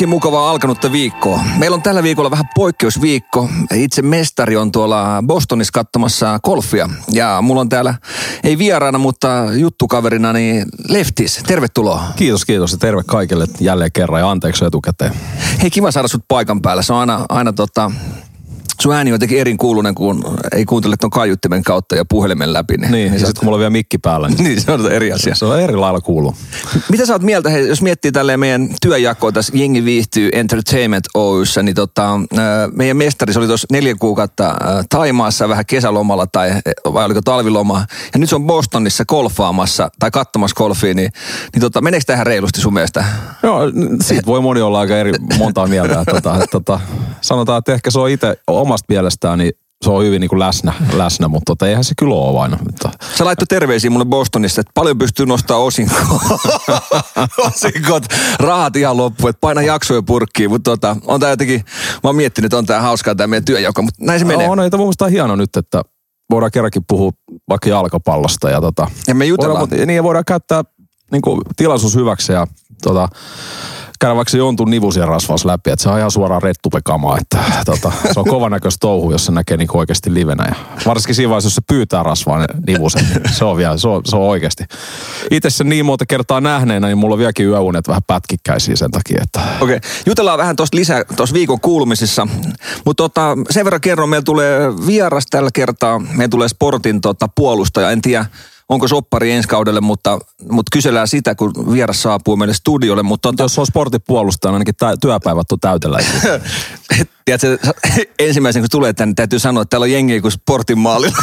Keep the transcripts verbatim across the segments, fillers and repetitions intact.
Oikein mukavaa alkanutta viikkoa. Meillä on tällä viikolla vähän poikkeusviikko. Itse mestari on tuolla Bostonissa katsomassa golfia. Ja mulla on täällä, ei vieraana, mutta juttukaverina, niin Leftis. Tervetuloa. Kiitos, kiitos ja terve kaikille jälleen kerran ja anteeksi etukäteen. Hei, kiva saada sut paikan päällä. Se on aina, aina tota... Sun ääni on jotenkin erinkuulunen, kun ei kuuntele ton kaiuttimen kautta ja puhelimen läpi. Niin, niin ja sitten kun mulla on vielä mikki päällä. Niin, niin se on eri asia. Se on eri lailla kuuluu. Mitä sä oot mieltä, hei, jos miettii tälleen meidän työjakoa tässä Jengi Viihtyy Entertainment Oy:ssä, niin tota, meidän mestari, se oli tuossa neljä kuukautta Thaimaassa vähän kesälomalla tai vai oliko talviloma. Ja nyt se on Bostonissa golfaamassa tai katsomassa golfia, niin, niin tota, meneekö tähän reilusti sun mielestä? Joo, siitä voi moni olla aika eri montaa mieltä. tota, tota, sanotaan, että ehkä se on itse omasta mielestään, niin se on hyvin niin kuin läsnä, läsnä, mutta tota, eihän se kyllä ole aina. Mutta... Sä laittoi terveisiä mulle Bostonista, että paljon pystyy nostaa osinkoa. Osinkot, rahat ihan loppu, että paina jaksoja purkkiin, mutta tota, on tää jotenkin, mä oon miettinyt, että on tää hauskaa tää meidän työjako, mutta näin se menee. On, no, mun mielestä on hieno nyt, että voidaan kerrankin puhua vaikka jalkapallosta ja tota... Ja me jutellaan. Voidaan, niin, ja voidaan käyttää niin kuin tilaisuus hyväksi ja tota... käydä vaikka se Jontun nivusia rasvaus läpi, että se on ihan suoraan rettupekamaa, että tota, se on kovan näköistä touhu, jos se näkee niin oikeasti livenä. Ja varsinkin siinä vaiheessa, jos se pyytää rasvaa nivusen, niin se on vielä, se on, se on oikeasti. Itse sen niin monta kertaa nähneenä, niin mulla on vieläkin yöunet vähän pätkikkäisiä sen takia. Että... Okei, okay. Jutellaan vähän tuosta lisää tuossa viikon kuulumisissa, mutta tota, sen verran kerron, meillä tulee vieras tällä kertaa, meillä tulee Sportin tota, puolustaja, en tiedä, onko soppari ensi kaudelle, mutta, mutta kysellään sitä, kun vieras saapuu meille studiolle. Mutta on jos on Sportin puolustaja, ainakin tä- työpäivät on täytellä. Tiedätkö, ensimmäisen kun tulee tänne, täytyy sanoa, että täällä on jengiä kuin Sportin maalilla.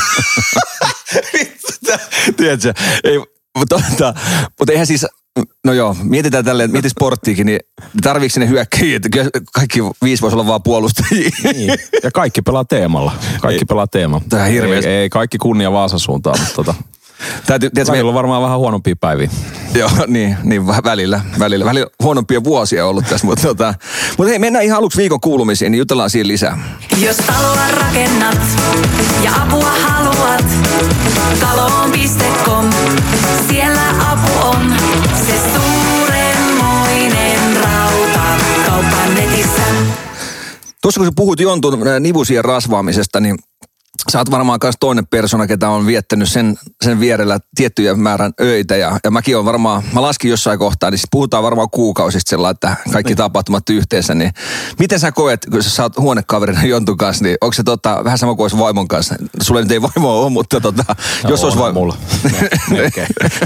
Tiedätkö, ei, mutta, mutta, mutta eihän siis... No joo, mietitään tälleen, mieti Sporttiikin, niin tarviiko ne hyökkäjiä, että kaikki viisi voisi olla vaan puolustajia. Niin. Ja kaikki pelaa teemalla. Kaikki ei, pelaa teemalla. Tämä on hirveä. Ei, ei kaikki kunnia Vaasan suuntaan, mutta tota... Täytyy, tiedätkö, välillä on varmaan vähän huonompia päiviä. Joo, niin, niin välillä, välillä. Välillä huonompia vuosia ollut tässä, mutta, tota, mutta hei, mennään ihan aluksi viikon kuulumisiin, niin jutellaan siinä lisää. Jos taloa rakennat ja apua haluat, kaloon piste com, siellä apu on, se suurenmoinen rauta, kaupan netissä. Tuossa kun sä puhut Jontun nivusien rasvaamisesta, niin sä oot varmaan myös toinen persona, ketä on viettänyt sen, sen vierellä tiettyjä määrän öitä. Ja, ja mäkin on varmaan, mä laskin jossain kohtaa, niin puhutaan varmaan kuukausista sellainen, että kaikki tapahtumat yhteensä. Niin miten sä koet, kun sä oot huonekaverina Jontun kanssa, niin onko se tota, vähän sama kuin olisi vaimon kanssa? Sulle nyt ei vaimoa ole, mutta tota, no, jos olisi vaimo... mulla. Melkein.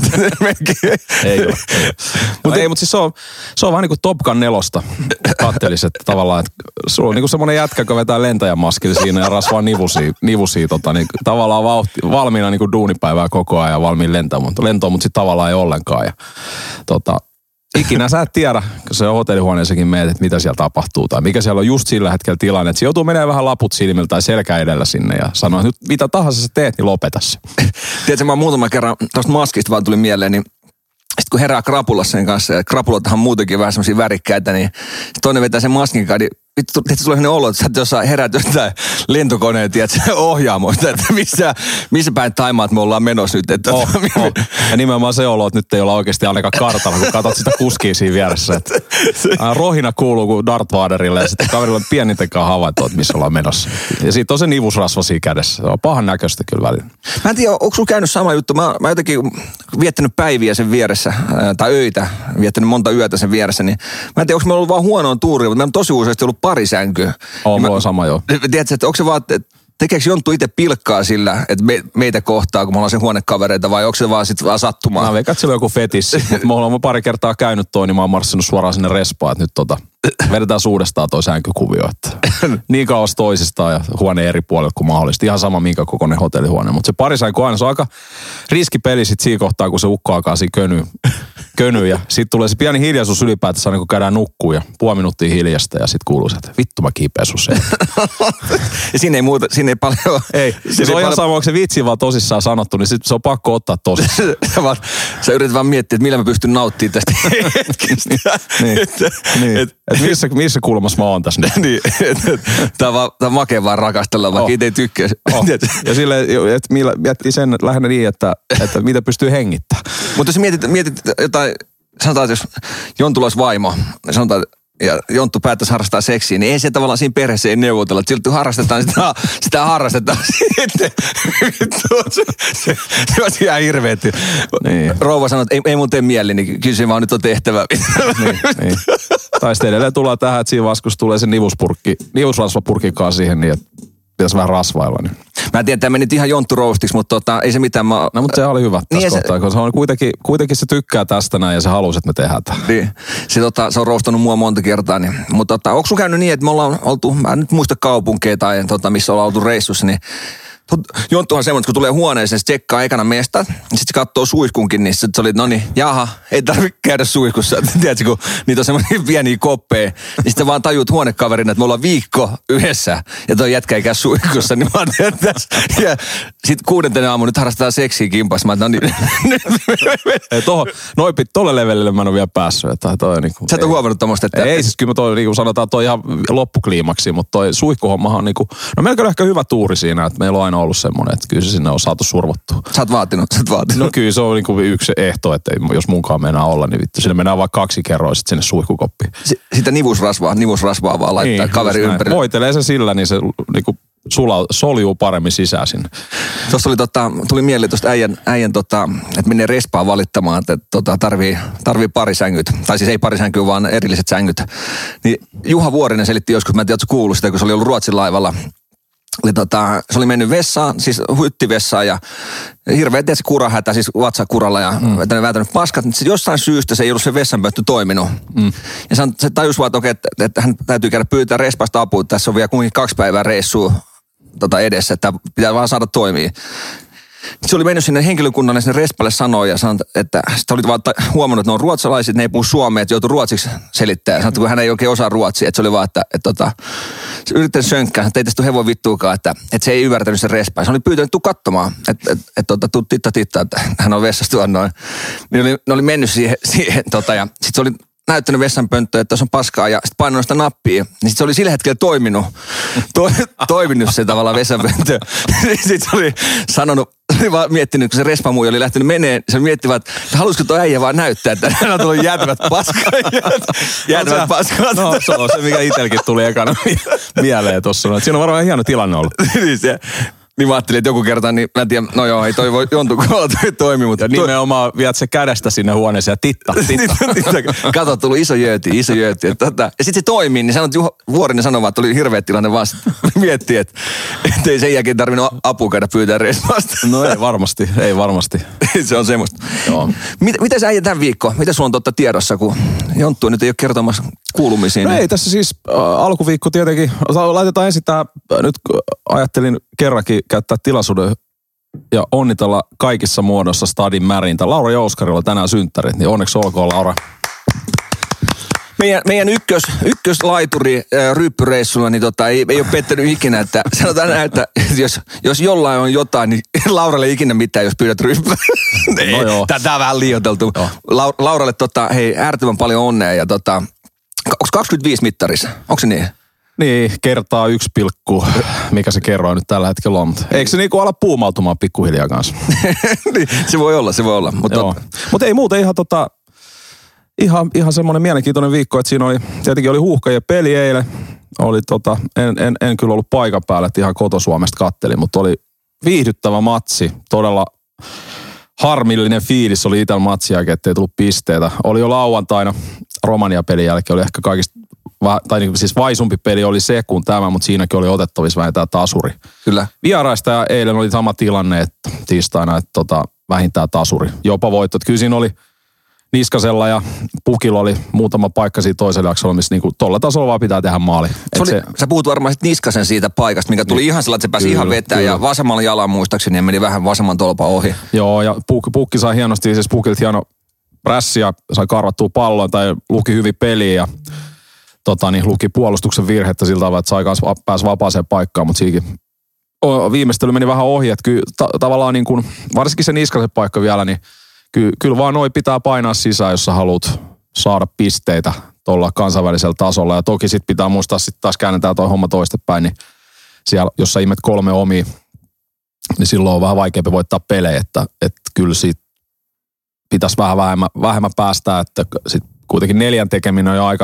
Ei ole. Mutta ei, mutta siis se on, se on vähän niin kuin Top Gun nelosta. Kattelis, että tavallaan, että sulla on niin kuin semmoinen jätkä, joka vetää lentäjämaskilla siinä ja rasvaa nivusia. nivusia tota, niin, tavallaan vauhti, valmiina niin kuin duunipäivää koko ajan ja valmiin lentoon, lentoon mutta sitten tavallaan ei ollenkaan. Ja, tota, ikinä sä et tiedä, kun se hotellihuoneessakin meet, että mitä siellä tapahtuu tai mikä siellä on just sillä hetkellä tilanne, että se joutuu menemään vähän laput silmillä tai selkä edellä sinne ja sanoo, että nyt mitä tahansa sä teet, niin lopeta se. Tiedätkö, mä muutaman kerran tuosta maskista vaan tuli mieleen, niin sitten kun herää krapulassa sen kanssa, ja krapulathan muutenkin vähän semmosia värikkäitä, niin toinen vetää sen maskin kanssa, niin vittu, tietysti tulee sellainen olo, että sä jossain herät jostain lentokoneen, tiedätkö, ohjaamoista, että missä, missä päin Thaimaat me ollaan menossa nyt. Että oh, oh. Ja nimenomaan se olo, että nyt ei olla oikeasti ainakaan kartalla, kun katsot sitä kuskia siinä vieressä. Että, ää, rohina kuuluu kuin Darth Vaderille ja sitten kaverilla on pienintenkään havaittu, että missä ollaan menossa. Ja siitä on se nivusrasva siinä kädessä. Se on pahan näköistä kyllä välillä. Mä en tiedä, onko sulla käynyt sama juttu? Mä, mä jotenkin viettänyt päiviä sen vieressä, ää, tai öitä, viettänyt monta yötä sen vieressä, niin mä en tiedä, onko me ollut vaan huonoa tuuria, mutta mä on tosi useasti ollut parisänky. On, mulla on sama joo. Tiedätkö, että onko se vaan, että tekeekö Jonttu itse pilkkaa sillä, että me, meitä kohtaa, kun me ollaan sen huonekavereita, vai onko se vaan sitten vaan sattumaa? Mä veikkaan, että sillä on joku fetissi, mutta mulla on pari kertaa käynyt toi, niin mä oon marssinut suoraan sinne respaan, että nyt tota, vedetään suudestaan toi sänkykuvio, että niin kauas toisistaan ja huone eri puolella kuin mahdollista. Ihan sama minkä kokoinen hotellihuone, mutta se parisänky aina, se on aika riskipeli sit siinä kohtaa, kun se ukko alkaa siinä könyyn. Köny ja sitten tulee se pieni hiljaisuus ylipäätänsä, kun käydään nukkuu ja puoli minuuttia hiljasta ja sitten kuuluu se, että vittu mä kipeä sun se. Ja siinä ei muuta, siinä ei paljon... Ei, se on ihan paljon... sama, onko se vitsi vaan tosissaan sanottu, niin sit se on pakko ottaa tosissaan. Sä yrität vaan miettiä, että millä mä pystyn nauttimaan tästä hetkestä. niin, että niin. Et, et missä, missä kulmassa mä oon tässä nyt. niin, tää on, on makea vaan rakastella, vaikka oh. itse ei tykkää. Oh. Ja silleen, että miettii sen lähinnä niin, että, että mitä pystyy hengittämään. Mutta jos mietit, mietit jotain, sanotaan, että jos Jontulla olisi vaimo, sanotaan, ja Jonttu päättäisi harrastaa seksiä, niin ei se tavallaan siinä perheessä ei neuvotella. Että silti harrastetaan sitä, sitä harrastetaan sitten. se, se, se on ihan hirveetti. Niin. Rouva sanoi, että ei, ei mun tee mieli, niin kyllä se vaan nyt on tehtävä. niin, niin. Tai sitten edelleen tullaan tähän, että siinä vaiheessa, kun tulee se nivuspurkki, nivusrasvapurkkikaan siihen, niin että pitäisi vähän rasvailla. Niin. Mä en tiedä, tämä meni ihan Jonttu roastiksi, mutta tota, ei se mitään. Mä... No, mutta se oli hyvä tässä niin kohtaa, se... koska se on kuitenkin, kuitenkin se tykkää tästä näin ja se halusi, että me tehdään tämä. Niin. Se, tota, se on roastannut mua monta kertaa. Niin. Mutta tota, onko sun käynyt niin, että me ollaan oltu, mä en nyt muista kaupunkeja tai tota, missä ollaan oltu reissussa, niin Jonttu on semmoinen, kun tulee huoneeseen, se tsekkaa ekana mestat, niin sitten se katsoo suihkunkin, niin sitten se oli, no niin, jaha, ei tarvitse käydä suihkussa. Tiedätkö, kun niitä on semmoisia pieniä koppeja, niin sitten vaan tajuut huonekaverina, että me ollaan viikko yhdessä, ja toi jätkä ei käy suihkussa, niin mä oon tässä. Ja sitten kuudentena aamu nyt harrastetaan seksiä kimpassa. Mä no niin. Ei tohon, noin pit, tolle levelille mä en ole vielä päässyt. Että toi niinku, sä et ole huomannut tommoista, että... Ei, siis kyllä mä toi, niinku sanotaan, toi ihan loppukliimaksi, mutta toi suihkuhommahan on niinku, no melkein ehkä hyvä tuuri siinä, että meillä on aina ollut semmoinen, että kyllä se sinne on saatu survottua. Sä oot vaatinut, sä oot vaatinut. No kyllä se on niinku yksi ehto, että jos munkaan mennään olla, niin vittu, sinne mennään vaan kaksi kerroa sit sinne suihkukoppiin. S- sitä nivusrasvaa, nivusrasvaa vaan laittaa niin, kaveri ympärille. Voitelee se sillä, niin se niinku sula, soljuu paremmin sisään sinne. Tuossa oli tota, tuli mieleen tuosta äijän, äijän tota, että menee respaan valittamaan, että tota, tarvii, tarvii parisängyt. Tai siis ei parisänkyä, vaan erilliset sängyt. Niin Juha Vuorinen selitti joskus, mä en tiedä, ootko kuullut sitä, kun se oli ollut Ruotsin laivalla. Eli tota, se oli mennyt vessaan, siis hyttivessaan ja hirveä tietysti kurahätä, siis vatsakuralla ja mm. vetänyt, vääntänyt paskat. Sitten jostain syystä se ei ollut se vessanpöntty toiminut. Mm. Ja se, se tajusi vaan, että, okei, että, että hän täytyy käydä pyytää respasta apua. Tässä on vielä kuitenkin kaksi päivää reissua tota edessä, että pitää vaan saada toimia. Se oli mennyt sinne henkilökunnalle sinne respalle sanoa ja sanoi, että sitten oli vaan huomannut, että ne on ruotsalaiset, ne ei puhu suomea, että joutui ruotsiksi selittämään. Sanoi, kun hän ei oikein osaa ruotsia, että se oli vaan, että, että, että se yrittänyt sönkkää, että ei tästä hevon vittuukaan, että, että se ei ymmärtänyt sen respaa. Se oli pyytänyt, tuu katsomaan, että, että, että, että tuu titta titta, että hän on vessassa tuon noin. Niin oli, ne oli mennyt siihen, siihen tota, ja sitten se oli näyttänyt vessanpönttöä, että tuossa on paskaa ja sitten painanut sitä nappia. Niin sitten se oli sillä hetkellä toiminut, to, toiminut se tavallaan vessanpönttöä. Sitten se oli sanonut, se oli vaan miettinyt, kun se respamuja oli lähtenyt meneen, se mietti vaan, että halusiko tuo äijä vaan näyttää, että hän on tullut jäätävät paskaa. Jäätävät paskaa. No se on se, mikä itselläkin tuli ekana mieleen tuossa. Siinä on varmaan hieno tilanne ollut. Niin se... Niin mä ajattelin, että joku kerta, niin mä en tiedä, no joo, ei toi voi Jontun kohdalla toi toimi, mutta... Ja nimenomaan viet se kädestä sinne huoneeseen ja titta, titta. Kato, tullut iso jööti, iso jööti. Ja, tota, ja sitten se toimii, niin sanot, Juha Vuorinen sanoi vaan, että oli hirveä tilanne vaan miettiä, että ei sen jälkeen tarvinnut apua käydä pyytää respasta. No ei varmasti, ei varmasti. Se on semmoista. Joo. Mit, mitä sä äijät tämän viikko? Mitä sulla on totta tiedossa, kun Jonttu nyt ei ole kertomassa kuulumisiin? No ei, tässä siis äh, alkuviikko tietenkin. Laitetaan ensin tää, nyt ajattelin kerrankin käyttää tilaisuuden ja onnitella kaikissa muodossa Stadin märintä. Laura Jouskarilla tänään synttärit, niin onneksi olkoon, Laura. Meidän, meidän ykkös, ykköslaituri äh, ryyppyreissulla niin tota, ei, ei ole pettänyt ikinä, että sanotaan näin, että jos, jos jollain on jotain, niin Lauralle ei ikinä mitään, jos pyydät ryyppyä. No joo. Tää on vähän liioiteltu. La, Lauralle tota, hei, äärettömän paljon onnea ja tota, onko kaksikymmentäviisi mittarissa? Onko se niin? Niin, kertaa yksi pilkku, mikä se kerroin nyt tällä hetkellä on. Eikö se niinku ala puumautumaan pikkuhiljaa kanssa? Niin, se voi olla, se voi olla. Mutta tot... Mut ei muuten ihan tota... Ihan, ihan semmoinen mielenkiintoinen viikko, että siinä oli, tietenkin oli huuhkajien peli eilen. Oli tota, en, en, en kyllä ollut paikan päällä, että ihan koto-Suomesta kattelin, mutta oli viihdyttävä matsi. Todella harmillinen fiilis oli itsellä matsin jälkeen, ettei tullut pisteitä. Oli jo lauantaina Romania-pelin jälkeen, oli ehkä kaikista, tai niin, siis vaisumpi peli oli se kuin tämä, mutta siinäkin oli otettavissa vähintään tasuri. Kyllä. Vieraista ja eilen oli sama tilanne, että tiistaina, että tota, vähintään tasuri. Jopa voitto. Kyllä siinä oli Niskasella ja Pukilla oli muutama paikka siitä toisella jaksolla, missä niinku tolla tasolla vaan pitää tehdä maali. Se oli, se... Sä puhut varmaan sit Niskasen siitä paikasta, mikä tuli niin, ihan sellainen, että se pääsi kyllä, ihan vetää kyllä. Ja vasemmalla jalan muistaakseni ja meni vähän vasemman tolpan ohi. Joo, ja Pukki, Pukki sai hienosti, siis Pukilta hieno prässi ja sai karvattua pallon tai luki hyvin peliä ja tota, niin, luki puolustuksen virhettä sillä tavalla, että sai kanssa pääsi vapaaseen paikkaan, mutta siinäkin viimeistely meni vähän ohi, että kyllä ta- tavallaan niin kuin, varsinkin se Niskasen paikka vielä, niin Ky- kyllä vaan noi pitää painaa sisään, jos sä haluat saada pisteitä tuolla kansainvälisellä tasolla. Ja toki sit pitää muistaa, sitten taas käännetään toi homma toistepäin, niin siellä, jos sä imet kolme omia, niin silloin on vähän vaikeampi voittaa pelejä. Että, että kyllä siitä pitäisi vähän vähemmän, vähemmän päästää, että sit kuitenkin neljän tekeminen on jo aika,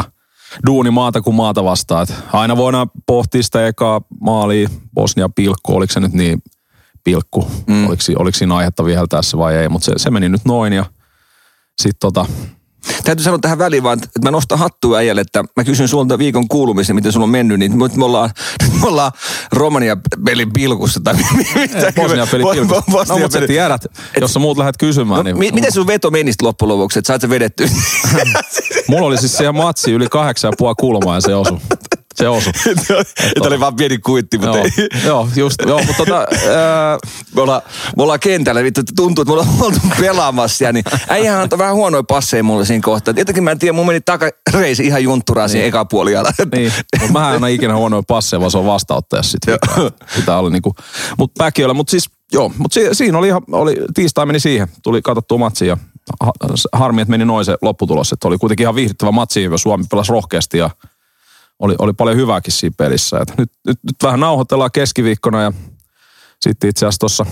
duuni maata kuin maata vastaan. Et aina voidaan pohtia sitä ekaa maalia, Bosnia pilkku, oliko se nyt niin pilkku, mm. oliko, oliko siinä aihetta viheltää se vai ei, mutta se, se meni nyt noin ja sitten tota... Täytyy sanoa tähän väliin vaan, että mä nostan hattua äijälle, että mä kysyn sulta viikon kuulumisen, miten sulla on mennyt, niin me ollaan, me ollaan Romania-pelin pilkussa. Tai mitä? Bosnia-pelin pilkussa. Bosnia no, mutta sä tiedät, jos sä muut lähdet kysymään. No, niin... mi- miten sun veto menisi loppujen lopuksi, että sait sä vedettyä? Mulla oli siis siihen matsi yli kahdeksan ja puoli kulmaa ja se osui. Se osui. Että oli vaan pieni kuitti, mutta joo, ei. Joo, just. Joo, mutta tota... Ää... Me, ollaan, me ollaan kentällä, vittu, tuntuu, että me ollaan oltu pelaamassa. Ja niin, äijähän antoi vähän huonoja passeja mulle siinä kohtaa. Jotenkin mä en tiedä, mun meni takareisi ihan juntturaan niin. Siinä eka puoliala. Niin, mutta mähän en anna ikinä huonoja passeja, vaan se on vastaanottajassa sitten. Pitää olla niinku... Mutta päkiöllä, mutta siis... Joo, mutta si- siinä oli ihan... Oli, tiistai meni siihen. Tuli katsottua matsia ja ha, harmi, että meni noin se lopputulos. Että oli kuitenkin ihan viihdyttävä matsi, ja Suomi pelasi rohkeasti ja... Oli, oli paljon hyvääkin siinä pelissä. Et nyt, nyt, nyt vähän nauhoitellaan keskiviikkona ja sitten itse asiassa tuossa,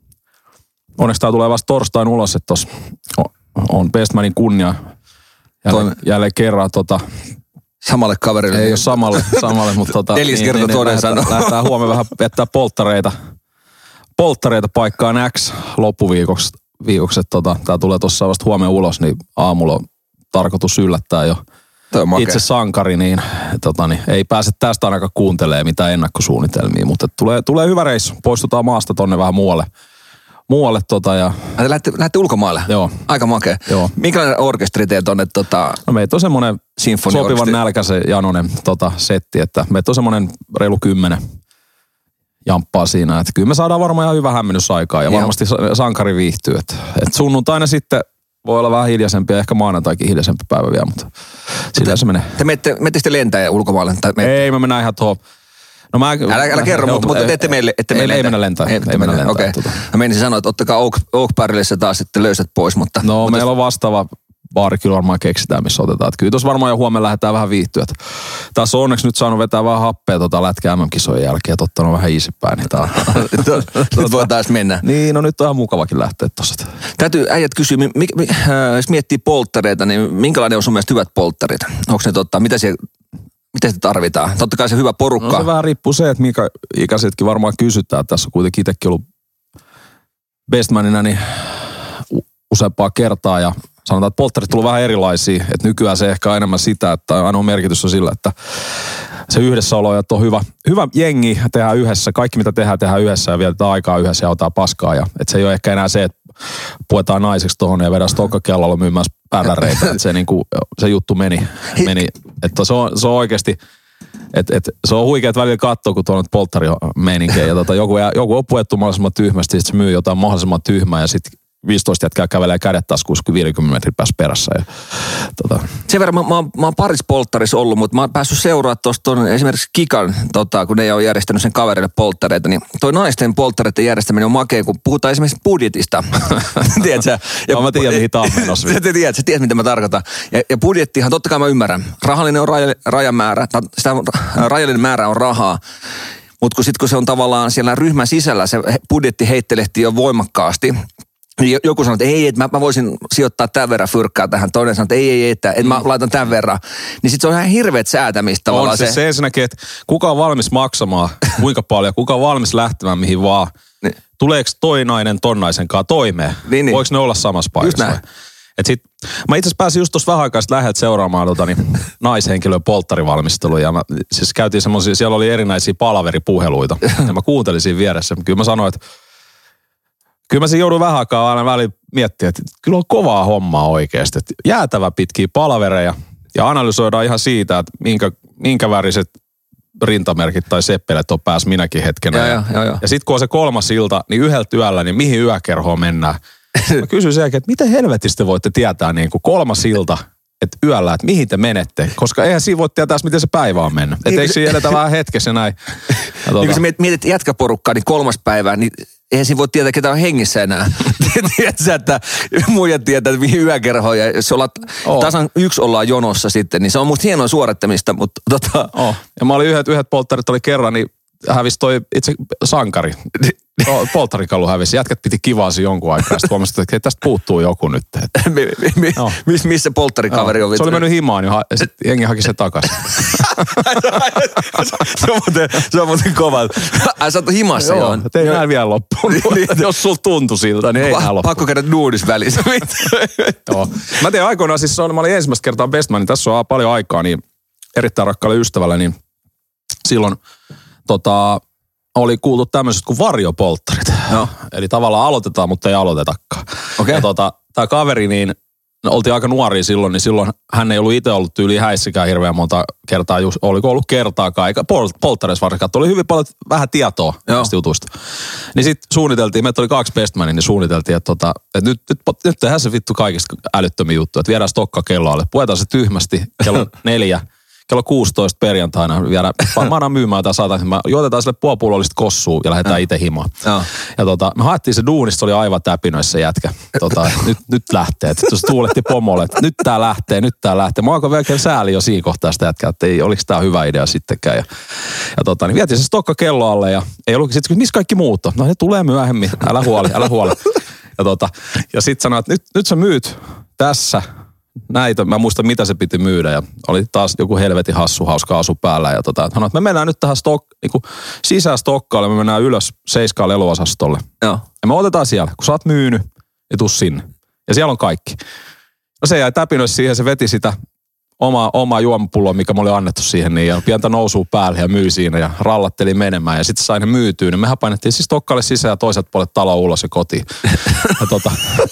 onneksi tämä tulee vasta torstain ulos, että tuossa on Bestmanin kunnia jälleen, jälleen kerran. Tota, samalle kaverille. Ei ole samalle, samalle mutta tota, neljäs kerta niin, toden sanoo. Lähdetään huomenna vähän vettää polttareita, polttareita paikkaan X loppuviikoksi. Viikoksi, että tota, tämä tulee tuossa vasta huomenna ulos, niin aamulla on tarkoitus yllättää jo itse sankari, niin, tota, niin ei pääse tästä ainakaan kuuntelemaan mitään ennakkosuunnitelmia, mutta tulee, tulee hyvä reissu. Poistutaan maasta tonne vähän muualle. Muualle tota ja... Te lähdette, lähdette ulkomaille? Joo. Aika makea. Joo. Minkälainen orkesteri teet on, että tota... No meitä on semmoinen sopivan nälkäisen Janonen tota, setti, että meitä on semmoinen reilu kymmenen jamppaa siinä, että kyllä me saadaan varmaan ihan hyvä hämmennysaikaa ja varmasti Joo. sankari viihtyy, että, että sunnuntaina sitten voi olla vähän hiljaisempi ja ehkä maanantaikin hiljaisempi päivä vielä, mutta sillä te, se menee. Te menette, menette sitten lentää ulkomaille? Tai menette? Ei, me mennään ihan tuohon. No mä, älä, älä kerro, mutta, mutta te ette meille ette ei, meille ei mennä lentää. Ei, ei mennä lentää. Okei. Okay. Mä menisin sanoa, että ottakaa Oak, Oak Barrelissa taas sitten löysät pois, mutta... No mutta meillä on vastaava baari, kyllä varmaan keksitään, missä otetaan. Että kyllä tuossa varmaan jo huomenna lähdetään vähän viihtyä. Tässä on onneksi nyt saanut vetää vähän happea tota lätkä M M-kisojen jälkeen, että ottanut vähän easypäin. Niin tää... nyt voi taas mennä. Niin, no nyt on ihan mukavakin lähteä tuossa. Täytyy äijät kysyä, mi, mi, äh, jos miettii polttareita, niin minkälainen on sun mielestä hyvät polttarit? Onko ne totta, mitä siellä... Mitä sitä tarvitaan? Totta kai se hyvä porukka. No se vähän riippuu se, että mikä ikäisetkin varmaan kysytään. Tässä on kuitenkin itsekin ollut bestmanina niin useampaa kertaa ja sanotaan, että polttarit on vähän erilaisia. Että nykyään se ehkä enemmän sitä, että ainoa merkitys on sillä, että se yhdessäolo ja on hyvä, hyvä jengi, tehdään yhdessä. Kaikki mitä tehdään, tehdään yhdessä ja vietetään aikaa yhdessä ja otetaan paskaa. Ja, että se ei ole ehkä enää se, että puetaan naiseksi tuohon ja vedään stokkakellolla myymään päräreitä. Että se, niin kuin, se juttu meni. meni. Että se on, se on oikeasti, että et, se on huikea, että välillä katsoo, kun tuolla on polttarimeininkiä. Ja tota, joku, joku on puettu mahdollisimman tyhmästi, sitten se myy jotain mahdollisimman tyhmää ja sitten viisitoista jätkää kävelee kädet taskuissa, kun viisikymmentä metrin päässä perässä. Ja, tota. Sen verran mä, mä, oon, mä oon parissa polttarissa ollut, mutta mä oon päässyt seuraamaan tuosta esimerkiksi Kikan, tota, kun ne on järjestänyt sen kaverille polttareita, niin toi naisten polttareiden järjestäminen on makea, kun puhutaan esimerkiksi budjetista. Tiedätkö? Ja no, mä tiedän, mihin tää on menossa. Sä tiedät, sä tiedät, mitä mä tarkoitan. Ja, ja budjettihan, totta kai mä ymmärrän. Rahallinen on raja, rajamäärä, sitä rajallinen määrä on rahaa. Mutta kun sitten kun se on tavallaan siellä ryhmän sisällä, se budjetti heittelehtii jo voimakkaasti. Joku sanoo, että ei, että mä, mä voisin sijoittaa tämän verran fyrkkää tähän. Toinen sanoo, että ei, ei, että, että mä laitan tämän verran. Niin sit se on ihan hirveet säätämistä tavallaan. On se, se. se ensinnäkin, että kuka on valmis maksamaan, kuinka paljon, kuka on valmis lähtemään mihin vaan. Niin. Tuleeko toi nainen ton naisen kanssa toimeen? Niin, niin. Voiko ne olla samassa paikassa vai? Et sit, mä itse asiassa pääsin just tuossa vähän aikaa läheltä seuraamaan tota, niin, naishenkilön polttarivalmistelua. Ja mä, siis käytiin semmosia, siellä oli erinäisiä palaveripuheluita. Ja mä kuuntelin siinä vieressä. Kyllä mä sanoin, että kyllä mä siinä joudun vähän aikaa aina väliin miettimään, että kyllä on kovaa hommaa oikeasti. Että jäätävä pitkiä palavereja ja analysoidaan ihan siitä, että minkä, minkä väriset rintamerkit tai seppelet on pääs minäkin hetkenä. Ja, ja, ja, ja. ja sitten kun on se kolmas ilta, niin yhdellä yöllä, niin mihin yökerhoon mennään? Mä kysyn sen jälkeen, että miten helvetistä te voitte tietää niin kuin kolmas ilta, että yöllä, että mihin te menette? Koska eihän siinä voi tietää, miten se päivä on mennyt. Että eikö siinä edetä vähän hetkessä näin? Ja tuota... Niin kun sä mietit jätkäporukkaa, niin kolmas päivä, niin eihän siinä voi tietää, ketä on hengissä enää. Tiedätkö, että muijat tietää, että mihin yökerhoon. Ja jos ollaan, oh. tasan yksi ollaan jonossa sitten, niin se on musta hienoa suorittamista, mutta tota... Oh. Ja mä olin yhdet, yhdet polttarit oli kerran, niin hävisi toi itse sankari. polttarikalu hävisi. Jätkät piti kivaasi jonkun aikaa. Sitten huomasi, että tästä puuttuu joku nyt. mi, mi, mi, no. Missä polttarikaveri on? Se oli mennyt himaan ja sitten jengi haki se takaisin. se, on muuten, se on muuten kova. Ai sä oot himassa joo. jo. Ei näin vielä loppuun. Jos sulla tuntui siltä, niin ei pa- näin loppuun. Pakko käydä nuudis välissä. Joo. Mä tein aikoinaan, siis on, mä olin ensimmäistä kertaa Bestman, niin tässä on paljon aikaa, niin erittäin rakkaalle ystävälle, niin silloin tota, oli kuultu tämmöiset kuin varjopolttarit. No. Eli tavallaan aloitetaan, mutta ei aloitetakaan. Okay. Ja tota, tää kaveri, niin no, oltiin aika nuoria silloin, niin silloin hän ei ollut itse ollut tyyli häissikään hirveän monta kertaa, just, oliko ollut kertaakaan, eikä polttareissa varsinkaan. Oli hyvin paljon vähän tietoa näistä jutuista. Niin sitten suunniteltiin, meitä oli kaksi Bestmania, niin suunniteltiin, että, tota, että nyt, nyt, nyt tehdään se vittu kaikista älyttömiä juttuja, että viedään stokka kelloalle. Puetaan se tyhmästi kello neljä. Kello kuusitoista perjantaina vielä, mä annan myymään tai saatan, mä juotetaan sille puolipullollista kossua ja lähdetään itse himaan. Ja, ja tota, me haettiin se duunista, se oli aivan täpinöissä jätkä. Tota, nyt, nyt lähtee, että se tuuletti pomolle, että nyt tää lähtee, nyt tää lähtee. Mä alkoin vielä sääli jo siinä kohtaa sitä jätkää, että ei, oliko tää hyvä idea sittenkään. Ja, ja tota, niin vietiin se stokka kello alle ja ei ollut sitten, missä kaikki muut on? No ne tulee myöhemmin, älä huoli, älä huoli. Ja, tota, ja sit sanoi, että nyt, nyt sä myyt tässä näitä, mä muistan mitä se piti myydä ja oli taas joku helvetin hassu hauska asu päällä ja tota, sanoi, että me mennään nyt tähän stok, niinku sisään stokkaalle, me mennään ylös seiskaan leluosastolle. Joo. Ja me otetaan siellä, kun sä oot myynyt, niin tuu sinne. Ja siellä on kaikki. No se jäi täpinössä siihen, se veti sitä omaa, omaa juomapulloa, mikä mulle oli annettu siihen, niin ja pientä nousua päälle ja myi siinä ja rallatteli menemään ja sitten sai ne myytyä, niin mehän painettiin siis stokkaalle sisään ja toiset puolet taloa ulos ja kotiin. Ja tota...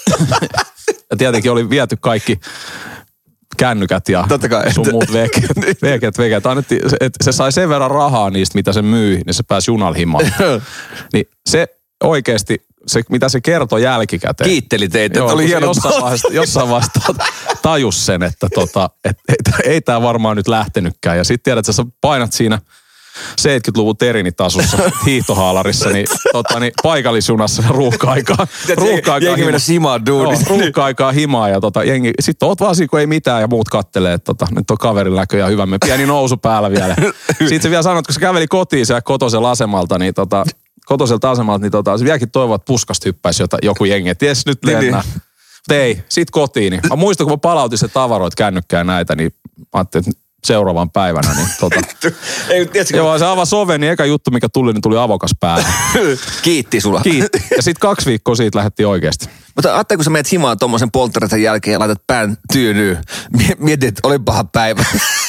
Ja tietenkin oli viety kaikki kännykät ja sun muut veket. veket, veket. Annettiin, että se sai sen verran rahaa niistä, mitä se myi, niin se pääsi junalla himaan. Niin se oikeasti, se, mitä se kertoi jälkikäteen. Kiitteli teitä, joo, että oli hieno. Jossain vaiheessa, jossain vaiheessa tajus sen, että tota, et, et, ei tämä varmaan nyt lähtenytkään. Ja sitten tiedät, että sä painat siinä seitsemänkymmentäluvun terinitasussa hiihtohaalarissa, niin, tota, niin paikallisjunassa ruuhka-aikaa. Ruuhka-aikaa jengi mennä simaan duunista. Ruuhka-aikaa himaa ja tota, jengi, sitten oot vaan siinä, kun ei mitään ja muut kattelee, että tota, nyt on kaverin näköjään hyvä. Me pieni nousu päällä vielä. Sitten se vielä sanoi, että kun se käveli kotiin siellä Kotosella asemalta, niin tota, Kotoselta asemalta, niin tota, se vieläkin toivoo, että puskasta hyppäisi jota, joku jengi, että jes nyt lennää. Mutta ei, sit kotiin. Niin. Mä muistan, kun mä palautin se tavaroit kännykkään näitä, niin mä ajattelin, että seuraavan päivänä, niin tota... Ei, tiedätkö, joo, se avasi oven, niin eka juttu, mikä tuli, niin tuli avokas päälle. Kiitti sulla. Kiitti. Ja sitten kaksi viikkoa siitä lähdettiin oikeasti. Mutta ajattelin, kun sä menet himaan tommosen polttareiden jälkeen ja laitat pään tyynyyn. Mietit, että oli paha päivä.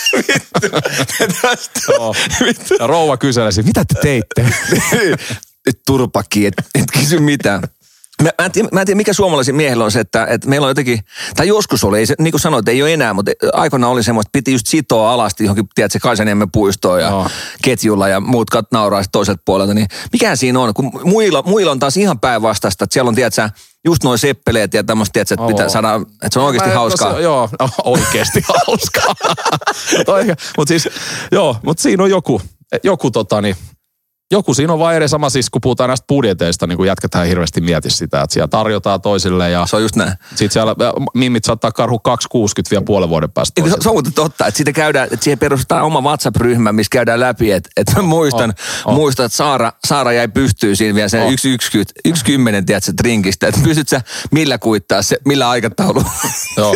Vittu. Ja rouva kyselisi, mitä te teitte? Turpakki, et, et kysy mitään. Mä, mä, en tiedä, mä en tiedä, mikä suomalaisen miehellä on se, että, että meillä on jotenkin, tai joskus oli, ei se, niin kuin sanoit, ei ole enää, mutta aikoinaan oli semmoista, piti just sitoa alasti johonkin, tiedätkö, Kaisaniemen puistoon ja no. ketjulla ja muut kat nauraa toiselta puolelta, niin mikä siinä on, kun muilla, muilla on taas ihan päinvastaista, että siellä on, tiedätkö, just noin seppeleet ja tämmöistä, tiedätkö, että pitää saada, että se on oikeasti mä, hauskaa. No se, joo, no, oikeasti hauskaa. Mutta siis, joo, mutta siinä on joku, joku tota niin, joku siinä on vaan eri sama siis, kun puhutaan näistä budjeteista, niin kun jätkätään hirveästi mieti sitä, että siellä tarjotaan toisille ja... Se on just näin. Sitten siellä mimmit saattaa karhu kaksi kuusikymmentä vielä puolen vuoden päästä. Se, se on muuten totta, että siitä käydään, että siihen perustetaan oma WhatsApp-ryhmä, missä käydään läpi, että, että mä muistan, oh, oh. muistan, että Saara, Saara jäi pystyyn siinä vielä sen oh. yksi kymmenen, tiedätkö, trinkistä, että pystyt sä millä kuittaa se, millä aikataulu. Joo.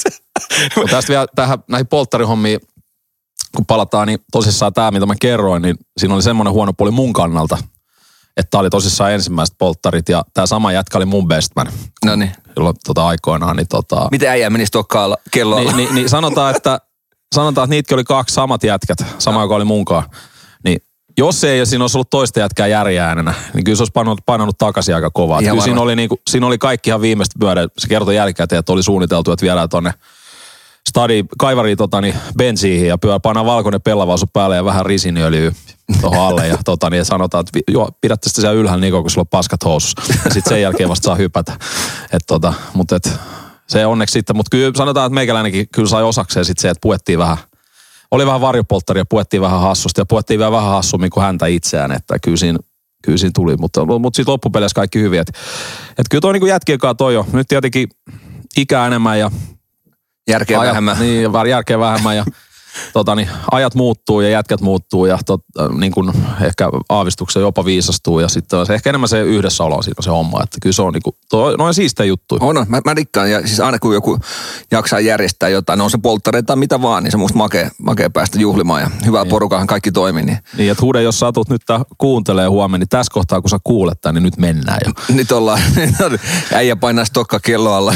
No tästä vielä tähän näihin polttarihommiin, kun palataan, niin tosissaan tämä, mitä mä kerroin, niin siinä oli semmoinen huono puoli mun kannalta, että tää oli tosissaan ensimmäiset polttarit ja tää sama jätkä oli mun bestman. No niin. Jolloin tota aikoinaan, niin tota... Miten äijä menisi tokkaalla kellolla? Niin, niin, niin sanotaan, että, sanotaan, että niitäkin oli kaksi samat jätkät, sama no. joka oli munkaan. Niin jos ei siinä olisi ollut toista jätkää järjäänenä, niin kyllä se olisi painanut, painanut takaisin aika kovaa. Kyllä siinä oli, niin kuin, siinä oli kaikki ihan viimeistä pyörä. Se kertoi jälkikäteen, että oli suunniteltu, että viedään tonne stadi, kaivari totani, bensiihin ja pyö, painaa valkoinen pellavaasu päälle ja vähän risiniöljyä tuohon alle. Ja totani, ja sanotaan, että joo, pidätte sitä siellä ylhäällä niin kun sulla on paskat housussa. Ja sitten sen jälkeen vasta saa hypätä. Et tota, mutta et, se onneksi sitten, mutta kyllä sanotaan, että meikäläinenkin kyllä sai osakseen sitten se, että puettiin vähän, oli vähän varjopolttaria, puettiin vähän hassusta ja puettiin vielä vähän hassummin kuin häntä itseään, että kyllä siinä, kyllä siinä tuli. Mutta, mutta sitten loppupeleissä kaikki hyvin. Että et kyllä toi niin kuin jätkien kanssa toi jo. Nyt tietenkin ikää enemmän ja järkeä ajat, vähemmän. Niin, järkeä vähemmän ja tota, niin, ajat muuttuu ja jätkät muuttuu ja tot, niin kuin ehkä aavistuksen jopa viisastuu ja sitten se ehkä enemmän se yhdessäolo on siinä se homma, että kyllä se on niin kuin, toi, noin siistejä juttuja. On, on. Mä, mä rikkaan ja siis aina kun joku jaksaa järjestää jotain, no on se polttareita tai mitä vaan, niin se musta makea, makea päästä juhlimaan ja hyvää niin. Porukahan kaikki toimii. Niin, niin että Hude, jos satut nyt kuuntelee huomenna, niin tässä kohtaa kun sä kuulet tämän, niin nyt mennään jo. Nyt ollaan, äijä painaa stokka kello alla.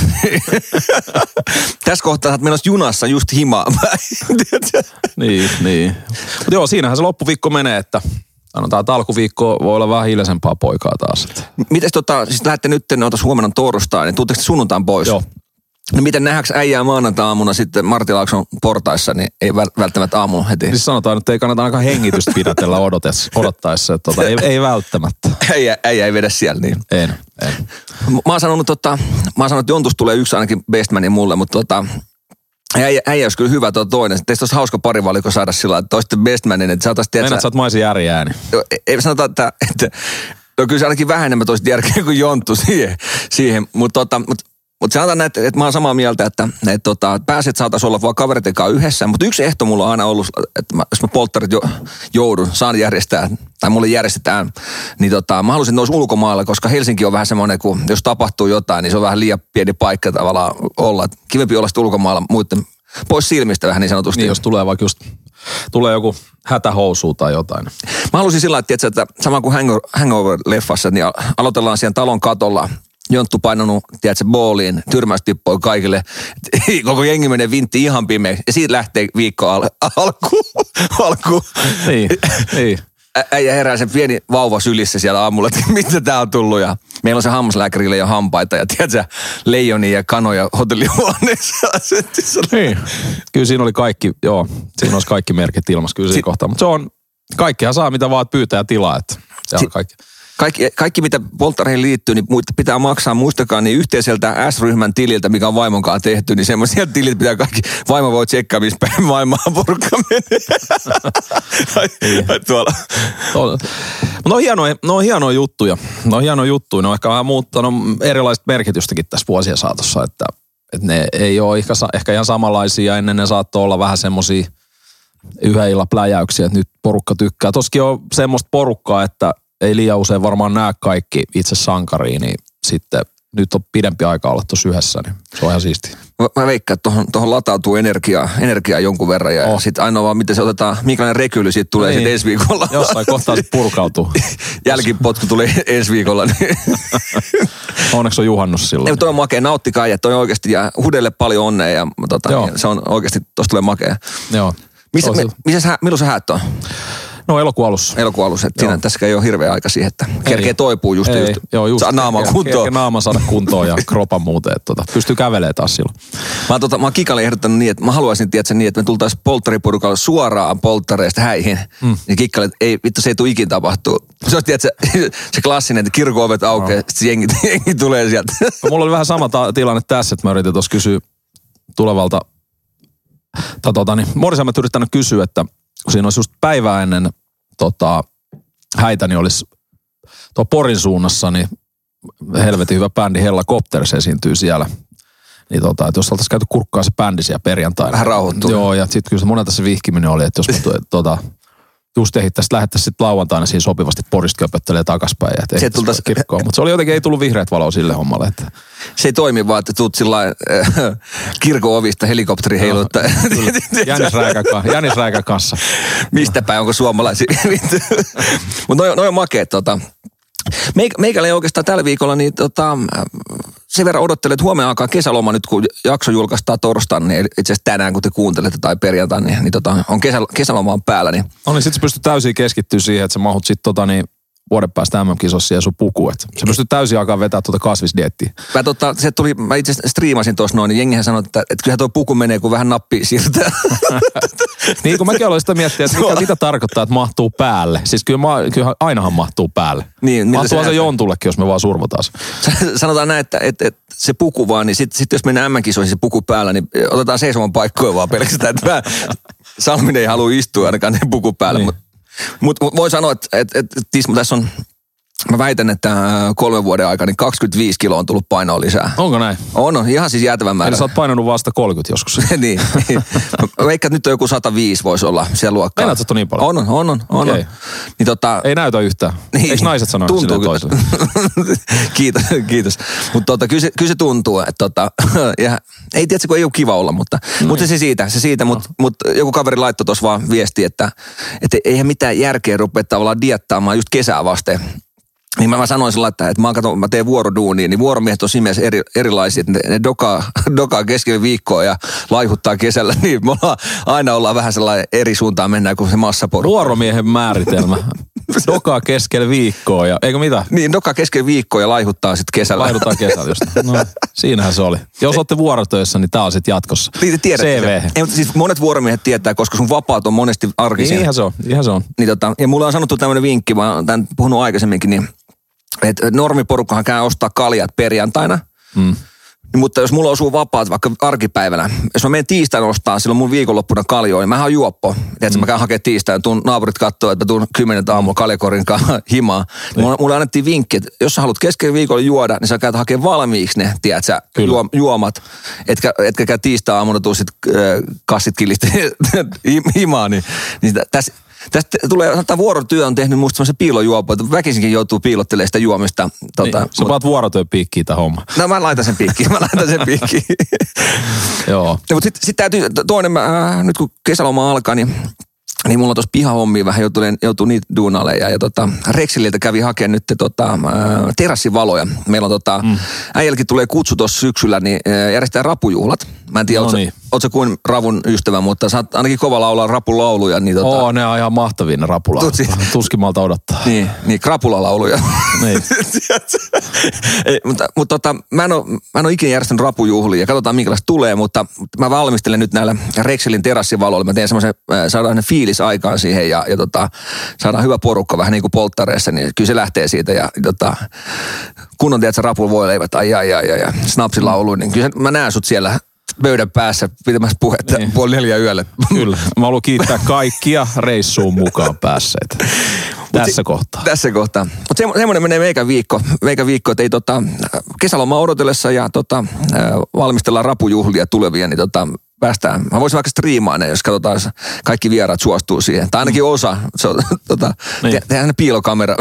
Tässä kohtaa sä oot menossa junassa just himaan. niin, niin. Mutta joo, siinähän se loppuviikko menee, että sanotaan, että alkuviikko voi olla vähän hiljaisempaa poikaa taas. Mites tota, siis lähdette nyt, ne on tuossa huomenna torstai, niin tuutteko sunnuntain pois? Joo. No miten nähdäänkö äijää maanantai-aamuna sitten Martilaakson portaissa, niin ei välttämättä aamulla heti. Siis sanotaan, että ei kannata ainakaan hengitystä pidätellä odottaessa, että tota, ei, ei välttämättä. Äijä, äijä ei vedä siellä niin. En, en. Mä oon sanonut, tota, mä oon sanonut, että Jontus tulee yksi ainakin bestmani mulle, mutta tota, äijä, äijä olisi kyllä hyvä tuo toinen. Teistä olisi hauska parivalikko saada sillä, että olisitte bestmanin, että saataisiin tietää. Meinaat, sä oot Maisi Järi ääni. Ei, ei sanota, että, että no kyllä se ainakin vähän enemmän toisit järkeä kuin Jonttu siihen, siihen. mutta tota, mut, Mutta sanotaan, että, että mä oon samaa mieltä, että, että, että pääset saataisiin olla vaan kavereiden kanssa yhdessä. Mutta yksi ehto mulla on aina ollut, että mä, jos mä polttarit jo, joudun, saan järjestää, tai mulle järjestetään, niin tota, mä haluaisin nousi ulkomailla, koska Helsinki on vähän semmoinen, kun jos tapahtuu jotain, niin se on vähän liian pieni paikka tavallaan olla. Kivempi olla sitten ulkomailla muiden pois silmistä vähän niin sanotusti. Niin, jos tulee vaikka just, tulee joku hätähousu tai jotain. Mä haluaisin sillä lailla, että sama kuin Hangover-leffassa, niin aloitellaan siellä talon katolla. Jonttu painanut, tiedätkö, booliin, tyrmäystippoi kaikille. Koko jengi menee vintti ihan pimeäksi. Ja siitä lähtee viikko al- alkuun. Alku. Niin, niin. Äijä herää sen pieni vauva sylissä siellä aamulla, että mitä tää on tullut. Ja meillä on se hammaslääkärille jo hampaita ja tiedätkö, leijonia ja kanoja hotellihuoneessa. Niin. Kyllä siinä oli kaikki, joo, siinä olisi kaikki merkit ilmassa kyllä siinä si- kohtaa. Mutta se on, kaikkihan saa mitä vaan pyytää ja tilaa, että se on kaikki. Kaikki, kaikki, mitä polttareihin liittyy, niin pitää maksaa, muistakaa, niin yhteiseltä S-ryhmän tililtä, mikä on vaimonkaan tehty, niin semmoisia tilit pitää kaikki, vaimo voi tsekkaa, missä päin maailmaa porukka menee. Tuolla. No on hienoja, no on hienoja juttuja. No on hienoja juttuja. Ne on ehkä vähän muuttanut erilaista merkitystäkin tässä vuosien saatossa, että, että ne ei ole ehkä, ehkä ihan samanlaisia. Ennen ne saattoi olla vähän semmoisia yhden illan pläjäyksiä, että nyt porukka tykkää. Toskin on semmoista porukkaa, että ei liian usein varmaan näe kaikki itse sankariin, niin sitten nyt on pidempi aika olla tuossa yhdessä, niin se on ihan siistiä. Mä, mä veikkaan, että tuohon, tuohon latautuu energiaa, energiaa jonkun verran ja oh. sitten ainoa vaan, miten se otetaan, minkälainen rekyly siitä tulee niin. Sitten ensi viikolla. Jossain kohtaa se purkautuu. Jälkipotku tulee ensi viikolla. Niin. Onneksi on juhannus silloin. Ei, toi on makea, nauttikaa ja toi oikeasti ja Hudelle paljon onnea ja tota, niin, se on oikeasti, tosta tulee makea. Joo. Missä, me, missä, milloin sä häät on? No elokuun alussa. Elokuun alussa, että siinä tässäkään ei ole hirveä aika siihen, että kerkee toipuu just, ei, just. Joo, just saa naaman kuntoon. Kerkee naaman saada kuntoon ja kropan muuten, että tota, pystyy kävelemään taas silloin. Mä oon, tota, mä oon Kikalle ehdottanut niin, että mä haluaisin tietää niin, että me tultaisiin polttariporukalla suoraan polttareista häihin. Mm. Ja Kikalle, että ei, vittu se ei tule ikin tapahtuu. Se olisi tietysti se klassinen, että kirkon ovet aukeaa, no. Sitten jengi, jengi tulee sieltä. No, mulla oli vähän sama ta- tilanne tässä, että mä yritin tuossa kysyä tulevalta, tai tota niin, Morisa mä yrittänyt kysyä, että kun siinä olisi just päivää ennen tota, häitä, niin olisi tuo Porin suunnassa, niin helvetin hyvä bändi Hellacopters esiintyy siellä. Niin tota, että jos oltaisiin käyty kurkkaa se bändi siellä perjantaina. Vähän rauhoittuu. Joo, ja sitten kyllä se monelta se vihkiminen oli, että jos me tota, just ehittäisiin, lähettäisiin sitten lauantaina siinä sopivasti Porista köpöttelee takaspäin. Että se tultaisi kirkkoon. Mutta se oli jotenkin, ei tullut vihreät valoa sille hommalle. Että. Se ei toimi vaan, että tuut sillä äh, kirkon ovista helikopteri heiluttaa. Jänis Räikän kanssa. Mistä päin, onko suomalaisia? Mutta noi, noi on makeet. Tota. Meik, meikällä ei oikeastaan tällä viikolla, niin tota, sen verran odottelen, että huomenna alkaa kesäloma nyt, kun jakso julkaistaan torstaina, niin itse asiassa tänään, kun te kuuntelette tai perjantaina, niin, niin tota, on kesä, kesäloma on päällä. Niin. No niin, sit sä pystyt täysin keskittyä siihen, että sä mahut sit tota niin vuoden päästä M M-kisossa ja sun puku, että sä pystyt täysin alkaa vetää tuota kasvisdiettiä. Mä, tota, se tuli, mä itse striimasin tuossa noin, niin jengihän sanoi, että, että kyllähän tuo puku menee, kun vähän nappi siirtää. Niin, kun mäkin aloin sitä miettiä, että mikä, mitä tarkoittaa, että mahtuu päälle. Siis kyllä, mä, kyllä ainahan mahtuu päälle. Niin, mahtuu se, se Jontullekin, jos me vaan survotaan. Sanotaan näin, että, että, että se puku vaan, niin sitten sit jos mennään M M-kisoihin se puku päällä, niin otetaan seisoman paikkoja vaan pelkästään, että mä, Salminen ei halua istua ainakaan ne puku päällä. Niin. Mutta mut, voin sanoa, että, että, että Tismo, tässä on mä väitän, että kolmen vuoden aikana niin kaksikymmentäviisi kiloa on tullut painoa lisää. Onko näin? On, on ihan siis jäätävän määrä. Eli sä oot painanut vasta kolmekymmentä joskus. niin. Mä veikkaan, että nyt on joku sata viisi voisi olla siellä luokkaa. Meinaat, että on niin paljon? On, on, on. on, on. Okay. Niin tota, ei näytä yhtään. Niin. Eikö naiset sano tuntuu toiselle? kiitos, kiitos. Mutta tota, kyllä, kyllä se tuntuu, että tota, ja, ei tiedä, kun ei ole kiva olla, mutta, no mutta se siitä, se siitä. Mutta no. mut joku kaveri laittoi tuossa vaan viesti, että, että eihän mitään järkeä rupea tavallaan diettaamaan just kesää vasten. Niin mä, mä sanoin sillä, että, että mä, katon, mä teen vuoroduunia, niin vuoromiehet on siinä mielessä eri, erilaisia, että ne, ne dokaa, dokaa keskellä viikkoa ja laihuttaa kesällä, niin me ollaan, aina ollaan vähän sellainen eri suuntaan mennään kuin se massaporukka. Vuoromiehen määritelmä. Dokaa keskellä viikkoa ja, eikö mitä? Niin, dokaa keskellä viikkoa ja laihuttaa sitten kesällä. Laihuttaa kesällä just. No, siinähän se oli. Jos olette vuorotöissä, niin tää on sitten jatkossa. Niin, tiedätte C V. Ei, mutta siis monet vuoromiehet tietää, koska sun vapaat on monesti arkisia. Niin, ihan se on, ihan se on. Niin, tota, ja mulla on sanottu tämmöinen vinkki, mä oon tämän puhunut aikaisemminkin, niin että normiporukkahan käy ostaa kaljat perjantaina. Mm. Mutta jos mulla osuu vapaat vaikka arkipäivänä, jos mä menen tiistaina ostaa silloin mun viikonloppuna kaljoa, niin mähän on juoppo. Tiedätkö, mm. mä käyn hakemaan tiistaina, tuun naapurit kattoo, että mä tuun kymmeneltä aamulla kaljakorin kanssa himaa. Mm. Mulla, mulla annettiin vinkki, että jos sä haluat keskellä viikolla juoda, niin sä käyt hakemaan valmiiksi ne, tiedätkö, juom, juomat. Etkä, etkä käy tiistai aamuna tuu sit äh, kassit kilistä himaa, niin, niin tässä... Tästä tulee, sanotaan vuorotyö on tehnyt musta semmoisen piilojuopon, että väkisinkin joutuu piilottelemaan sitä juomista. Tota, niin, sä paat vuorotyön piikkiin tämä homma. No mä laitan sen piikkiin, mä laitan sen piikkiin. Joo. No, mutta sitten sit täytyy, toinen, äh, nyt kun kesäloma alkaa, niin niin mulla on tuossa pihahommia vähän joutuu, joutuu niitä duunalle ja, ja tota, Rexililtä kävi hakemaan nyt tota, ää, terassivaloja. Meillä on tota, mm. äijälläkin tulee kutsu tuossa syksyllä, niin ää, järjestetään rapujuhlat. Mä en tiedä, no niin. ootko kuin ravun ystävä, mutta sä oot ainakin kova laulaa rapulauluja. Niin tota... Oo, ne on ihan mahtavia ne rapulaulut. Tuskin malta odottaa. Niin, niin krapulalauluja. Niin. Ei, mutta mutta tota, mä, en ole, mä en ole ikinä järjestänyt rapujuhlia ja katsotaan minkälaista tulee, mutta mä valmistelen nyt näillä Rexilin terassivaloilla. Mä teen semmoisen, saadaan ne fiilis aikaan siihen ja, ja tota, saadaan hyvä porukka vähän niin kuin polttareissa, niin kyllä se lähtee siitä ja tota, kun on tiedätkö rapul voileivät, ai ai ai ja snapsilauluin, niin kyllä mä näen sut siellä pöydän päässä pitämässä puhetta niin. puoli neljä yölle. Kyllä. Mä haluan kiittää kaikkia reissuun mukaan päässeet. Tässä si- kohtaa. Tässä kohtaa. Mutta se, semmoinen menee meikä viikko, meikä viikko, että ei tota, kesälomaa odotellessa ja tota, valmistellaan rapujuhlia tulevia, niin tota, päästään. Mä voisin vaikka striimaa ne, jos katsotaan, kaikki vieraat suostuu siihen. Tai ainakin osa. Se on, tota, niin. te, tehdään ne piilokamera.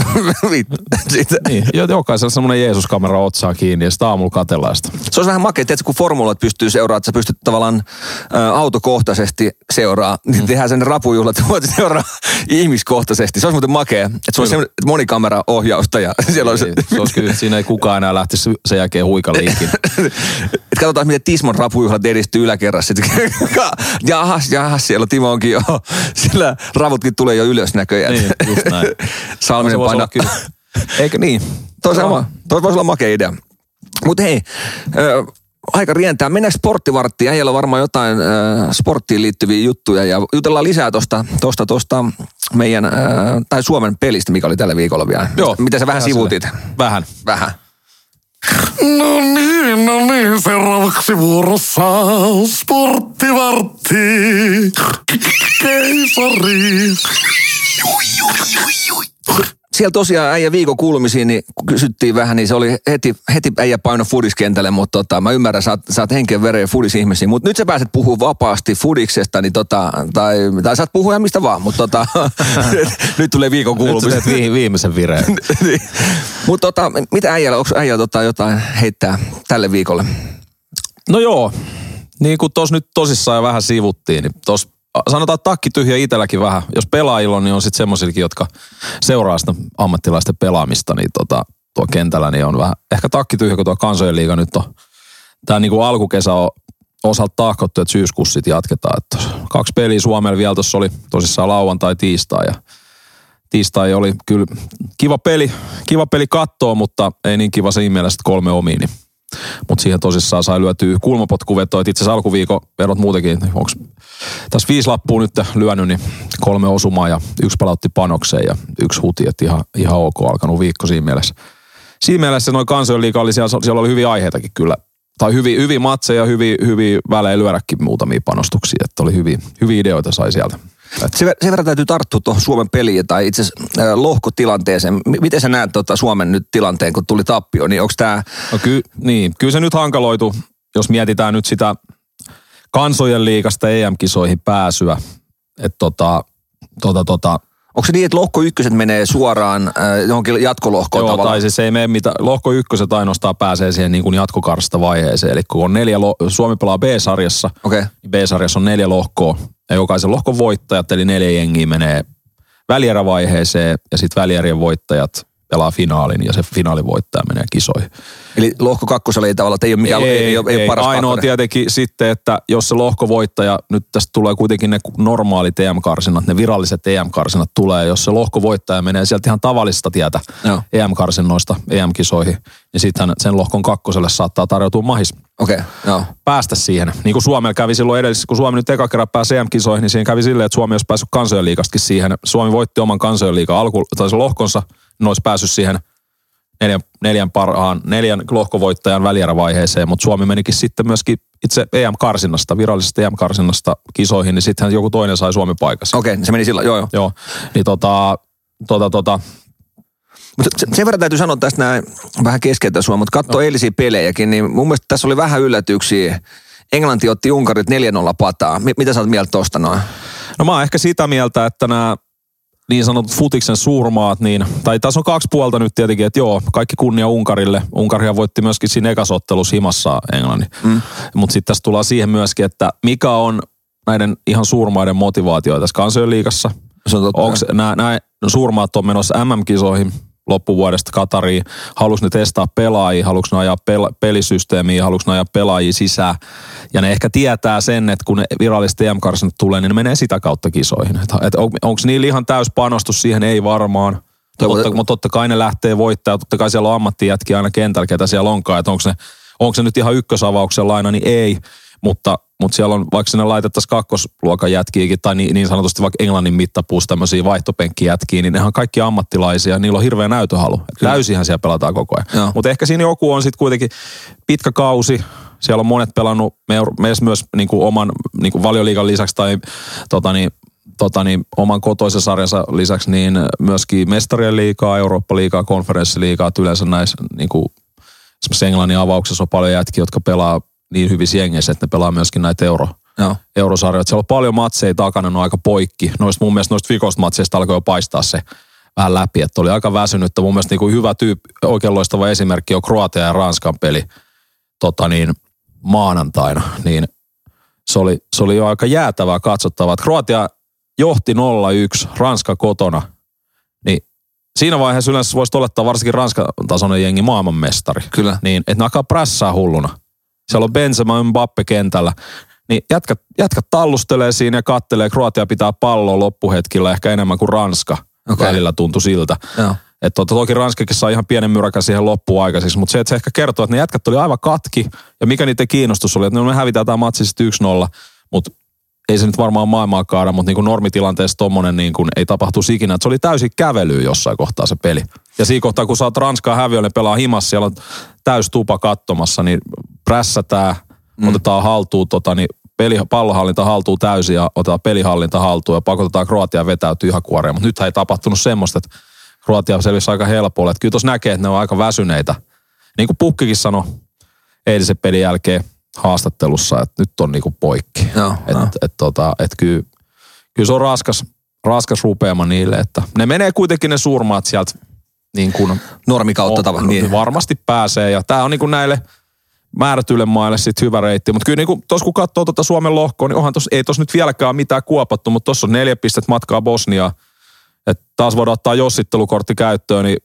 niin, jokaisella semmoinen Jeesus-kamera otsaa kiinni ja sitä aamulla katsellaan sitä. Se olisi vähän makea, että kun formulat pystyy seuraamaan, että sä pystyt tavallaan ä, autokohtaisesti seuraa, niin tehdään sen rapujuhlat, että voit seuraa ihmiskohtaisesti. Se olisi muuten makea, että se olisi monikamera-ohjausta. Ja siellä olisi... Niin, se olisi kyllä, siinä ei kukaan enää lähtisi sen jälkeen huikaliikin. Et katsotaan, miten Tismon rapujuhlat edistyy yläkerrassa. jahas, jahas, siellä Timonkin jo. Sillä ravutkin tulee jo ylös näköjään. Niin, just näin. Salminen no, painaa. Eikö niin? Toi sama. Toi voisi olla makea idea. Mutta hei, äh, aika rientää. Mennään sporttivarttiin. Äijällä on varmaan jotain äh, sporttiin liittyviä juttuja. Ja jutellaan lisää tosta, tosta, tosta meidän, äh, tai Suomen pelistä, mikä oli tällä viikolla vielä. Joo. Mitä sä vähän sivuutit? Vähän. Vähän. No niin, no niin, seuraavaksi vuorossa sporttivartti, keisari. Siellä tosiaan äijä viikon kuulumisiin, niin kun kysyttiin vähän, niin se oli heti, heti äijä paino fudiskentälle, mutta tota, mä ymmärrän, sä oot, sä oot henken veren fudisihmisiä, mutta nyt sä pääset puhumaan vapaasti fudiksesta, niin tota, tai, tai saat puhua ihan mistä vaan, mutta tota, nyt tulee viikon kuulumiset. Nyt sä teet viimeisen vireen. niin. Mutta tota, mitä äijällä, onko äijällä tota, jotain heittää tälle viikolle? No joo, niin kuin tos nyt tosissaan jo vähän sivuttiin, niin tos sanotaan takki tyhjä itselläkin vähän. Jos pelaajilla on, niin on sitten semmoisillakin, jotka seuraa sitä ammattilaisten pelaamista, niin tota, tuo kentällä niin on vähän ehkä takki tyhjä, kun tuo kansojen liiga nyt on. Tämä niin kuin alkukesä on osalta tahkottu, että syyskuussa sitten jatketaan. Että kaksi peliä Suomella vielä tuossa oli tosissaan lauantai, tiistai ja tiistai oli kyllä kiva peli, kiva peli katsoa, mutta ei niin kiva siinä mielessä kolme omiin. Niin. Mutta siihen tosissaan sai lyötyä kulmapotkuvetoa. Itse asiassa alkuviikon vedot muutenkin, onko tässä viisi lappua nyt lyönyt, niin kolme osumaa ja yksi palautti panokseen ja yksi huti, että ihan, ihan ok alkanut viikko siinä mielessä. Siinä mielessä noin kansojen liiga oli, siellä, siellä oli hyviä aiheitakin kyllä. Tai hyviä, hyviä matseja, hyviä, hyviä välejä lyödäkin muutamia panostuksia, että oli hyviä, hyviä ideoita sai sieltä. Sen, ver- sen verran täytyy tarttua tuohon Suomen peliin tai itse asiassa äh, lohkotilanteeseen. M- miten sä näet tota Suomen nyt tilanteen, kun tuli tappio, niin onko tämä... No ky- niin, kyllä se nyt hankaloitu, jos mietitään nyt sitä kansojen liigasta E M-kisoihin pääsyä. Että tota, tota, tota, Onko se niin, että lohko ykköset menee suoraan äh, johonkin jatkolohkoon joo, tavallaan? tai siis ei mene mitään. Lohko ykköset ainoastaan pääsee siihen niin kuin jatkokarsta vaiheeseen. Eli kun on neljä, lo- Suomi pelaa B-sarjassa, Okay. niin B-sarjassa on neljä lohkoa. Ja jokaisen lohkon voittajat, eli neljä jengiä menee välierävaiheeseen ja sitten välierien voittajat pelaa finaalin ja se finaalin voittaja menee kisoihin. Eli lohko kakkosella ei tavallaan, ei ole, mikään, ei, ei, ei, ei, ei ole paras Ainoa kakkonen. tietenkin sitten, että jos se lohkovoittaja, nyt tästä tulee kuitenkin ne normaalit E M-karsinnat, ne viralliset E M-karsinnat tulee, jos se lohkovoittaja menee sieltä ihan tavallista tietä Joo. E M-karsinnoista E M-kisoihin, niin sittenhän sen lohkon kakkoselle saattaa tarjoutua mahis Okei, okay, joo. päästä siihen. Niin kuin Suomella kävi silloin edellisessä, kun Suomi nyt eka kerran pääsi E M-kisoihin, niin siinä kävi silleen, että Suomi olisi päässyt kansojen liigastakin siihen. Suomi voitti oman kansojen liigan alku, tai se lohkonsa, ne olisi päässyt siihen neljän, neljän parhaan, neljän lohkovoittajan välierävaiheeseen, mutta Suomi menikin sitten myöskin itse E M-karsinnasta, virallisesta E M-karsinnasta kisoihin, niin sittenhän joku toinen sai Suomi paikassa. Okei, okay, se meni silloin, joo joo. Joo, niin tota, tota, tota, Mutta sen verran täytyy sanoa tästä näin vähän keskeltä sua, mutta katso no. eilisiä pelejäkin, niin mun mielestä tässä oli vähän yllätyksiä. Englanti otti Unkarit neljä nolla pataa. M- mitä sä oot mieltä tosta noin? no mä oon ehkä sitä mieltä, että nämä niin sanotut futiksen suurmaat, niin, tai tässä on kaksi puolta nyt tietenkin, että joo, kaikki kunnia Unkarille. Unkaria voitti myöskin siinä ekasottelussa himassa Englannin. Mm. Mutta sitten tässä tullaan siihen myöskin, että mikä on näiden ihan suurmaiden motivaatio tässä kansojen liigassa. Onko nämä suurmaat on menossa M M-kisoihin loppuvuodesta Katariin? Haluatko ne testaa pelaajia? Haluatko ne ajaa pel- pelisysteemiä? Haluatko ne ajaa pelaajia sisään? Ja ne ehkä tietää sen, että kun ne viralliset E M-karsinat tulee, niin ne menee sitä kautta kisoihin. Et, et on, onko niillä ihan täys panostus siihen? Ei varmaan. Totta, mutta totta kai ne lähtee voittaa. Totta kai siellä on ammattijätkiä aina kentällä, ketä siellä onkaan. Että onko, ne, onko se nyt ihan ykkösavauksella aina, niin ei. Mutta, mutta siellä on, vaikka sinne laitettaisiin kakkosluokan jätkiäkin, tai niin, niin sanotusti vaikka Englannin mittapuus tämmöisiä vaihtopenkkijätkiä, niin ne on kaikki ammattilaisia, niillä on hirveä näytöhalu. Täysihän siellä pelataan koko ajan. Mutta ehkä siinä joku on sitten kuitenkin pitkä kausi, siellä on monet pelannut meissä myös niin kuin oman niin kuin Valioliigan lisäksi tai tota niin, tota niin, oman kotoisen sarjansa lisäksi, niin myöskin mestarien liigaa, Eurooppa-liigaa, konferenssiliigaa, että yleensä näissä niin kuin, esimerkiksi Englannin avauksessa on paljon jätkiä, jotka pelaa niin hyvissä jengeissä, että ne pelaa myöskin näitä euro, eurosarjoja. Siellä on paljon matseja takana, ne on aika poikki. Noista mun mielestä noista vikosta matseista alkoi jo paistaa se vähän läpi, että oli aika väsynyttä. Mun mielestä niin kuin hyvä tyyppi, oikein loistava esimerkki on Kroatia ja Ranskan peli tota niin, maanantaina. Niin se oli, se oli jo aika jäätävää katsottavaa. Kroatia johti nolla yksi, Ranska kotona. Niin siinä vaiheessa yleensä voisi olettaa varsinkin Ranskan tasoinen jengi maailmanmestari. Kyllä. Niin, että ne alkaa prässää hulluna. Siellä on Benzema Mbappe kentällä. Niin jätkät, jätkät tallustelee siinä ja kattelee. Kroatia pitää palloa loppuhetkillä ehkä enemmän kuin Ranska. Okay. Välillä tuntui siltä. Että to, toki Ranskakin saa ihan pienen myräkän siihen loppuun aikaiseksi. Mutta se, että se ehkä kertoo, että ne jätkät oli aivan katki. Ja mikä niiden kiinnostus oli, että no me hävitään tämä matsi sitten yksi nolla. Mutta ei se nyt varmaan maailmaa kaada. Mutta niin normitilanteessa tommonen niin kuin ei tapahtuisi ikinä. Että se oli täysin kävelyä jossain kohtaa se peli. Ja siinä kohtaa, kun sä oot Ranskaa häviölle pelaa himassa, siellä on täys tupa katsomassa, niin prässätään, mm. otetaan haltuun, tota, niin peli, pallohallinta haltuun täysin ja otetaan pelihallinta haltuun ja pakotetaan Kroatia vetää tyhjäkuoreen. Mutta nythän ei tapahtunut semmoista, että Kroatia selvisi aika helpolla. Että kyllä tuossa näkee, että ne on aika väsyneitä. Niin kuin Pukkikin sanoi eilisen pelin jälkeen haastattelussa, että nyt on niinku poikki. No, että no. et, tota, et kyllä, kyllä se on raskas, raskas rupeama niille, että ne menee kuitenkin ne suurmaat sieltä niin kuin normikautta tavallaan. Niin. Varmasti pääsee ja tää on niin kuin näille määrätyille maille sit hyvä reitti. Mutta kyllä niin kuin tuossa kun katsoo tuota Suomen lohkoa, niin onhan tos, ei tuossa nyt vieläkään mitään kuopattu, mutta tuossa on neljä pistet matkaa Bosniaa. Että taas voidaan ottaa jossittelukortti käyttöön, niin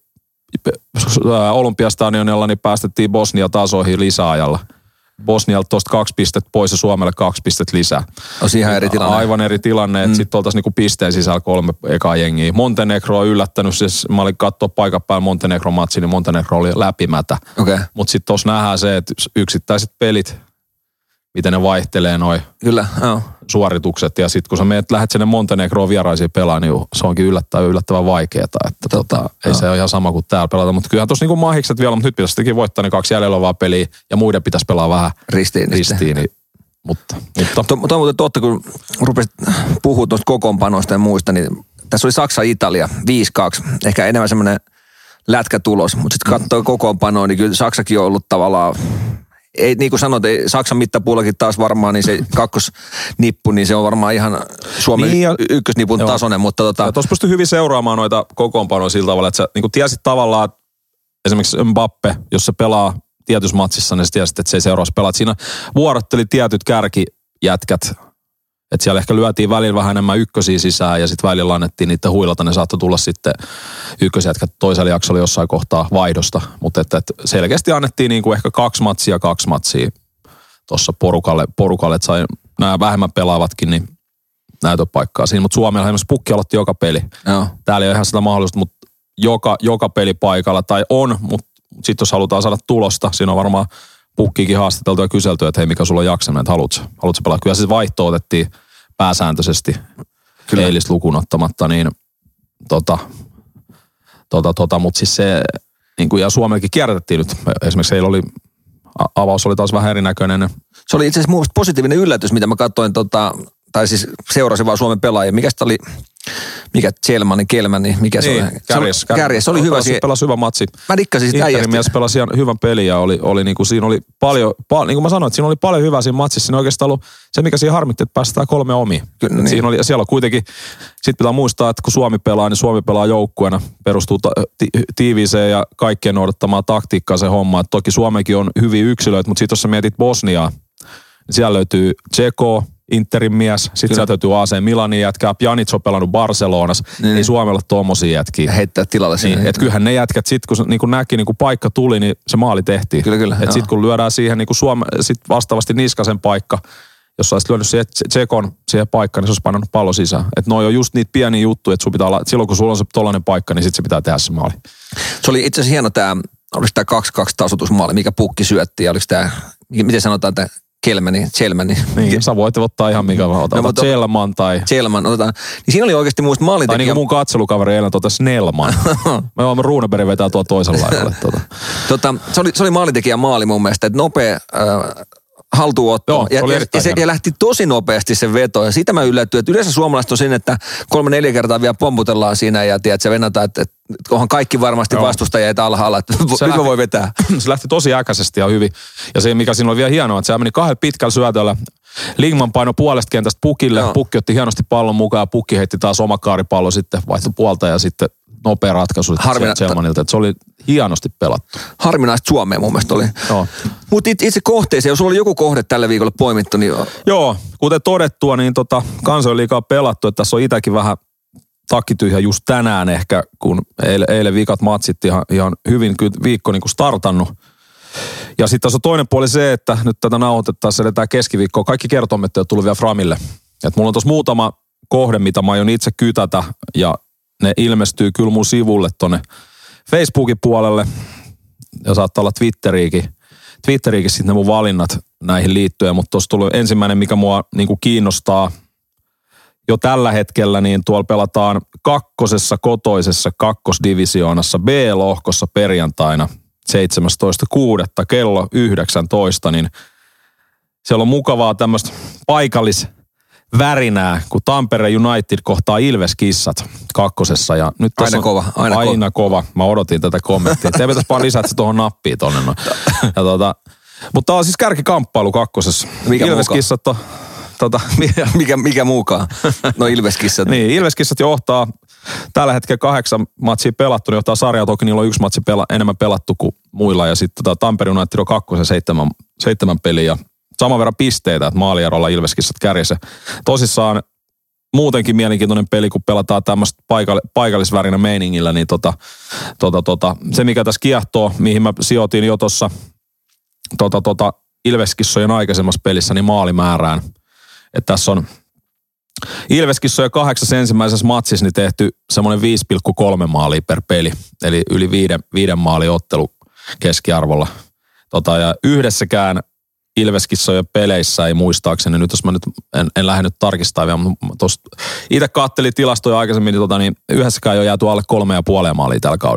Olympiastadionilla niin päästettiin Bosnia tasoihin lisäajalla. Bosnialta tuosta kaksi pistettä pois ja Suomelle kaksi pistettä lisää. On siihen eri tilanne. Aivan eri tilanne, että mm. sitten oltaisiin niinku pisteen sisällä kolme ekaa jengiä. Montenegro on yllättänyt, siis mä olin katsoa paikan päällä Montenegro-matsi, niin Montenegro oli läpimätä. Okay. Mutta sitten tuossa nähdään se, että yksittäiset pelit, miten ne vaihtelee noi Kyllä, joo. suoritukset. Ja sitten kun sä menet, lähdet sinne Montenegroon vieraisiin pelaa, niin se onkin yllättävän, yllättävän vaikeaa. Että tota, ei se ole ihan sama kuin täällä pelata. Mutta kyllähän tuossa niinku mahikset vielä, mutta nyt pitäisi sittenkin voittaa ne kaksi jäljellä olevaa peliä ja muiden pitäisi pelaa vähän ristiin. ristiin niin Mutta, mutta. Tuo on muuten totta, kun rupesit puhua tuosta kokoonpanoista ja muista, niin tässä oli Saksa-Italia viisi kaksi, ehkä enemmän semmoinen lätkätulos, mutta sitten katsoi kokoonpanoa, niin kyllä Saksakin on ollut tavallaan, ei, niin kuin sanoit, ei, Saksan mittapuullakin taas varmaan, niin se kakkosnippu, niin se on varmaan ihan Suomen niin, y- ykkösnipun joo. tasoinen, mutta tota. Tuossa pystyy hyvin seuraamaan noita kokoonpanoja sillä tavalla, että sä niin kuin tiesit tavallaan, esimerkiksi Mbappe, jos se pelaa tietyssä matsissa, niin sä tiesit, että se ei seuraavassa pelaa. Siinä vuorotteli tietyt kärkijätkät, että siellä ehkä lyötiin välillä vähän enemmän ykkösiä sisään ja sitten välillä annettiin niitä huilata. Ne saattoi tulla sitten ykkösjätkät toisella jaksolla jossain kohtaa vaihdosta. Mutta että, että selkeästi annettiin niin kuin ehkä kaksi matsia, kaksi matsia tuossa porukalle, porukalle, että sai nämä vähemmän pelaavatkin niin näytöpaikkaa siinä. Mutta Suomella esimerkiksi pukki aloitti joka peli. Joo. Täällä ei ole ihan sitä mahdollisuutta, mutta joka, joka peli paikalla tai on, mutta sitten jos halutaan saada tulosta, siinä on varmaan pukkiikin haastateltu ja kyselty, että hei, mikä sulla on jaksaminen, että haluatko, haluatko pelaa. Kyllä siis vaihto otettiin pääsääntöisesti eilistä lukuun ottamatta, niin tota, tota, tota, mutta siis se, niin kuin ja Suomellakin kierrätettiin nyt. Esimerkiksi heillä oli, avaus oli taas vähän erinäköinen. Se oli itse asiassa mun mielestä positiivinen yllätys, mitä mä katsoin, tota, tai siis seurasin vaan Suomen pelaajia. Mikä sitä oli, mikä Tjelmani, Kelmäni, mikä se niin, oli? Kärjes. Se oli, kärjes, se oli hyvä. Se pelasi hyvä matsi. Mä dikkasin sitä äijästä. Interin mies pelasi ihan hyvän pelin ja oli, oli niin kuin, siinä oli paljon, pal, niin kuin mä sanoin, että siinä oli paljon hyvää siinä matsissa. Siinä oikeastaan ollut se, mikä siinä harmitti, että päästään kolme omi. Kyllä, niin. Siinä oli, siellä on kuitenkin, sit pitää muistaa, että kun Suomi pelaa, niin Suomi pelaa joukkueena, perustuu ta, ti, tiiviiseen ja kaikkien noudattamaan taktiikkaa se homma. Et toki Suomekin on hyviä yksilöitä, mutta sit jos sä mietit Bosniaa, niin siellä löytyy Dzeko, Interin mies, sitten sieltä löytyy A C Milanin jätkää, Pjanic on pelannut Barcelonassa, niin. Ei Suomella tommosia jätkiä. Heittää tilalle sinne. Niin, että kyllähän ne jätkät, sit kun niin kun näki, niin kun paikka tuli, niin se maali tehtiin. Kyllä, kyllä. Että sitten kun lyödään siihen niin kun Suome, sit vastaavasti Niskasen paikka, jos sä olisit lyönyt siihen Tsekon siihen paikkaan, niin se olisi painanut pallo sisään. Että noi on just niitä pieniä juttuja, että sun pitää olla, silloin kun sulla on se tollainen paikka, niin sitten se pitää tehdä se maali. Se oli itse asiassa hieno tämä, oliko tämä kaksi kaksi tasoitusmaali, mikä pukki syötti, ja oliko tämä, miten sanotaan, että Kelmäni, Tjelmäni. Niin, sä voit ottaa ihan mikä vaan. Otetaan no, Tjelman tai... Tjelman, otetaan. Niin siinä oli oikeasti muista maalintekijä. Tai niin kuin mun katselukaveri eilen tuota Snellman. Me olemme Runeberg vetää tuo toisella lailla. Tuota. Tota, se, oli, se oli maalintekijän maali mun mielestä, että nopea äh, haltuunotto. Joo, ja, ja, ja, se, ja lähti tosi nopeasti se veto. Ja siitä mä yllättyin, että yleensä suomalaiset on siinä, että kolme neljä kertaa vielä pomputellaan siinä ja tiedät, se vennataan, että, että onhan kaikki varmasti vastustajia alhaalla, että nyt voi vetää. Se lähti tosi äkäisesti ja hyvin. Ja se, mikä siinä oli vielä hienoa, että se meni kahdella pitkällä syötöllä. Lingman paino puolesta kentästä pukille. Joo. Pukki otti hienosti pallon mukaan ja pukki heitti taas oma kaaripallo sitten, vaihtoi puolta ja sitten nopea ratkaisu Tjelmanilta. Se oli hienosti pelattu. Harvinaista Suomea mun mielestä oli. No. Mutta itse kohteeseen, jos sulla oli joku kohde tällä viikolla poimittu, niin... Joo, kuten todettua, niin tota, Kansainliigaa pelattu, että tässä on itäkin vähän takkityhjä just tänään ehkä, kun eilen, eilen viikat matsit ihan, ihan hyvin kyllä viikko niin kuin startannut. Ja sitten tässä on toinen puoli se, että nyt tätä nauhoitettaisiin edetään keskiviikkoa. Kaikki kertomet on tullut vielä Framille. Et mulla on tuossa muutama kohde, mitä mä aion itse kytätä ja ne ilmestyy kyllä mun sivulle tonne Facebookin puolelle ja saattaa olla Twitteriikin. Twitteriikin sitten ne mun valinnat näihin liittyen, mutta tuossa tuli ensimmäinen, mikä mua niin kuin kiinnostaa jo tällä hetkellä, niin tuolla pelataan kakkosessa kotoisessa kakkosdivisioonassa B-lohkossa perjantaina seitsemästoista kuudetta kello yhdeksäntoista, niin siellä on mukavaa tämmöistä paikallisvärinää, kun Tampere United kohtaa Ilves-kissat kakkosessa. Ja nyt aina on, kova, aina, aina kova. Mä odotin tätä kommenttia. Te vetäisi vaan lisää, että se tuohon nappiin tonne. No. Ja tota, mutta tää on siis kärkikamppailu kakkosessa. Ilves-kissat on... Tota, mikä, mikä muukaan? No Ilves-kissat. Niin, Ilves-kissat johtaa tällä hetkellä kahdeksan matsia pelattu, niin johtaa sarjaa. Toki niillä on yksi matsi pela, enemmän pelattu kuin muilla. Ja sitten tota, Tampere United on kakkosen seitsemän, seitsemän peliä. Saman verran pisteitä, että maalierolla Ilves-kissat kärjessä. Tosissaan muutenkin mielenkiintoinen peli, kun pelataan tämmöistä paikall, paikallisvärinä meiningillä. Niin tota, tota, tota, se, mikä tässä kiehtoo, mihin mä sijoitin jo tuossa tota, tota, Ilves-kissojen aikaisemmassa pelissä, niin maalimäärään. Että tässä on Ilves-kissojen kahdeksas ensimmäisessä matsissa niin tehty semmoinen viisi pilkku kolme maalia per peli. Eli yli viiden, viiden maali ottelu keskiarvolla. Tota, ja yhdessäkään Ilves-kissojen peleissä ei muistaakseni, nyt jos mä nyt en, en lähde nyt tarkistamaan vielä, mutta itse kattelin tilastoja aikaisemmin, niin, tota, niin yhdessäkään ei ole jääty alle kolme ja puoleen maalia tällä kaudella.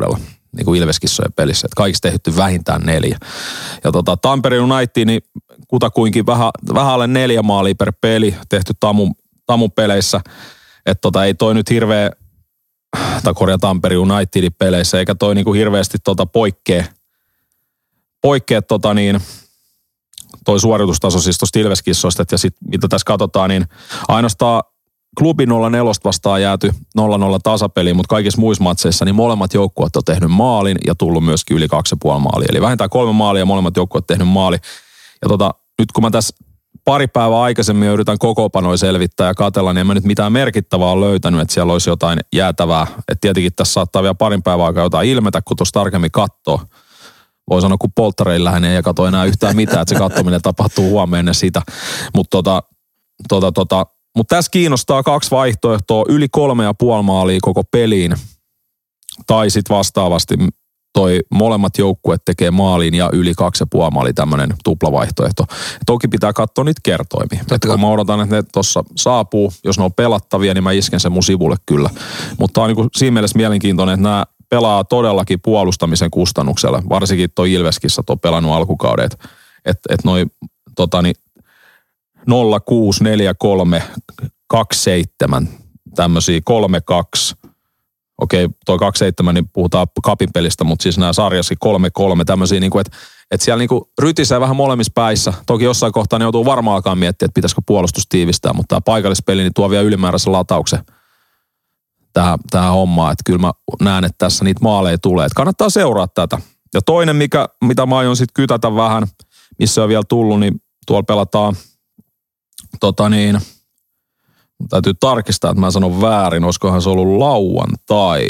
niin kuin Ilveskissojen pelissä. Että kaikista tehty vähintään neljä. Ja tota, Tampere United, niin kutakuinkin vähän, vähän alle neljä maalia per peli tehty Tamun, Tamun peleissä. Että tota, ei toi nyt hirveä, tai korjaa Tampere Unitedin peleissä, eikä toi niinku hirveästi tota poikkea, poikkea tota niin, toi suoritustaso siis tuosta Ilveskissoista, ja sitten mitä tässä katsotaan, niin ainoastaan klubi nolla neljä vastaan jääty nolla nolla tasapeliin, mutta kaikissa muissa matseissa niin molemmat joukkueet on tehnyt maalin ja tullut myöskin yli kaksi ja puoli maalia. Eli vähintään kolme maalia ja molemmat joukkueet tehnyt maali. Ja tota, nyt kun mä tässä pari päivää aikaisemmin yritän kokoopanoja selvittää ja katsella, niin en mä nyt mitään merkittävää ole löytänyt, että siellä olisi jotain jäätävää. Että tietenkin tässä saattaa vielä parin päivän aikaa jotain ilmetä, kun tuossa tarkemmin katsoo. Voi sanoa, kun polttareilla lähenee ja katso enää yhtään mitään, että se katsominen tapahtuu huomenna ennen sitä. Mutta tota, tota, tota, mut tässä kiinnostaa kaksi vaihtoehtoa, yli kolme ja puoli maalia koko peliin. Tai sitten vastaavasti toi molemmat joukkueet tekee maaliin ja yli kaksi ja puoli maalia tämmöinen tuplavaihtoehto. Toki pitää katsoa niitä kertoimia. Että kun mä odotan, että ne tuossa saapuu, jos ne on pelattavia, niin mä isken sen mun sivulle kyllä. Mutta on niin siinä mielessä mielenkiintoinen, että nämä pelaa todellakin puolustamisen kustannuksella. Varsinkin toi Ilveskissä on pelannut alkukauden. Että et, et noi tota niin, nolla kuusi neljä kolme kaksi seitsemän tämmöisiä kolme kaksi. Okei, toi kaksi seitsemän, niin puhutaan kapin pelistä, mutta siis nämä sarjassakin kolme kolme tämmöisiä, niin että et siellä niin rytisee vähän molemmissa päissä. Toki jossain kohtaa ne joutuu varmaan alkaa miettiä, että pitäisikö puolustus tiivistää, mutta tämä paikallispeli niin tuo vielä ylimääräisen latauksen tähän, tähän hommaan. Että kyllä mä näen, että tässä niitä maaleja tulee. Että kannattaa seuraa tätä. Ja toinen, mikä, mitä mä aion sitten kytätä vähän, missä on vielä tullut, niin tuolla pelataan tota niin, täytyy tarkistaa, että mä sanon väärin, olisikohan se ollut lauantai.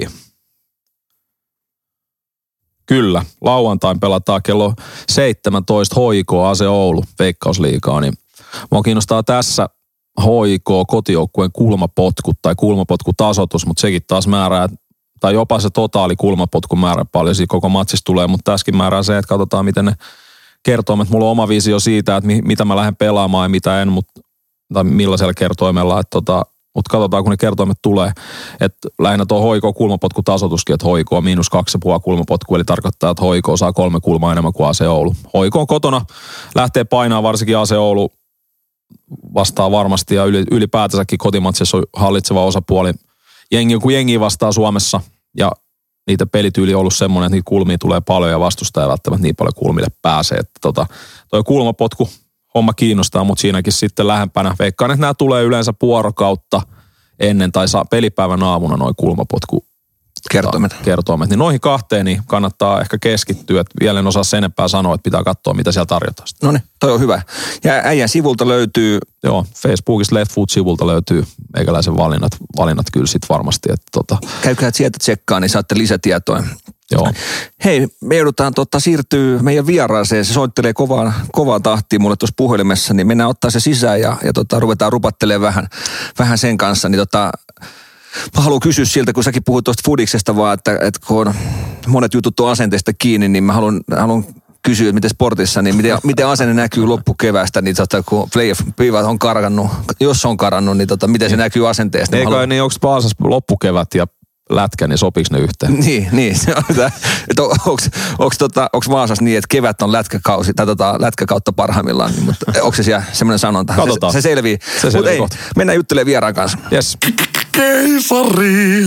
Kyllä, lauantain pelataan kello seitsemäntoista H I K A S E Oulu Veikkausliigaa, niin mua kiinnostaa tässä H I K kotijoukkueen kulmapotkut tai kulmapotkutasoitus, mutta sekin taas määrää, tai jopa se totaali kulmapotkun määrä paljon siinä koko matsissa tulee, mutta tässäkin määrää se, että katsotaan miten ne kertoimet. Mulla on oma visio siitä, että mi, mitä mä lähden pelaamaan ja mitä en, mutta tai millaisella kertoimella, että tota, mutta katsotaan, kun ne kertoimet tulee, että lähinnä tuo H I K-kulmapotkutasoituskin, että H I K on miinus kaksi ja puoli kulmapotku, eli tarkoittaa, että H I K saa kolme kulmaa enemmän kuin A S E Oulu. H I K on kotona, lähtee painaa varsinkin A S E Oulu vastaa varmasti, ja ylipäätänsäkin kotimatsissa on hallitseva osapuoli. Jengi, kun jengi vastaa Suomessa, ja niitä pelityyli on ollut semmoinen, että niitä kulmia tulee paljon, ja vastustaja välttämättä niin paljon kulmille pääsee, että tota, toi kulmapotku homma kiinnostaa, mutta siinäkin sitten lähempänä. Veikkaan, että nämä tulee yleensä vuorokautta ennen tai saa pelipäivän aamuna noin kulmapotku kertoimet. kertoimet. Niin noihin kahteen niin kannattaa ehkä keskittyä. Että vielä en osaa sen enempää sanoa, että pitää katsoa, mitä siellä tarjotaan. No niin, toi on hyvä. Ja äijän sivulta löytyy... Joo, Facebookissa Left Foot-sivulta löytyy meikäläisen valinnat, valinnat kyllä sitten varmasti. Että tota... Käykää sieltä tsekkaa, niin saatte lisätietoa. Joo. Hei, me joudutaan tota, siirtyä meidän vieraaseen. Se soittelee kovaa, kovaa tahtia mulle tuossa puhelimessa, niin mennään ottaa se sisään ja, ja tota, ruvetaan rupattelemaan vähän, vähän sen kanssa. Niin tota, mä haluan kysyä siltä, kun säkin puhuit tuosta foodiksesta vaan, että, että kun on monet jutut on asenteesta kiinni, niin mä haluan, haluan kysyä, että miten sportissa, niin miten, miten asenne näkyy loppukeväästä, niin tota, kun playoff on karannut, jos on karannut, niin tota, miten se näkyy asenteesta? Eikö haluan... niin, onko Vaasassa loppukevät ja lätkä, niin sopiiko ne yhteen? Niin, niin. Onko tota, Vaasassa niin, että kevät on lätkäkausi, tai tota, lätkäkautta parhaimmillaan, niin, mutta onko se siellä semmoinen sanonta? Katsotaan. Se, se selvii. Se selvii kohta. Mennään juttelemaan vieraan kanssa. Yes. Keisari.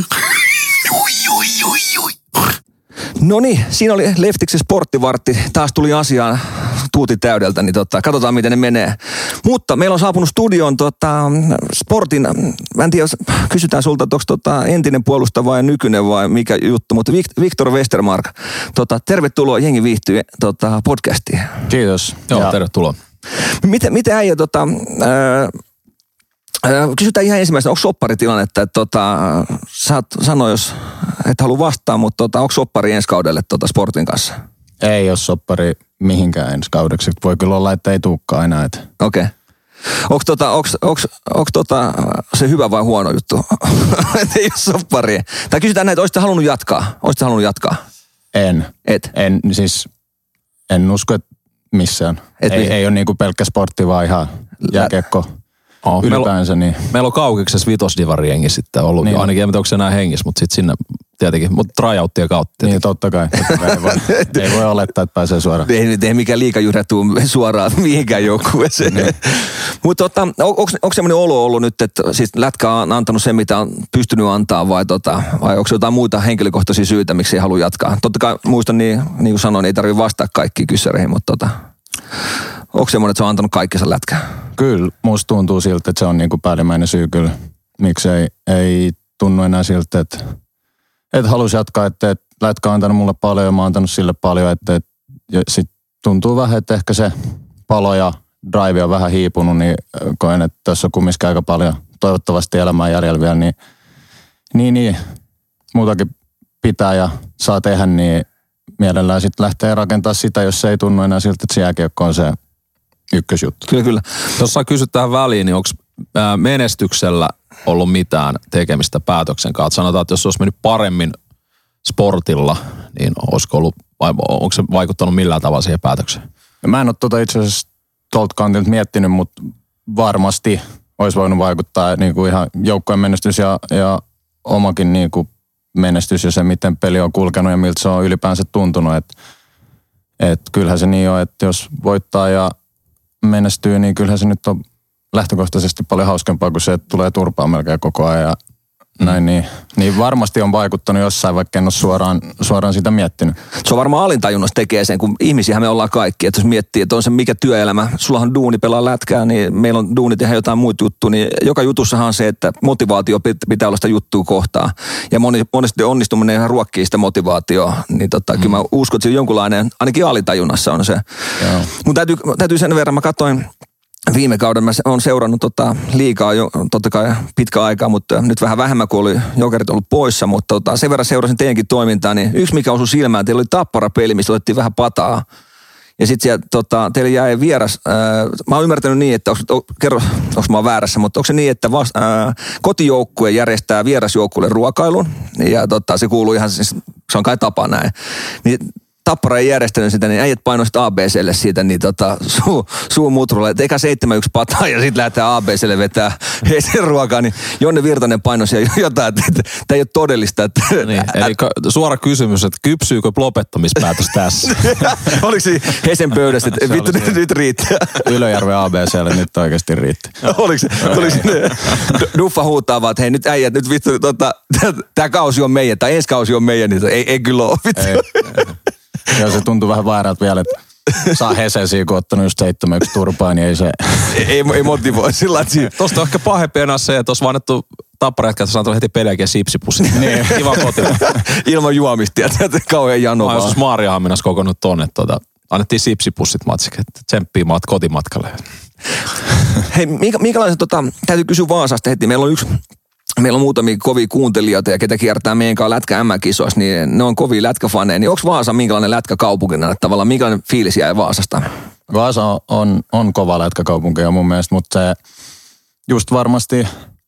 No niin, siinä oli Leftiksen sporttivartti. Taas tuli asiaan tuuti täydeltä, niin tota, katsotaan miten ne menee. Mutta meillä on saapunut studioon tota, sportin, mä en tiedä, kysytään sulta, että onko tota, entinen puolustaja vai nykyinen vai mikä juttu, mutta Viktor Westermark, tota, tervetuloa Jengi viihtyy tota, podcastiin. Kiitos. Joo, ja. Tervetuloa. Miten, miten äijä, tota, ää, kysytään ihan ensimmäisenä, onko sopparitilanne, että tota, saat sanoa, jos et halua vastaa, mutta tota, onko soppari ensi kaudelle tota, sportin kanssa? Ei ole soppari mihinkään ensi kaudeksi. Voi kyllä olla, että ei tulekaan aina. Okei. Okay. Onko tota, tota, se hyvä vai huono juttu? Että ei ole sopparia. Tai kysytään näitä, olisitte halunnut jatkaa? Olisitte halunnut jatkaa? En. Et? En, siis en usko, että missään. Et ei, ei ole niinku pelkkä sportti, vaan ihan jääkiekko. Oh, ylipäänsä, niin. Meillä on Kaukiksessa vitosdivari-jengi sitten ollut, niin. Ainakin en tiedä, onko se enää hengissä, mutta sitten sinne tietenkin, mutta tryouttia kautta tietenkin. Niin, totta kai. Totta kai. Ei, voi, ei voi olettaa, että pääsee suoraan. Ei nyt ei mikään liigajyrä tuu suoraan mihinkään joukkueeseen. Niin. Mutta tota, on, onko semmoinen olo ollut nyt, että siis lätkä on antanut sen, mitä on pystynyt antaa vai, tota, vai onko jotain muita henkilökohtaisia syitä, miksi ei halua jatkaa? Totta kai muistan, niin, niin kuin sanoin, ei tarvitse vastata kaikkiin kyssäreihin, mutta tota, onko semmoinen, että se on antanut kaikkensa lätkää? Kyllä, musta tuntuu siltä, että se on niinku päällimmäinen syy kyllä. Miksi ei, ei tunnu enää siltä, että, että halusi jatkaa, että, että lätkä on antanut mulle paljon ja mä oon antanut sille paljon, että, että sitten tuntuu vähän, että ehkä se palo ja drive on vähän hiipunut, niin koen, että tässä on kumminkin aika paljon toivottavasti elämää jäljellä vielä, niin, niin, niin muutakin pitää ja saa tehdä, niin mielellään sitten lähtee rakentamaan sitä, jos se ei tunnu enää siltä, että se jääkiekko on se ykkösjuttu. Kyllä, kyllä. Tuossa kysyt tähän väliin, niin onko menestyksellä ollut mitään tekemistä päätöksen kanssa? Sanotaan, että jos olisi mennyt paremmin sportilla, niin olisiko ollut, vai onko se vaikuttanut millään tavalla siihen päätökseen? Mä en ole tuota itse asiassa tuolta kantilta miettinyt, mutta varmasti olisi voinut vaikuttaa niin kuin ihan joukkojen menestys ja, ja omakin niin kuin menestys ja se, miten peli on kulkenut ja miltä se on ylipäänsä tuntunut. Että et kyllähän se niin on, että jos voittaa ja menestyy, niin kyllähän se nyt on lähtökohtaisesti paljon hauskempaa kuin se, että tulee turpaa melkein koko ajan ja näin, niin, niin varmasti on vaikuttanut jossain, vaikka en ole suoraan, suoraan sitä miettinyt. Se on varmaan alintajunnassa tekee sen, kun ihmisiähän me ollaan kaikki. Että jos miettii, että on se mikä työelämä, sullahan on duuni pelaa lätkää, niin meillä on duuni tehdä jotain muita juttuja, niin joka jutussahan on se, että motivaatio pitää olla sitä juttua kohtaan. Ja moni, monesti onnistuminen ihan ruokkii sitä motivaatioa, niin tota, mm. kyllä mä uskon, että se jonkunlainen, ainakin alintajunnassa on se. Mutta täytyy, täytyy sen verran, mä katsoin, viime kauden mä oon seurannut tota liigaa jo totta kai pitkä aikaa, mutta nyt vähän vähemmän, kun oli Jokerit ollut poissa, mutta tota, sen verran seurasin teidänkin toimintaa, niin yksi mikä osui silmään, teillä oli Tappara-peli, mistä otettiin vähän pataa. Ja sitten siellä tota, teille jäi vieras, ää, mä oon ymmärtänyt niin, että, onks, o, kerro, onko mä oon väärässä, mutta onko se niin, että vas, ää, kotijoukkue järjestää vierasjoukkueelle ruokailun, ja tota, se kuuluu ihan, siis, se on kai tapa näin. Niin Tappara ei järjestänyt sitä, niin äijät painoisit A B C:lle siitä, niin tota, suu, suu mutrulle, että eka seitsemän yksi pataa ja sitten lähdetään A B C:lle vetää heisen ruokaa, niin Jonne Virtanen painoisi jotain, että tämä ei ole todellista. Että, niin, eli suora kysymys, että kypsyykö lopettamispäätös tässä? Oliko se heisen pöydässä, että vittu nyt, nyt riittää? Ylöjärven A B C:lle nyt oikeasti riitti. Oliko se? Oliko se Duffa huutaa vaan, että hei nyt äijät, nyt vittu, tota, tämä kausi on meidän, tai ensi kausi on meidän, niin ei, ei kyllä ole. Vittu. Ei. Ja se tuntuu vähän väärältä vielä, että saa hesesiä, kun ottanut just seitsemän yksi turpaa, niin ei se... ei, ei motivoi sillä lailla. Tuosta on ehkä pahempi enää se, että olisi vaan annettu Tappara-jätkät, että saa heti peliäkin ja sipsipussit. Niin, kiva kotiin. Ilman juomista, ja kauhean jano vaan. Mä joskus Maariahaminassa kokonut tonne, tuota, annettiin sipsipussit matsiksi, että tsemppii maat kotimatkalle. Hei, minkälaisen, tota, täytyy kysyä Vaasasta heti, meillä on yksi... Meillä on muutamia kovia kuuntelijoita ja ketä kiertää meidän kanssa lätkä M M-kisoissa, niin ne on kovia lätkäfaneja. Niin onko Vaasa minkälainen lätkäkaupunkina, että tavallaan minkälainen fiilis jäi Vaasasta? Vaasa on, on, on kova lätkäkaupunki ja mun mielestä, mutta se just varmasti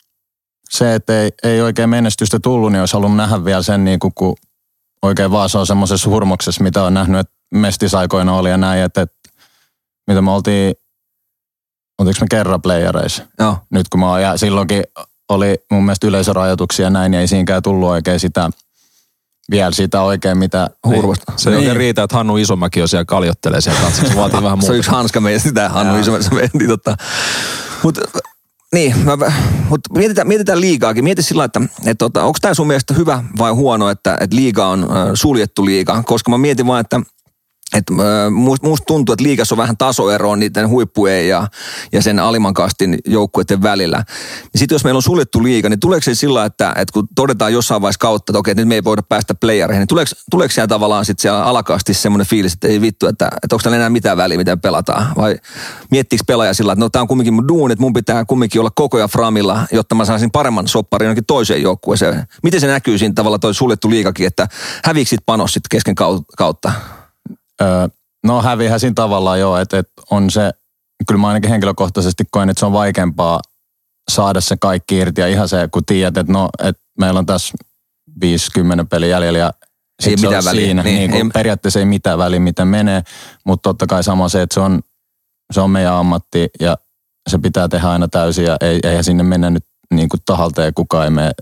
se, että ei, ei oikein menestystä tullut, niin olisi halunnut nähdä vielä sen, niin kuin, kun oikein Vaasa on semmoisessa hurmoksessa, mitä on nähnyt, että mestisaikoina oli ja näin, että, että mitä me oltiin, oltiinko me kerran playereissa? Joo. Nyt kun mä oon, ja silloinkin oli mun mielestä yleisörajoituksia ja näin, ja ei siinkään tullut oikein sitä, vielä sitä oikein mitä hurvasta. Se ei niin. Oikein riitä, että Hannu Isomäki on siellä kaljottelee siellä kanssa. Se vaatii vähän muuta. Se on yksi hanska meidän sitä, Hannu Isomäki. Niin, tota. Mutta niin, mut mietitään, mietitään liigaakin. Mieti sillä, että, että, että onko tämä sun mielestä hyvä vai huono, että, että liiga on äh, suljettu liiga. Koska mä mietin vaan, että Että musta tuntuu, että liigassa on vähän tasoeroa niiden huippujen ja, ja sen alimman kastin joukkueiden välillä. Niin sitten jos meillä on suljettu liiga, niin tuleeko se sillä, että, että kun todetaan jossain vaiheessa kautta, että okei, että nyt me ei voida päästä playereihin, niin tuleeko, tuleeko siellä tavallaan sitten siellä alakastissa semmoinen fiilis, että ei vittu, että, että onko täällä enää mitään väliä, miten pelataan? Vai miettiikö pelaaja sillä, että no tää on kumminkin mun duuni, että mun pitää kumminkin olla koko ajan framilla, jotta mä saisin paremman sopparin jonnekin toiseen joukkueeseen. Miten se näkyy siinä tavalla toi suljettu liigakin, että häviksit panossit kesken kautta? Öö, no hävihän siinä tavallaan joo, että, että on se, kyllä mä ainakin henkilökohtaisesti koen, että se on vaikeampaa saada se kaikki irti ja ihan se, kun tiedät, että no, että meillä on tässä viisikymmentä peli jäljellä ja ei mitään väliä. Siinä, niin, niin ei, periaatteessa ei mitään väliä, miten menee, mutta totta kai sama se, että se on, se on meidän ammatti ja se pitää tehdä aina täysin ja ei, eihän sinne mennä nyt niin kuin tahalta ja kukaan ei mene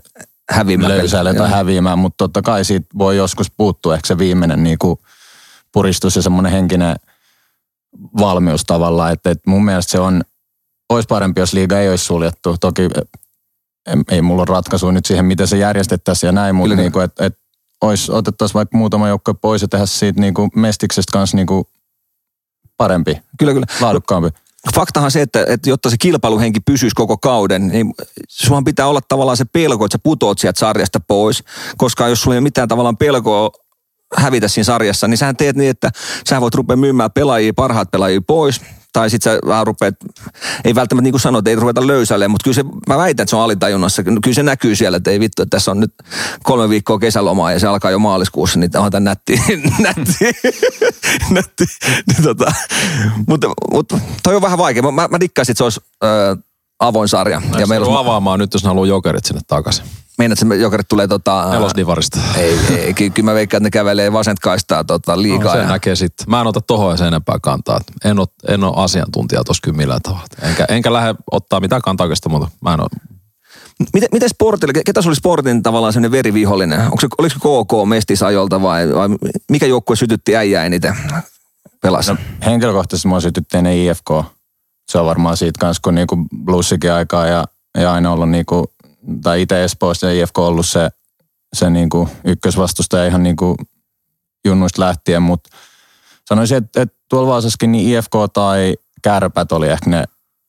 häviämään. Löysäilee tai häviämään, mutta totta kai siitä voi joskus puuttua ehkä se viimeinen niin kuin puristus ja semmoinen henkinen valmius tavallaan, että, että mun mielestä se on, olisi parempi, jos liiga ei olisi suljettu. Toki ei mulla ole ratkaisua nyt siihen, miten se järjestettäisiin ja näin, mutta niin kuin, että, että olisi, otettaisiin vaikka muutama joukkue pois ja tehdä siitä niin kuin mestiksestä kanssa niin kuin parempi, kyllä, kyllä. laadukkaampi. Faktahan se, että, että jotta se kilpailuhenki pysyisi koko kauden, niin sullahan pitää olla tavallaan se pelko, että sä putoat sieltä sarjasta pois, koska jos sulla ei ole mitään tavallaan pelkoa hävitä siinä sarjassa, niin sähän teet niin, että sä voit rupea myymään pelaajia, parhaat pelaajia pois, tai sit sä vähän rupeat, ei välttämättä niin kuin sanoit, ei ruveta löysälle, mutta kyllä se, mä väitän, että se on alitajunnassa, kyllä se näkyy siellä, että ei vittu, että tässä on nyt kolme viikkoa kesälomaa ja se alkaa jo maaliskuussa, niin onhan tämä nätti, nätti, nätti, niin tota, mutta, mutta toi on vähän vaikea, mä, mä dikkaisin, että se olisi äh, avoin sarja. Mä ja meillä on avaamaan nyt, jos ne haluaa Jokerit sinne takaisin. Meinaat, että Jokerit tulee tota... Nelosdivarista. Ei, ei, kyllä mä veikkaan, että ne kävelee vasenta kaistaa tota, liigaa. No, se ja... näkee sitten. Mä en ota tohon ja sen enempää kantaa. En ole, en ole asiantuntija tuossa kyllä millään tavalla. Enkä, enkä lähde ottaa mitään kantaa oikeastaan, mutta mä en ole... Miten, miten Sportille, ketä se oli Sportin tavallaan sellainen verivihollinen? Onko se, oliko se K K Mestisajolta vai, vai mikä joukkue sytytti äijää eniten pelasi? No, henkilökohtaisesti mua sytytti ennen I F K. Se on varmaan siitä kanssa, kun niinku Bluesikin aikaa ja, ja aina ollut niinku, tai itse Espoossa ja I F K on ollut se, se niinku ykkösvastustaja ihan niinku junnuista lähtien, mutta sanoisin, että, että tuolla Vaasassakin niin I F K tai Kärpät oli ehkä ne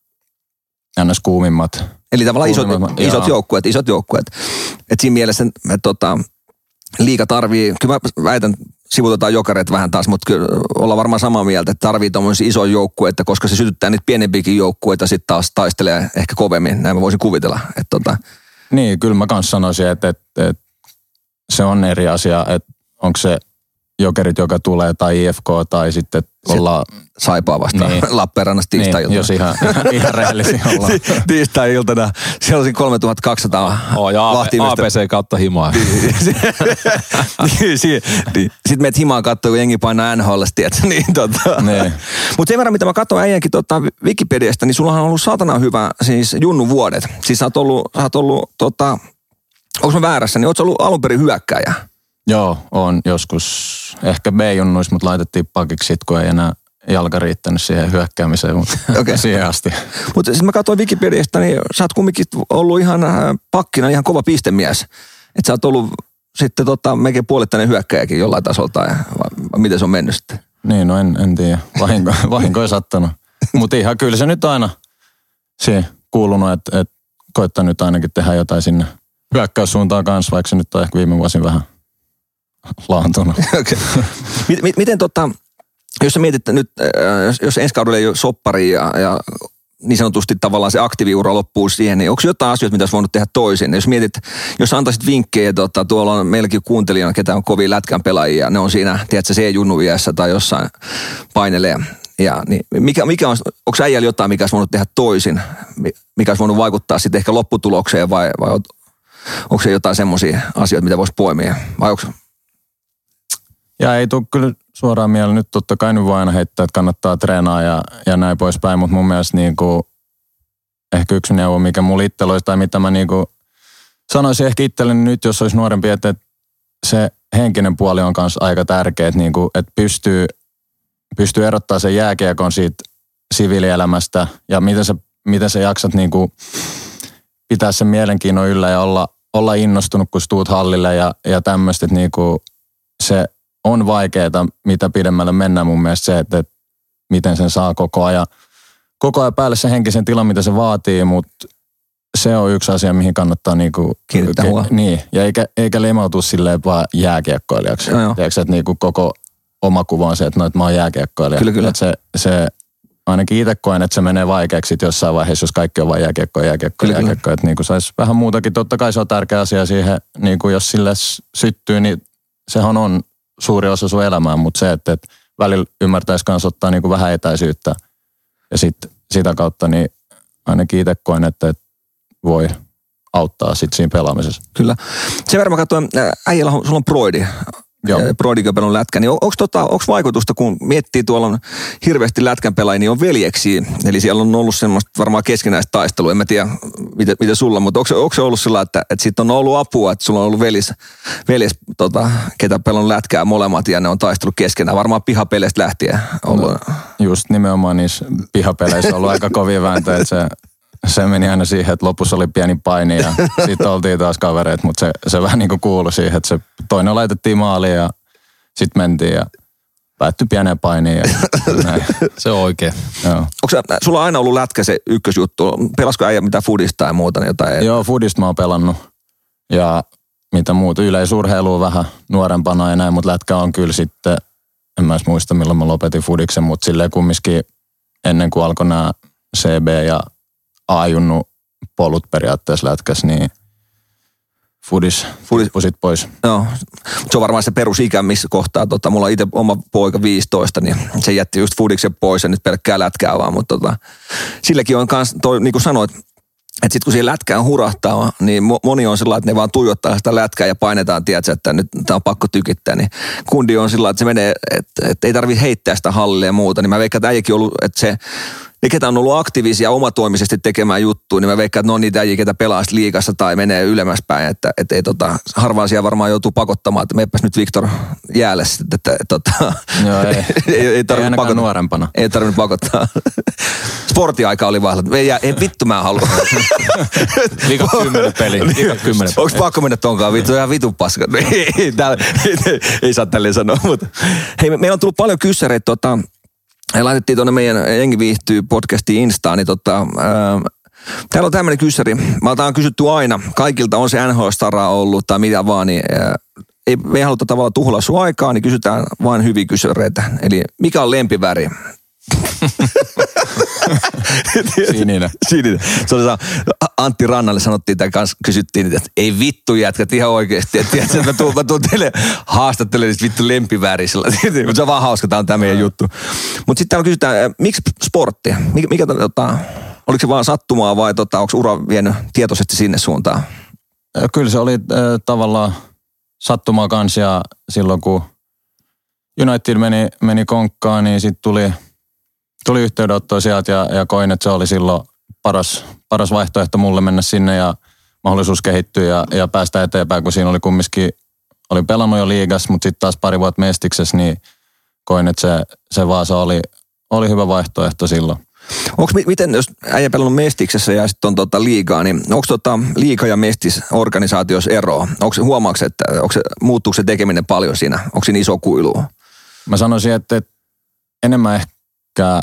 ns. Kuumimmat. Eli tavallaan isot, isot joukkueet, isot joukkueet. Että siinä mielessä että tota, liiga tarvii, kyllä mä väitän, sivutetaan Jokereet vähän taas, mutta kyllä ollaan varmaan samaa mieltä, että tarvii tommoisia isoja joukkueita, koska se sytyttää niitä pienempiäkin joukkueita, sitten taas taistelee ehkä kovemmin, näin mä voisin kuvitella. Että tota. Niin, kyllä mä kans sanoisin, että, että, että se on eri asia, että onko se Jokerit, joka tulee, tai I F K, tai sitten ollaan... Saipaa vastaan niin. Lappeenrannassa tiistai-iltana. Niin, jos ihan, ihan rehellisiä ollaan. Tiistai-iltana. Siellä olisi kolmetuhattakaksisataa oh, ja A P C kautta himaa. Sitten meet himaan katsoa, kun jengi painaa N H L:stä, tiedätkö? Niin, tota. niin. Mutta sen verran, mitä mä katson äijänkin tota, Wikipediasta, niin sullahan on ollut saatana hyvä siis junnu vuodet. Siis sä oot ollut, sä oot ollut tota, onko mä väärässä, niin oot sä ollut alun perin hyökkääjä? Joo, on joskus ehkä B-junnuissa, mutta laitettiin pakiksi sit, kun ei enää jalka riittänyt siihen hyökkäämiseen, mutta okay. Siihen asti. Mutta siis mä katsoin Wikipediasta, niin sä oot kumminkin ollut ihan pakkina ihan kova pistemies. Että sä oot ollut sitten tota, melkein puolittainen hyökkääjäkin jollain tasolta. Ja, vai miten se on mennyt sitten? Niin, no en, en tiedä. Vahinko, vahinko ei sattanut. Mutta ihan kyllä se nyt aina siihen kuulunut, että et koittaa nyt ainakin tehdä jotain sinne hyökkäyssuuntaan kanssa, vaikka se nyt on ehkä viime vuosin vähän laantunut. Okay. Miten tota... Jos sä mietit nyt, jos, jos ensi kaudella ei ole soppari ja, ja niin sanotusti tavallaan se aktiiviura loppuu siihen, niin onko jotain asioita, mitä olisi voinut tehdä toisin? Jos mietit, jos antaisit vinkkejä, tota, tuolla on meilläkin kuuntelijana, ketä on kovin lätkän pelaajia, ne on siinä, tiedätkö, C-junnu iässä tai jossain painelee. Ja, niin mikä, mikä on, onko äijällä jotain, mikä olisi voinut tehdä toisin? Mikä olisi voinut vaikuttaa sitten ehkä lopputulokseen vai, vai onko se jotain semmoisia asioita, mitä voisi poimia? Vai onko... Ja ei tule kyllä suoraan mieleen. Nyt totta kai nyt voi aina heittää, että kannattaa treenaa ja, ja näin poispäin, mutta mun mielestä niin kuin, ehkä yksi neuvo, mikä mulla itsellä olisi, tai mitä mä niin kuin sanoisin ehkä itselleni nyt, jos olisi nuorempi, että, että se henkinen puoli on kanssa aika tärkeä, että, niin kuin, että pystyy, pystyy erottaa sen jääkiekon siitä siviilielämästä ja miten sä, miten sä jaksat niin kuin pitää sen mielenkiinnon yllä ja olla, olla innostunut, kun tuut hallille ja, ja tämmöistä, että niin kuin se on vaikeaa, mitä pidemmälle mennään mun mielestä se, että, että miten sen saa koko ajan, koko ajan päälle se henkisen tilan, mitä se vaatii, mutta se on yksi asia, mihin kannattaa niinku, kiinnittää ke, huomioon. Niin, ja eikä, eikä lemautua silleen vaan jääkiekkoilijaksi. No, tiedätkö, että niinku koko oma kuva on se, että, no, että mä oon jääkiekkoilija. Kyllä, kyllä. Että se, se, ainakin itse koen, että se menee vaikeaksi sit jossain vaiheessa, jos kaikki on vain jääkiekko, jääkiekko, kyllä, jääkiekko. Että niinku saisi vähän muutakin. Totta kai se on tärkeä asia siihen, niinku jos sille syttyy, niin sehän on suuri osa sun elämää, mutta se, että, että välillä ymmärtäisi kanssa ottaa niin kuin vähän etäisyyttä ja sit, sitä kautta niin ainakin itse koen, että, että voi auttaa sit siinä pelaamisessa. Kyllä. Sen verran mä katsoin, äijällä sulla on broidi. Brody pelon lätkä, niin on, onko tota, vaikutusta, kun miettii tuolla on hirveästi lätkän pelaajia, niin on veljeksiä, eli siellä on ollut semmoista varmaan keskinäistä taistelua, en mä tiedä miten, miten sulla, mutta onko, onko se ollut sillä, että, että siitä on ollut apua, että sulla on ollut velis, veljes, tota, ketä pelon lätkää molemmat ja ne on taistellut keskenään, varmaan pihapeleistä lähtien ollut. No, just nimenomaan niissä pihapeleissä on ollut aika kovia vääntöjä, että se Se meni aina siihen, että lopussa oli pieni paini ja sitten oltiin taas kavereet, mutta se, se vähän niin kuin kuului siihen, että se toinen laitettiin maaliin ja sitten mentiin ja päättyi pieneen painiin ja näin. Se on oikein. Joo. Onko sulla aina ollut lätkä se ykkösjuttu? Pelasko äijä mitään foodista tai muuta? Niin jotain? Joo, foodista mä oon pelannut ja mitä muuta. Yleisurheilua vähän nuorempana ja näin, mutta lätkä on kyllä sitten, en mä edes muista milloin mä lopetin foodiksen, mutta silleen kumminkin ennen kuin alkoi nämä C B ja A-junnu polut periaatteessa lätkäs, niin foodis, Foodis. tippusit pois. Joo, se on varmaan se perusikä, missä kohtaa, tota, mulla on itse oma poika viisitoista, niin se jätti just foodiksen pois ja nyt pelkkää lätkää vaan, mutta tota, silläkin on kans, toi, niin kuin sanoit, että sitten kun siihen lätkään hurahtaa, niin moni on sillä että ne vaan tuijottaa sitä lätkää ja painetaan, tiedätkö, että nyt tämä on pakko tykittää, niin kundi on sillä että se menee, että, että ei tarvitse heittää sitä hallille ja muuta, niin mä veikkaan, että äijäkin on ollut, että se ne, ketä on ollut aktiivisia omatoimisesti tekemään juttuja, niin mä veikkaan, että ne on niitä äijä, ketä pelaa liigassa tai menee ylemmäs päin. Että, että ei, tota, harvaan siellä varmaan joutuu pakottamaan, että meepäs nyt Viktor jäälle sitten. Että, että, että, Joo, ei, ei, ei, ei ainakaan nuorempana. Ei tarvinnut pakottaa. Sportiaika oli vahva. Ei, ei vittu mä haluan. Liikaa kymmenen peli. Liikaa kymmenen peli. Onko pakko mennä tonkaan? Vittu ihan vitun paska. ei, ei, täällä, ei, ei saa tälleen sanoa. Mutta. Hei, me, meillä on tullut paljon kyssäreitä. Tota, ja laitettiin tuonne meidän Jengi viihtyy podcastiin Instaan, niin tota, ää, täällä on tämmöinen kyssäri. Mä oon kysytty aina, kaikilta on se N H L-staraa ollut tai mitä vaan, niin ää, ei, me ei haluta tavallaan tuhlaa sun aikaa, niin kysytään vain hyviä kyssäreitä. Eli mikä on lempiväri? Sininen. Sininen. Se oli saa, Antti Rannalle sanottiin tämän kanssa, kysyttiin, että ei vittu jätkät ihan oikeasti. Että tiedätkö, että mä tuun, mä tuun teille haastattelemaan niistä vittu lempivärisellä. Mutta se on vaan hauska, tämä on tämä meidän juttu. Mutta sitten täällä kysytään, miksi sportti? Mikä, mikä tota, oliko se vaan sattumaa vai tota, onko ura vienyt tietoisesti sinne suuntaan? Kyllä se oli äh, tavallaan sattumaa kans ja silloin kun United meni, meni konkkaan, niin sitten tuli, tuli yhteydenottoa sieltä ja, ja koin, että se oli silloin paras, paras vaihtoehto mulle mennä sinne ja mahdollisuus kehittyä ja, ja päästä eteenpäin, kun siinä oli kumminkin, oli pelannut jo liigas, mutta sitten taas pari vuotta Mestiksessä, niin koin, että se, se Vaasa oli, oli hyvä vaihtoehto silloin. Onko miten, jos äijä pelannut Mestiksessä ja sitten on tota liigaa, niin onko tota liiga ja Mestis organisaatiossa eroa? Onko huomaako, että onko se, muuttuuko se tekeminen paljon siinä? Onko siinä iso kuilu? Mä sanoisin, että, että enemmän ehkä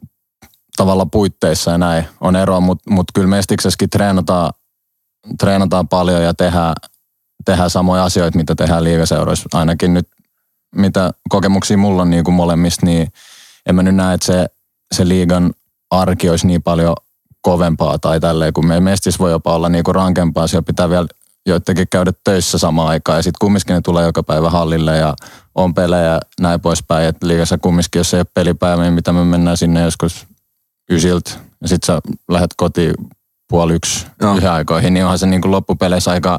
tavalla puitteissa ja näin on eroa, mutta mut kyllä Mestiksessäkin treenataan, treenataan paljon ja tehdään, tehdään samoja asioita, mitä tehdään liigaseuroissa. Ainakin nyt, mitä kokemuksia mulla on niin kuin molemmista, niin en mä nyt näe, että se, se liigan arki olisi niin paljon kovempaa tai tälleen, kun meidän Mestis voi jopa olla niin kuin rankempaa. Siellä pitää vielä joidenkin käydä töissä samaan aikaan ja sitten kumminkin ne tulee joka päivä hallille ja on pelejä ja näin poispäin. Että liigassa kumminkin, jos ei ole pelipäivä, niin mitä me mennään sinne joskus ysiltä ja sitten sä lähdet kotiin puoli yksi no. yhden aikoihin, niin onhan se niin kuin loppupeleissä aika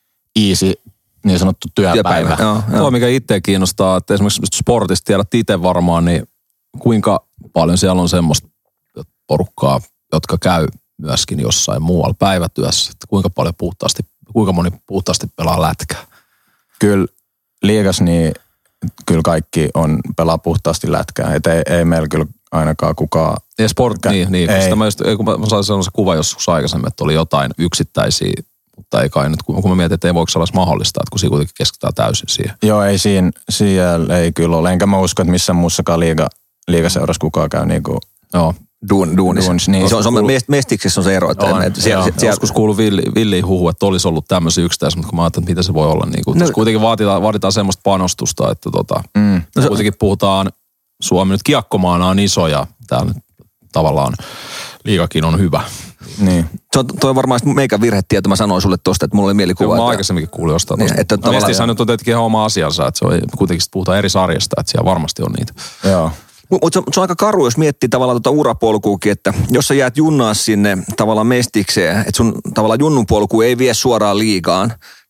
easy niin sanottu työpäivä. työpäivä. Joo, joo. Tuo, mikä itse kiinnostaa, että esimerkiksi sportista tiedät itse varmaan, niin kuinka paljon siellä on semmoista porukkaa, jotka käy myöskin jossain muualla päivätyössä, että kuinka paljon puhtaasti, kuinka moni puhtaasti pelaa lätkää? Kyllä liigas, niin kyllä kaikki on pelaa puhtaasti lätkää, että ei, ei meillä kyllä ainakaan kukaan. Ja sport, kä- niin, niin. Sitä mä, just, kun mä sain sellaisen kuva joskus aikaisemmin, että oli jotain yksittäisiä, mutta ei kai nyt, kun mä mietin, että ei voiko sellaista mahdollista, että kun siinä kuitenkin keskitytään täysin siihen. Joo, ei siinä, siellä ei kyllä ole, enkä mä usko, että missään muussakaan liiga, liigaseurassa kukaan käy niin kuin, joo. Duun, duunis. duunis niin. Se on, se on, Mestiksessä on se ero, että on, et siellä, siellä, joskus kuului villi, villi huhu, että olisi ollut tämmöisiä yksittäisiä, mutta kun mä ajattelin, että mitä se voi olla. Niin kuin, no, kuitenkin vaaditaan, vaaditaan semmoista panostusta, että tota, mm. no, kuitenkin puhutaan, Suomi nyt kiekkomaana on iso ja täällä nyt tavallaan liigakin on hyvä. Niin. Se on toi varmaan meikän virhetieto, mä sanoin sulle tosta, että mulla oli mielikuva. Mä aikaisemminkin kuulin jostain tosta. Niin, no, Mestissä nyt on tietenkin ihan oma asiansa, että se on, kuitenkin puhutaan eri sarjasta, että siellä varmasti on niitä. Joo. Mutta se, se on aika karu, jos miettii tavallaan tuota urapolkuukin, että jos sä jäät junnaa sinne tavallaan Mestikseen, että sun tavallaan junnun polku ei vie suoraan liigaan,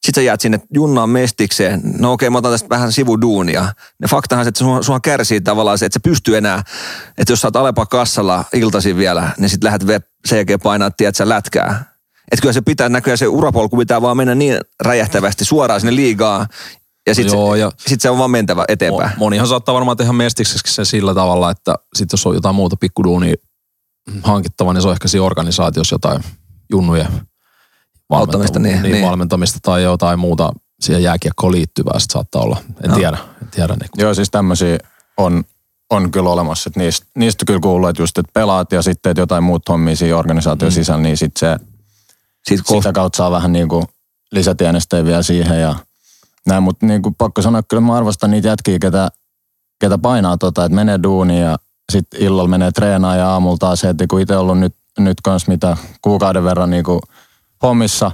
sit sä jäät sinne junnaan mestikseen. No okei, mä otan tästä vähän sivuduunia. Ne faktahan, että sua, sua kärsii tavallaan se, että sä pystyy enää, että jos sä oot Alepa kassalla iltaisin vielä, niin sit lähdet sen jälkeen painaa, tiedät sä lätkää. Että kyllä se pitää näkyä, se urapolku pitää vaan mennä niin räjähtävästi suoraan sinne liigaan. Ja sitten Joo, se, ja sit se on vaan mentävä eteenpäin. Monihan saattaa varmaan tehdä mestikseksi se sillä tavalla, että sit jos on jotain muuta pikkuduunia hankittava, niin se on ehkä siinä organisaatiossa jotain junnujen valmentamista, niin, niin, niin. valmentamista tai jotain muuta siihen jääkiekkoon liittyvää sit saattaa olla. En no. tiedä. En tiedä niin. Joo, siis tämmöisiä on, on kyllä olemassa. Että niistä, niistä kyllä kuuluu, että just että pelaat ja sitten teet jotain muuta hommia siinä organisaation mm. sisällä, niin sitten se Siitä sitä kautta saa vähän niin kuin lisätienestejä vielä siihen ja näin, mutta niin kuin pakko sanoa, kyllä mä arvostan niitä jätkiä, ketä, ketä painaa tota, että menee duuniin ja sitten illalla menee treenaan ja aamulla taas heti, kun itse ollut nyt, nyt kans mitä kuukauden verran niin kuin hommissa.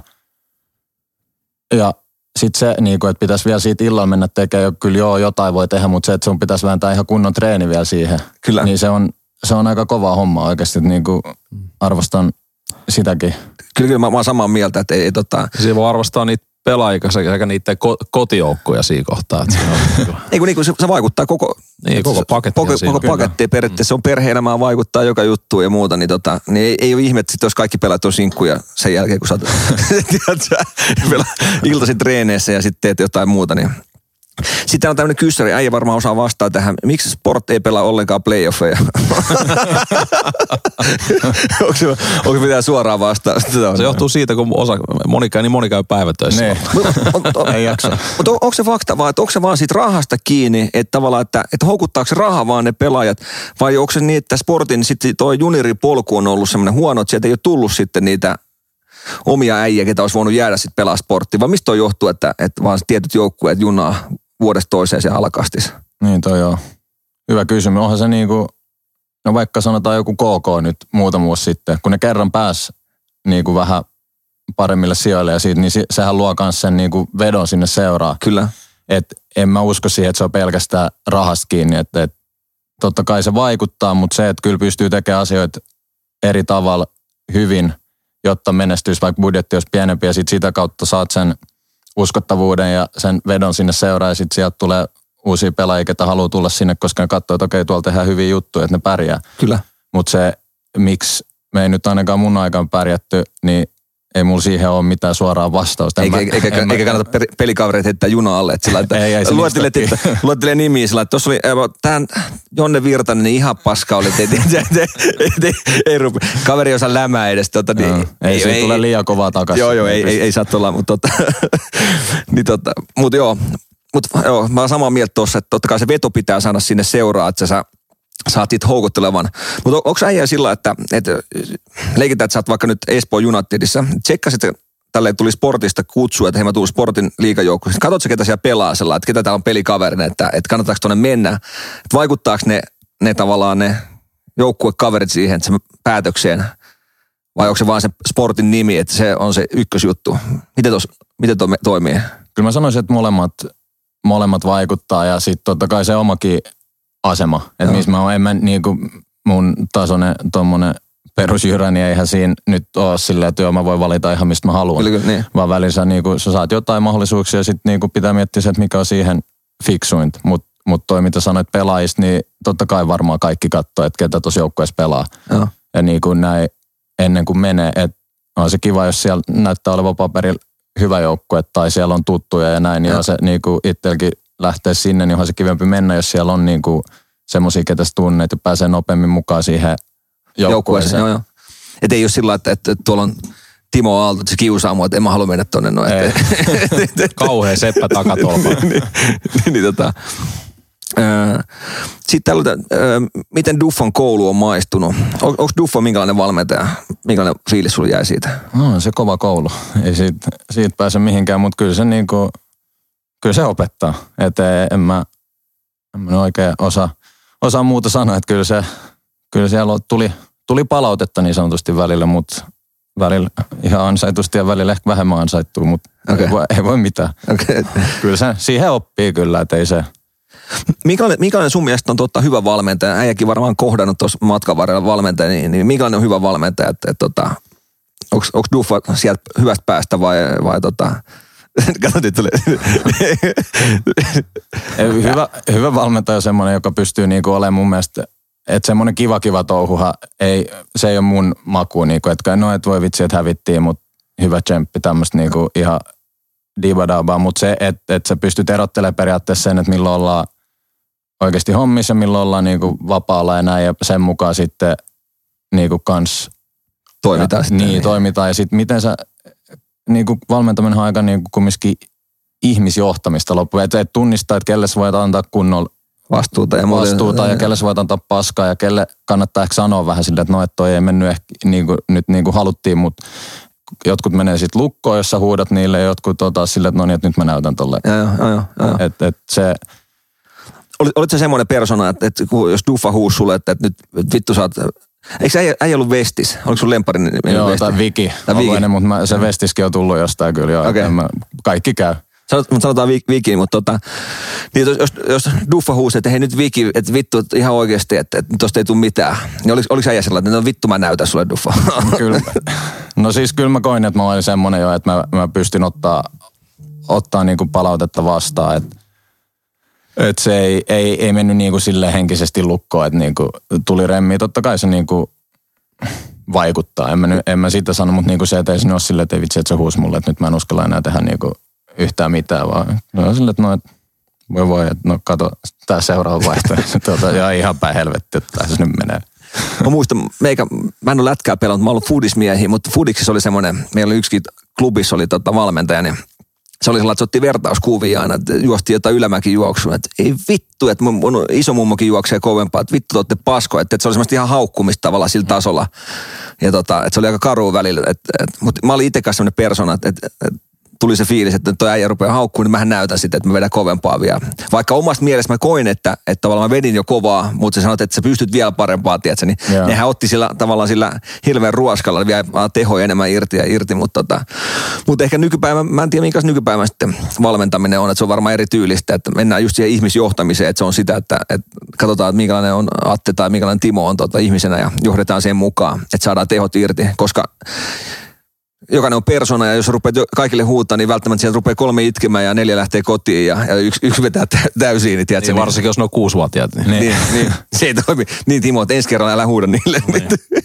Ja sitten se, niin kuin, että pitäisi vielä siitä illalla mennä tekemään, kyllä joo, jotain voi tehdä, mutta se, että sun pitäisi vääntää ihan kunnon treeni vielä siihen. Kyllä. Niin se on, se on aika kovaa hommaa oikeasti, että niin kuin arvostan sitäkin. Kyllä, kyllä mä, mä oon samaa mieltä, että ei, ei tota... Siinä voi arvostaa niitä pelaajia sekä niiden ko- kotijoukkoja siinä kohtaa. Että on, ei kun niinku se, se vaikuttaa koko... Niin, koko pakettiin. Koko, koko pakettiin periaatteessa. Se on perhe-elämään vaikuttaa joka juttuun ja muuta, niin, tota, niin ei, ei ole ihme, että sit jos kaikki pelaat on sinkkuja sen jälkeen, kun sä oot iltaisin treeneissä ja sitten teet jotain muuta, niin... Sitten on tämmöinen kyssäri, äijä varmaan osaa vastaa tähän. Miksi Sport ei pelaa ollenkaan playoffeja? onko, se, onko se mitään suoraan vastaa? Se johtuu siitä, kun osa, moni käy, niin moni käy päivätöissä. Ne. Ei jaksa. Mutta on, onko se fakta vaan, että onko se vaan siitä rahasta kiinni, että tavallaan, että, että houkuttaako se raha vaan ne pelaajat, vai onko se niin, että Sportin sitten toi junioripolku on ollut semmoinen huono, että sieltä ei ole tullut sitten niitä omia äijä, ketä olisi voinut jäädä sitten pelaa Sporttiin, vai mistä toi johtuu, että, että vaan tietyt joukkueet junaa vuodesta toiseen siellä alakastis? Niin toi joo. Hyvä kysymys. Onhan se niinku, no vaikka sanotaan joku K K nyt muutama vuosi sitten, kun ne kerran pääsi niinku vähän paremmille sijoille ja siitä, niin sehän luo myös sen niinku vedon sinne seuraan. Kyllä. Et en mä usko siihen, että se on pelkästään rahasta kiinni, että et, totta kai se vaikuttaa, mutta se, että kyllä pystyy tekemään asioita eri tavalla hyvin, jotta menestyisi, vaikka budjetti olisi pienempi ja sit sitä kautta saat sen uskottavuuden ja sen vedon sinne seuraan ja sitten sieltä tulee uusia pelaajia, ketä haluaa tulla sinne, koska ne katsoo, että okei, tuolla tehdään hyviä juttuja, että ne pärjää. Kyllä. Mutta se, miksi me ei nyt ainakaan mun aikaan pärjätty, niin ei mulla siihen ole mitään suoraa vastausta. Eikä, mä, eikä, eikä kannata pelikavereita heittää juna alle. Että sillä, että ei, ei luettelee, luettelee nimiä sillä, että tuossa oli tämän Jonne Virtanen, niin ihan paska oli. Ei, ei, ei, ei, ei rupi. Kaveri osaa lämää edes. Tota, niin, no, ei, ei se ei, tule liian kovaa takaisin. Joo, joo, ei, ei, ei saa tulla, mutta tota, niin tota, mut joo. Mutta joo, mä oon samaa mieltä tuossa, että totta kai se veto pitää saada sinne seuraa, että sä saat siitä houkuttelevan. Mutta on, onko äijä sillä, että, että leikitään, että sä oot vaikka nyt Espoon Unitedissa, tsekkasit, että tälleen tuli Sportista kutsu, että hei mä tuun Sportin liigajoukkoon. Katsotko, ketä siellä pelaa sellainen, että ketä täällä on pelikaverina, että, että kannattaako tuonne mennä, että vaikuttaako ne, ne tavallaan ne joukkuekaverit siihen se päätökseen, vai onko se vaan se Sportin nimi, että se on se ykkösjuttu. Miten, tos, miten to toimii? Kyllä mä sanoisin, että molemmat, molemmat vaikuttaa ja sitten totta kai se omakin asema. Että missä mä oon, en mä niinku mun tasoinen tommonen perusjyrä, niin eihän siinä nyt ole silleen, että joo mä voin valita ihan mistä mä haluan. Kyllä, niin. Vaan välissä niinku, sä saat jotain mahdollisuuksia ja sitten niinku pitää miettiä se, että mikä on siihen fiksuint. Mutta mut toi mitä sanoit pelaajista, niin totta kai varmaan kaikki katsoo, että ketä tuossa joukkueessa pelaa. Joo. Ja niinku näin ennen kuin menee, että on se kiva, jos siellä näyttää olevan paperilla hyvä joukkue tai siellä on tuttuja ja näin, niin on se niinku itselläkin lähtee sinne, niin onhan se kivempi mennä, jos siellä on niinku semmoisia, ketä sä tunnet ja pääsee nopeammin mukaan siihen joukkueeseen. Joo, joo. Että ei ole sillä, että, että tuolla on Timo Aalto, että se kiusaa mua, että en mä halua mennä tonne. No, kauhea seppä takatolpalla. niin, niin, tota. Sitten täällä, miten Duffan koulu on maistunut? On, onko Duffa minkälainen valmentaja? Minkälainen fiilis sulla jäi siitä? No se kova koulu. Ei siitä, siitä pääse mihinkään, mutta kyllä se niinku, kyllä se opettaa. Että en mä, en mä oikein osaa, osaa muuta sanoa, että kyllä se, kyllä siellä tuli, tuli palautetta niin sanotusti välillä, mutta välillä ihan ansaitusti ja välillä ehkä vähemmän ansaittuu, mutta okay. ei, voi, ei voi mitään. Okay. Kyllä se, siihen oppii kyllä, että ei se... Minkälainen, minkälainen sun mielestä on totta hyvä valmentaja? Äijäkin varmaan kohdannut tuossa matkan varrella valmentaja, niin, niin minkälainen on hyvä valmentaja? Että, että, että, onko Duffa sieltä hyvästä päästä vai, vai tota, Kato nyt tulee. hyvä, hyvä valmentaja on semmoinen, joka pystyy niinku olemaan mun mielestä, että semmoinen kiva kiva touhuhan, ei, se ei ole mun maku, niinku, että no et voi vitsi, että hävittiin, mutta hyvä tsemppi, tämmöistä niinku ihan divadabaa, mutta se, että et sä pystyt erottelemaan periaatteessa sen, että milloin ollaan oikeasti hommissa, milloin ollaan niinku vapaalla ja näin, ja sen mukaan sitten niinku kans toimitaan. Ja, sitten, niin, niin, toimitaan, ja sitten miten sä, niinku valmentaminen on aika niinku kumminkin ihmisjohtamista loppuun, että et tunnistaa, että kelle sä voit antaa kunnolla vastuuta ja, vastuuta ja kelle sä voit antaa paskaa ja kelle kannattaa ehkä sanoa vähän silleen, että no, että toi ei mennyt ehkä niinku, nyt niin kuin haluttiin, mutta jotkut menee sitten lukkoon, jos sä huudat niille, ja jotkut ottaa silleen, että no niin, että nyt mä näytän tolleen. Joo, joo, joo. joo. Että et se... Olit, olit se semmoinen persona, että, että jos Duffa huusi sulle, että, että nyt että vittu sä oot... Eikö äijä, äijä ollut Vestis? Oliko sun lempparin nimi Joo, Vestis? tai Viki. Tai Viki. Ennen, mutta mä, se Vestiskin on tullut jostain kyllä jo. Okay. Mä, kaikki käy. Sanotaan Viki, mutta tota, niin jos, jos Duffa huusi, että hei nyt Viki, että vittu että ihan oikeasti, että, että tosta ei tule mitään. Niin oliko, oliko äijä sellainen, että no vittu mä näytän sulle Duffa? Kyllä. No siis kyllä mä koin, että mä olin semmoinen jo, että mä, mä pystyn ottaa, ottaa niinku palautetta vastaan, että että se ei, ei, ei mennyt niinku silleen henkisesti lukkoon, että niinku tuli remmiä. Totta kai se niinku vaikuttaa. En mä, en mä siitä sano, mutta niinku se, että ei sinne ole silleen, että ei vitsi, että se huusi mulle, että nyt mä en uskalla enää tehdä niinku yhtään mitään, vaan no silleen, että no, et, voi voi, että no kato, tää seuraava vaihtoehto. tuota, ja ihan päin helvetti, että tässä nyt menee. Mä muistan, meikä, mä en ole lätkää pelannut, mä oon ollut foodismiehiä, mutta foodiksissa oli semmoinen, meillä oli yksikin klubissa oli tota valmentaja, niin se oli sellainen, että se otti vertauskuvia aina, että juostiin jotain ylämäkin juoksua, että ei vittu, että mun, mun iso mummokin juoksee kovempaa, että vittu te olette paskoja, että, että se oli semmoista ihan haukkumista tavallaan sillä tasolla. Ja tota, että se oli aika karua välillä, että, että, mutta mä olin itse kanssa semmoinen persona, että, että, että tuli se fiilis, että toi äijä rupeaa haukkuun, niin mähän näytän sitten, että mä vedän kovempaa vielä. Vaikka omasta mielestä mä koin, että, että tavallaan mä vedin jo kovaa, mutta sä sanot, että sä pystyt vielä parempaa, tiedätkö, niin yeah. Nehän otti sillä tavallaan sillä hirveän ruoskalla vielä tehoja enemmän irti ja irti, mutta tota, mutta ehkä nykypäivä, mä en tiedä minkäs nykypäivä sitten valmentaminen on, että se on varmaan eri tyylistä, että mennään just siihen ihmisjohtamiseen, että se on sitä, että, että katsotaan, että minkälainen on Atte tai minkälainen Timo on tota ihmisenä ja johdetaan sen mukaan, että saadaan tehot irti, koska jokainen on persona ja jos rupeat kaikille huutaa, niin välttämättä sieltä rupeaa kolme itkemään ja neljä lähtee kotiin ja, ja yksi, yksi vetää täysiin. Niin, tiedätkö, niin, varsinkin niin, jos ne on kuusivuotiaat. Niin. Niin, niin, se ei toimi. Niin Timo, että ensi kerralla älä huuda niille. Niin.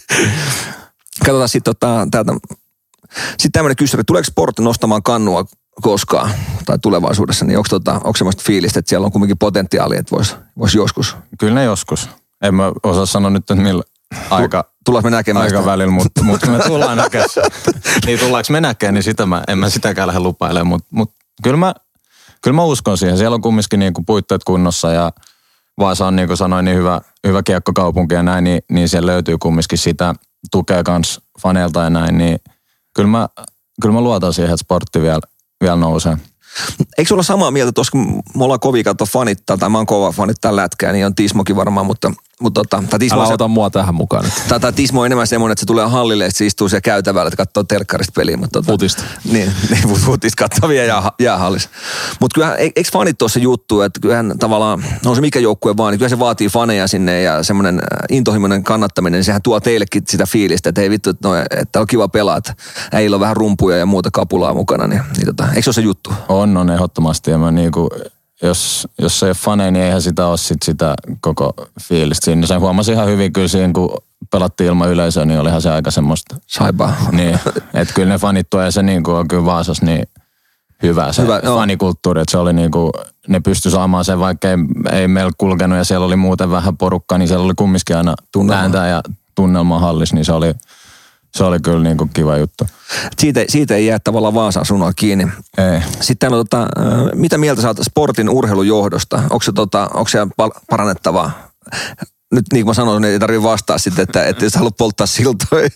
Katsotaan sitten tota, täältä. Sitten tämmöinen kysymys, tuleeko sportti nostamaan kannua koskaan tai tulevaisuudessa, niin onko tota, semmoista fiilistä, että siellä on kuitenkin potentiaalia, että voisi vois joskus? Kyllä ne joskus. En mä osaa sanoa nyt, että millä aika... Tullaan me näkemään aika välillä, mutta mut me tullaan näkemään. Niin tullaanko me näkemään, niin sitä mä, en mä sitäkään lähde lupailemaan, mutta mut, kyllä, mä, kyllä mä uskon siihen. Siellä on kumminkin niinku puitteet kunnossa ja Vaasa on niin kuin sanoin niin hyvä, hyvä kiekkokaupunki ja näin, niin, niin siellä löytyy kumminkin sitä tukea kans faneilta ja näin, niin kyllä mä, kyllä mä luotan siihen, että sportti vielä, vielä nousee. Eikö sulla samaa mieltä tuossa, kun me ollaan kovia katsoa fanittaa, tai mä oon kova fanittaa lätkää, niin on Tismokin varmaan, mutta... mutta tota, Tismo älä se, ota mua tähän mukaan nyt. Tai, tai Tismo on enemmän semmoinen, että se tulee hallille ja se istuu siellä käytävällä, että katsoo telkkarista peliä. Mutta tota, futista. Niin, niin futista katsoo vielä jää, jäähallissa. Mutta kyllähän, eikö fanit tuossa juttu, että kyllähän tavallaan, no se mikä joukkue vaan, niin kyllä se vaatii faneja sinne ja semmoinen intohimoinen kannattaminen, niin sehän tuo teillekin sitä fiilistä, että ei vittu, että, no, että on kiva pelaa, että äijillä on vähän rumpuja ja muuta kapulaa mukana, niin, niin tota, eikö se ole se juttu? On, on ehdottomasti ja mä niinku... Jos, jos se ei ole faneja, niin eihän sitä ole sit sitä koko fiilistä siinä. Sen huomasin ihan hyvin kyllä siinä, kun pelattiin ilman yleisöä, niin olihan se aika semmoista. Saipaa. Niin, että kyllä ne fanit tuo ja se niin kuin on kyllä Vaasassa niin hyvä se hyvä, fanikulttuuri, että se oli niin kuin, ne pystyi saamaan sen, vaikka ei, ei meillä kulkenut ja siellä oli muuten vähän porukkaa, niin siellä oli kumminkin aina ääntä ja tunnelma hallissa, niin se oli... Se oli kyllä niin kuin kiva juttu. Siitä, siitä ei jää tavallaan Vaasaan sunnoa kiinni. Ei. Sitten on, tota, mitä mieltä sä oot sportin urheilujohdosta? Onko se, tota, onko se parannettavaa? Nyt niin kuin mä sanoin, niin ei tarvitse vastaa sitten, että, että jos haluat polttaa siltoja.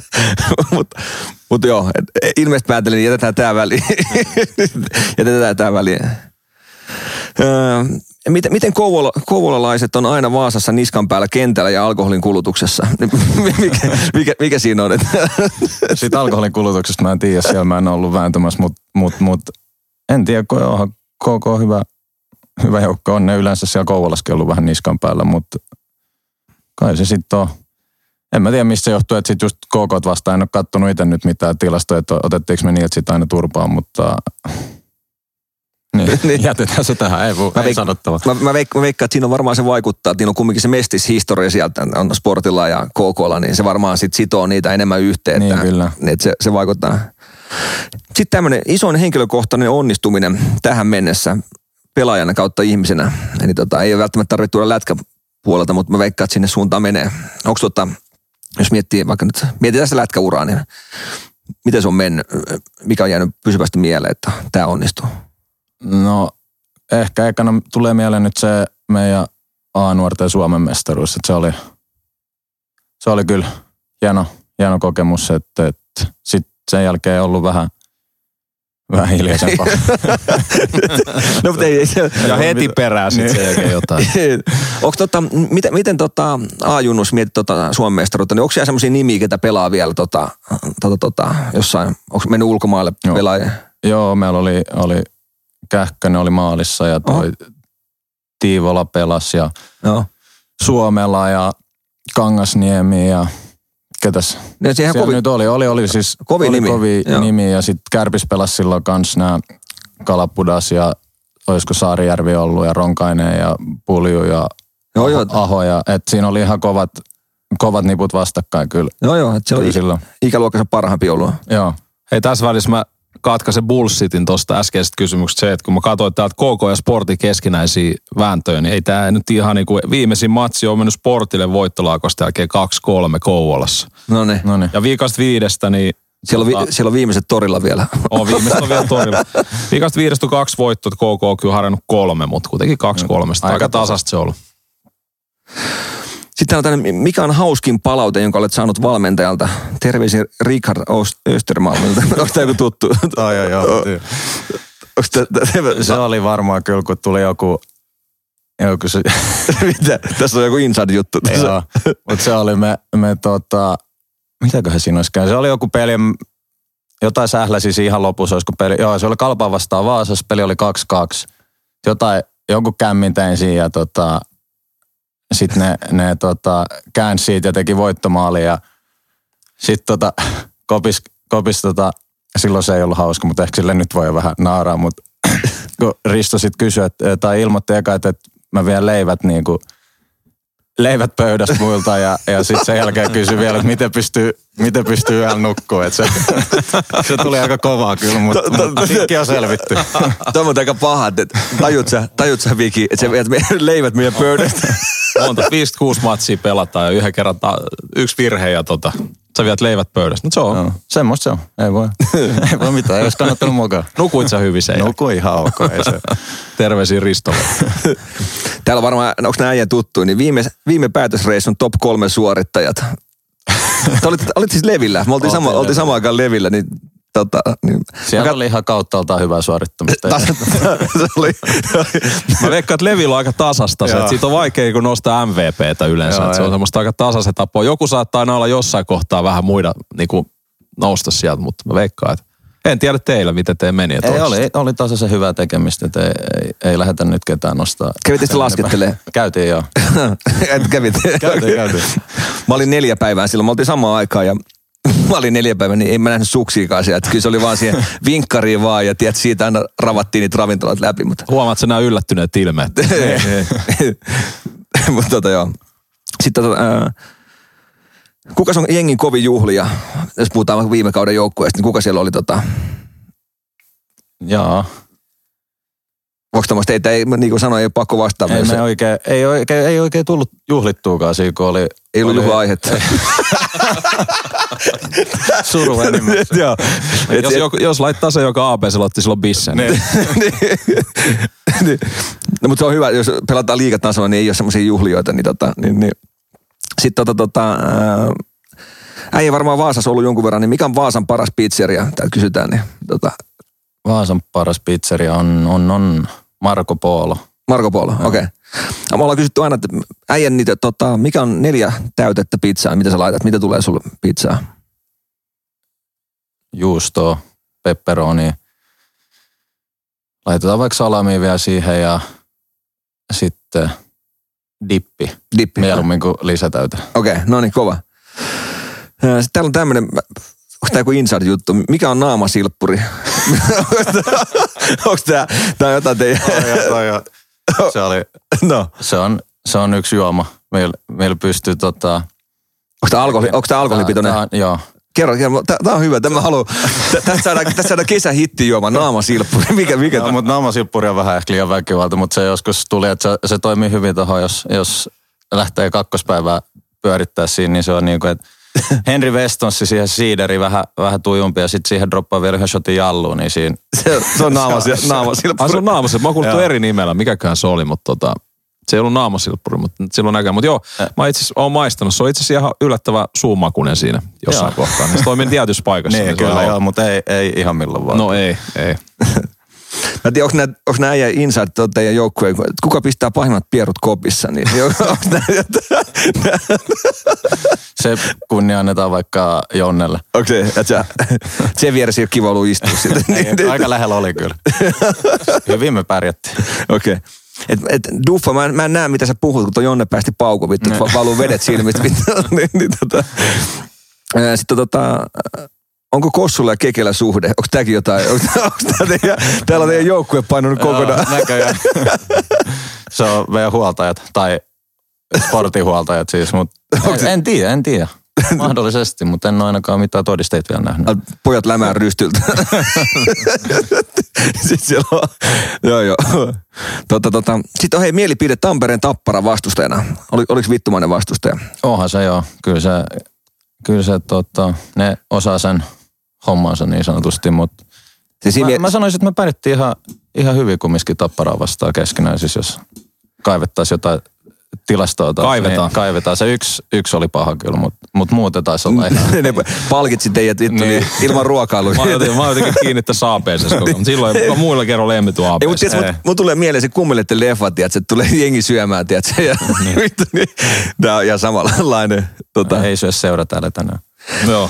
Mutta mut joo, et, ilmeisesti päätelin, niin jätetään tää väliin. jätetään tää väliin. Öö, Miten, miten Kouvola, kouvolalaiset on aina Vaasassa niskan päällä kentällä ja alkoholin kulutuksessa? mikä, mikä, mikä siinä on? Siitä alkoholin kulutuksesta mä en tiedä, siellä mä en ollut vääntämässä, mutta mut, mut, en tiedä, kun onhan K K hyvä, hyvä joukko on. Ne yleensä siellä Kouvolassakin ollut vähän niskan päällä, mutta kai se sitten on. En mä tiedä, mistä se johtuu, että sitten just K K vastaan en ole kattonut itse nyt mitään tilastoja, että otettiinko me niiltä sitten aina turpaan, mutta Niin, Niin. jätetään se tähän, ei, voi, Mä ei veik- sanottava. Mä, mä, veik- mä veikkaan, että siinä on varmaan se vaikuttaa, että siinä on kumminkin se mestishistoria sieltä on Sportilla ja K K:lla, niin se varmaan sit sitoo niitä enemmän yhteen. Niin, että, kyllä. Että se, se vaikuttaa. Sitten tämmöinen isoin henkilökohtainen onnistuminen tähän mennessä pelaajana kautta ihmisenä. Eli tota, ei ole välttämättä tarvitse tuoda lätkäpuolelta, mutta mä veikkaan, että sinne suuntaan menee. Onko tota, jos miettii vaikka nyt, mietitään sitä lätkäuraa, niin miten se on mennyt? Mikä on jäänyt pysyvästi mieleen, että tämä onnistuu? No ehkä ekana tulee mieleen nyt se meidän A-nuorten Suomen mestaruus, että se oli, se oli kyllä hieno, hieno kokemus, että, että sitten sen jälkeen ollut vähän, vähän hiljaisempaa. No, mutta ei, se, Ja heti perään sitten sen jälkeen jotain. Onko tota, miten, miten tota A-junnus mietit tota Suomen mestaruutta, niin onko siellä semmoisia nimiä, ketä pelaa vielä tota, tota, tota, jossain, onko mennyt ulkomaille pelaajia? Joo, meillä oli, oli Kähkönen oli maalissa ja toi oh. Tiivola pelasi ja Joo. Suomela ja Kangasniemi ja ketäs? Ne Siellä kovin, nyt oli, oli, oli siis kovin oli nimi. Kovi Joo. nimi ja sitten Kärpis pelasi silloin kans nämä Kalapudas ja olisiko Saarijärvi ollut ja Ronkainen ja Pulju ja Joo, joo. Aho. Ja, et siinä oli ihan kovat, kovat niput vastakkain kyllä. Joo, joo, että se oli silloin. ikäluokkansa parhaampi ollut. Joo. Hei, tässä välissä mä katkaisen bullshitin tuosta äskeisestä kysymyksestä se, että kun mä katsoin täältä K K ja Sportin keskinäisiä vääntöjä, niin ei tää nyt ihan niin kuin viimeisin matsi on mennyt Sportille voittolaakosta jälkeen kaksi kolme Kouvolassa. No niin. No niin. Ja viikasta viidestä, niin Siellä on, vi, siellä on viimeiset torilla vielä. on viimeistä on vielä torilla. Viikasta viidestä on kaksi voittoa, K K on kyllä harjannut kolme, mutta kuitenkin kaksi kolmesta. Aika tasasta se on ollut. Sitten on tänne, mikä on hauskin palaute, jonka olet saanut valmentajalta? Terveisiä Richard Östermalmilta. Onko tämä joku tuttu? Ai, ai, joo. Onko tämä... Se oli varmaan kyllä, kun tuli joku... joku se, Mitä? Tässä on joku inside-juttu. joo, mutta se oli me, me tota... Mitäköhän siinä olisi käynyt? Se oli joku peli, jotain sähläsi ihan lopussa, olisiko peli... Joo, se oli Kalpaa vastaan Vaasassa, peli oli kaksi kaksi. Jotain, joku kämmin tein siinä ja tota... Sitten ne, ne tota, käänsi siitä ja teki voittomaali ja sitten tota, kopis, kopis tota, silloin se ei ollut hauska, mutta ehkä sille nyt voi jo vähän naaraa, mutta kun Risto sitten kysyi, että, tai ilmoitti eka, että, että mä vien leivät niin kuin, leivät pöydästä muilta ja, ja sitten sen jälkeen kysyi vielä, että miten pystyy, miten pystyy yöllä nukkua. Se, se tuli aika kovaa kyllä, mutta siinkin on selvitty. Tämä on aika paha, että tajut sä, tajut sä Viki, että sä viet leivät meidän pöydästä. Monta, viisi kuusi matsia pelataan ja yhden kerran ta- yksi virhe ja tota, sä viet leivät pöydästä. No se on. No, semmoista se on. Ei voi. Ei voi mitään. Ei olisi kannattanut mukaan. Nukuit sä hyvin sen. Nukuin ihan ok. Ei se. Terveisiä Ristolle. Täällä varmaan, onko nämä äijän tuttu, niin viime, viime päätösreissun top kolme suorittajat. Te olitte, olitte siis levillä. Me oltiin, sama, oltiin samaan aikaan levillä, niin tota... Niin, siellä oli ihan kauttaaltaan hyvää suorittamista. Tas, se oli, Mä veikkaan, että levillä on aika tasasta se, että siitä on vaikea kun nostaa M V P:tä yleensä. Joo, että se on joo. semmoista aika tasaisen tapoa. Joku saattaa aina olla jossain kohtaa vähän muida niin kuin nousta sieltä, mutta mä veikkaan, että en tiedä teillä, miten teidän meni. Ei, oli, oli tasaisen hyvää tekemistä, että ei, ei, ei lähdetä nyt ketään nostaa. Kävitte sitten laskettelee? Käytiin joo. Et kävit. Käytiin, käytiin. Mä olin neljä päivää silloin, me oltiin samaan aikaan ja mä olin neljä päivää, niin en mä nähnyt suksiikaan sieltä. Kyllä se oli vaan siihen vinkkariin vaan ja tiedät, siitä aina ravattiin niitä ravintolat läpi. Mutta... Huomaat sä nämä yllättyneet ilmeet. Mutta tota joo. Sitten tota, ää, kuka on jengin kovin juhlia, jos puhutaan vaikka viime kauden joukkueesta, niin kuka siellä oli tota... Joo. Voiko tämmöistä, ei, ei, niin kuin sanoin, ei ole pakko vastaa. Ei, Jos me se, oikein, ei, oikein, ei oikein tullut juhlittuukaan siinä, kun oli... ei ollut juhla-aihetta. Suru enimmäkseen. Joo. Et, jos, et, jos, jos laittaa se, joka A B C otti silloin bissen. Niin. niin. No, mutta se on hyvä, jos pelataan liigatasolla, niin ei ole semmoisia juhlioita. Niin tota, niin, niin. Sitten tota, tota, ää, äijä varmaan Vaasassa ollut jonkun verran, niin mikä on Vaasan paras pizzeria? Täällä kysytään. Niin, tota. Vaasan paras pizzeria on, on, on Marco Polo. Marco Polo, okei. Okay. Me ollaan kysytty aina, että äijän niitä, tota, mikä on neljä täytettä pizzaa, mitä sä laitat, mitä tulee sulle pizzaa? Juustoa, pepperoni. Laitetaan vaikka salamia vielä siihen ja sitten dippi. Dippi. Mieluummin kuin lisätäytä. Okei, okay, no niin, kova. Sitten täällä on tämmönen, onko tää joku inside-juttu, mikä on naamasilppuri? Onks tää, tää on jotain teidän... Toi on, se oli, no. se on, se on yksi juoma. Meillä meil pystyy tota... Onko tää, alkoholi, onko tää alkoholipitoinen? Tää, tää, joo. Kerro, kerro. Tää, tää on hyvä. Tämä haluaa... Tästä saadaan, tästä saadaan kesähittijuoma, naamasilppuri. Mikä, mikä no, mutta naamasilppuri on vähän ehkä liian väkivalta, mutta se joskus tuli, että se, se toimii hyvin tuohon, jos, jos lähtee kakkospäivää pyörittää siinä, niin se on niin kuin, että Henry Westonssi siihen siideri vähän, vähän tujumpi ja sitten siihen droppaa vielä yhden shotin jalluun, niin siinä... Se, se on naamasilppuri. Ah, se on naamasilppuri. Mä oon kuullut eri nimellä, mikäköhän se oli, mutta tota... Se ei ollut naamasilppuri, mutta silloin näkään. Mutta joo, mä itse asiassa oon maistanut. Se on itse asiassa ihan yllättävä suumakunen siinä jossain joo. kohtaa. Se toimii tietyssä paikassa. Niin, kyllä joo, mutta ei, ei ihan milloin vaan. No ei, ei. Mä tiedän, onko nämä, onko nämä äijä inside teidän joukkueen, kuka pistää pahimmat pierut kopissa, niin onko nämä se kunnia annetaan vaikka Jonnelle. Onko se, että sä, sen vieressä ei ole kiva ollut istua sitä. Ei, aika lähellä oli kyllä. Hyvin me pärjättiin. Okei. Okay. Et, et Duffa, mä en, mä en näe mitä sä puhut, kun tuo Jonne päästi pauko, vittu, että valuu vedet silmistä. niin, niin, tota. Sitten tota, onko Kossulla ja Kekelä suhde? Onko tämäkin jotain? Onko, onko tää teidän, täällä on teidän joukkue painunut kokonaan? Joo, näköjään. Se on meidän huoltajat, tai sportinhuoltajat siis, mutta en, en tiedä, en tiedä. Mahdollisesti, mutta en ole ainakaan mitään todisteita vielä nähnyt. Pojat lämään rystyltä. Sitten siellä on, joo joo. Tota, tota. Sitten on hei mielipide Tampereen Tappara vastustajana. Oli, oliko vittumainen vastustaja? Onhan se joo. Kyllä se, kyllä se tota, ne osaa sen hommansa niin sanotusti, mutta siis mä, mie- mä sanoisin, että me pärjättiin ihan, ihan hyvin kumminkin Tapparaa vastaan keskenään, siis jos kaivettaisiin jotain tilastoa taas. Kaivetaan. Niin, kaivetaan. Se yksi, yksi oli paha kyllä, mutta mut muuten taisi olla ihan... ne palkitsi teidät vittu niin. Ilman ruokailua. Mä oon jotenkin kiinni tässä aapeeseen koko, mutta silloin ei muilla kerroilla emmitty aapeeseen. Ei, mutta mut, mut tulee mieleen se kummillette leffa, tiiätkö, että tulee jengi syömään, tiiätkö, ja niin. vittu, niin. Tää on ihan samanlainen. Tota. Ei syö seura täällä tänään. Joo.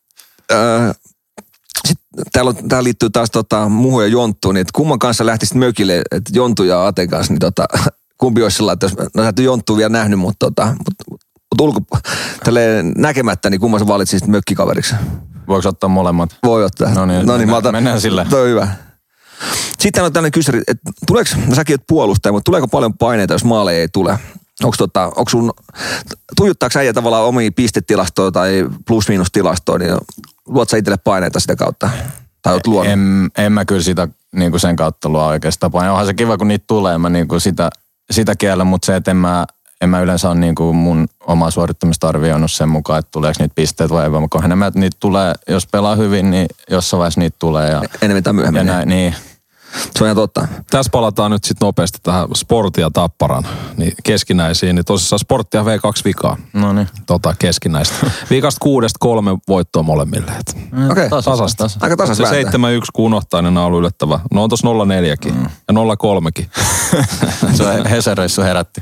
Sitten täällä, on, täällä liittyy taas tota, Muhu ja Jonttu, niin että kumman kanssa lähtisit mökille, että Jonttu ja Ate kanssa, niin tota... Kumpi olisi sellainen, että jos, no sä et Jonttua vielä nähnyt, mutta, tota, mutta, mutta ulko, tälleen näkemättä, niin kumman sä valitsisit mökkikaveriksi? Voiko ottaa molemmat? Voi ottaa. No niin, no niin mennään, mennään sillä. Toi on hyvä. Sitten on tällainen kysymys, että tuleeko, no säkin oot puolustaja, mutta tuleeko paljon paineita, jos maaleja ei tule? Onko tota, onko sun, tuijuttaako äijä tavallaan omia pistetilastoja tai plus-miinus-tilastoja, niin luot sä itselle paineita sitä kautta? Tai oot luonut? En, en mä kyllä sitä niin kuin sen kautta luo oikeastaan paine. Onhan se kiva, kun niitä tulee, mä niin kuin sitä... Sitä kiellä, mutta se, että en mä, en mä yleensä ole niin kuin mun omaa suorittamista arvioinut sen mukaan, että tuleeko niitä pisteet vai ei, vaan enemmän, että niitä tulee, jos pelaa hyvin, niin jossain vaiheessa niitä tulee. Ja, enemmän tai myöhemmin. Ja näin, niin. Se on ihan totta. Tässä palataan nyt sitten nopeasti tähän Sportin ja Tapparan niin keskinäisiin. Niin tosissaan Sporttia vei kaksi vikaa. No niin. Tota, keskinäistä. Viikasta kuudesta kolme voittoa molemmille. Okei. Okay. Tasasta. Aika tasasta. Se seitsemän yksi kun unohtaa, niin nämä on ollut yllättävä. No on tossa nolla neljäkin mm. ja nolla kolmekin. Se on Hesereissu herätti.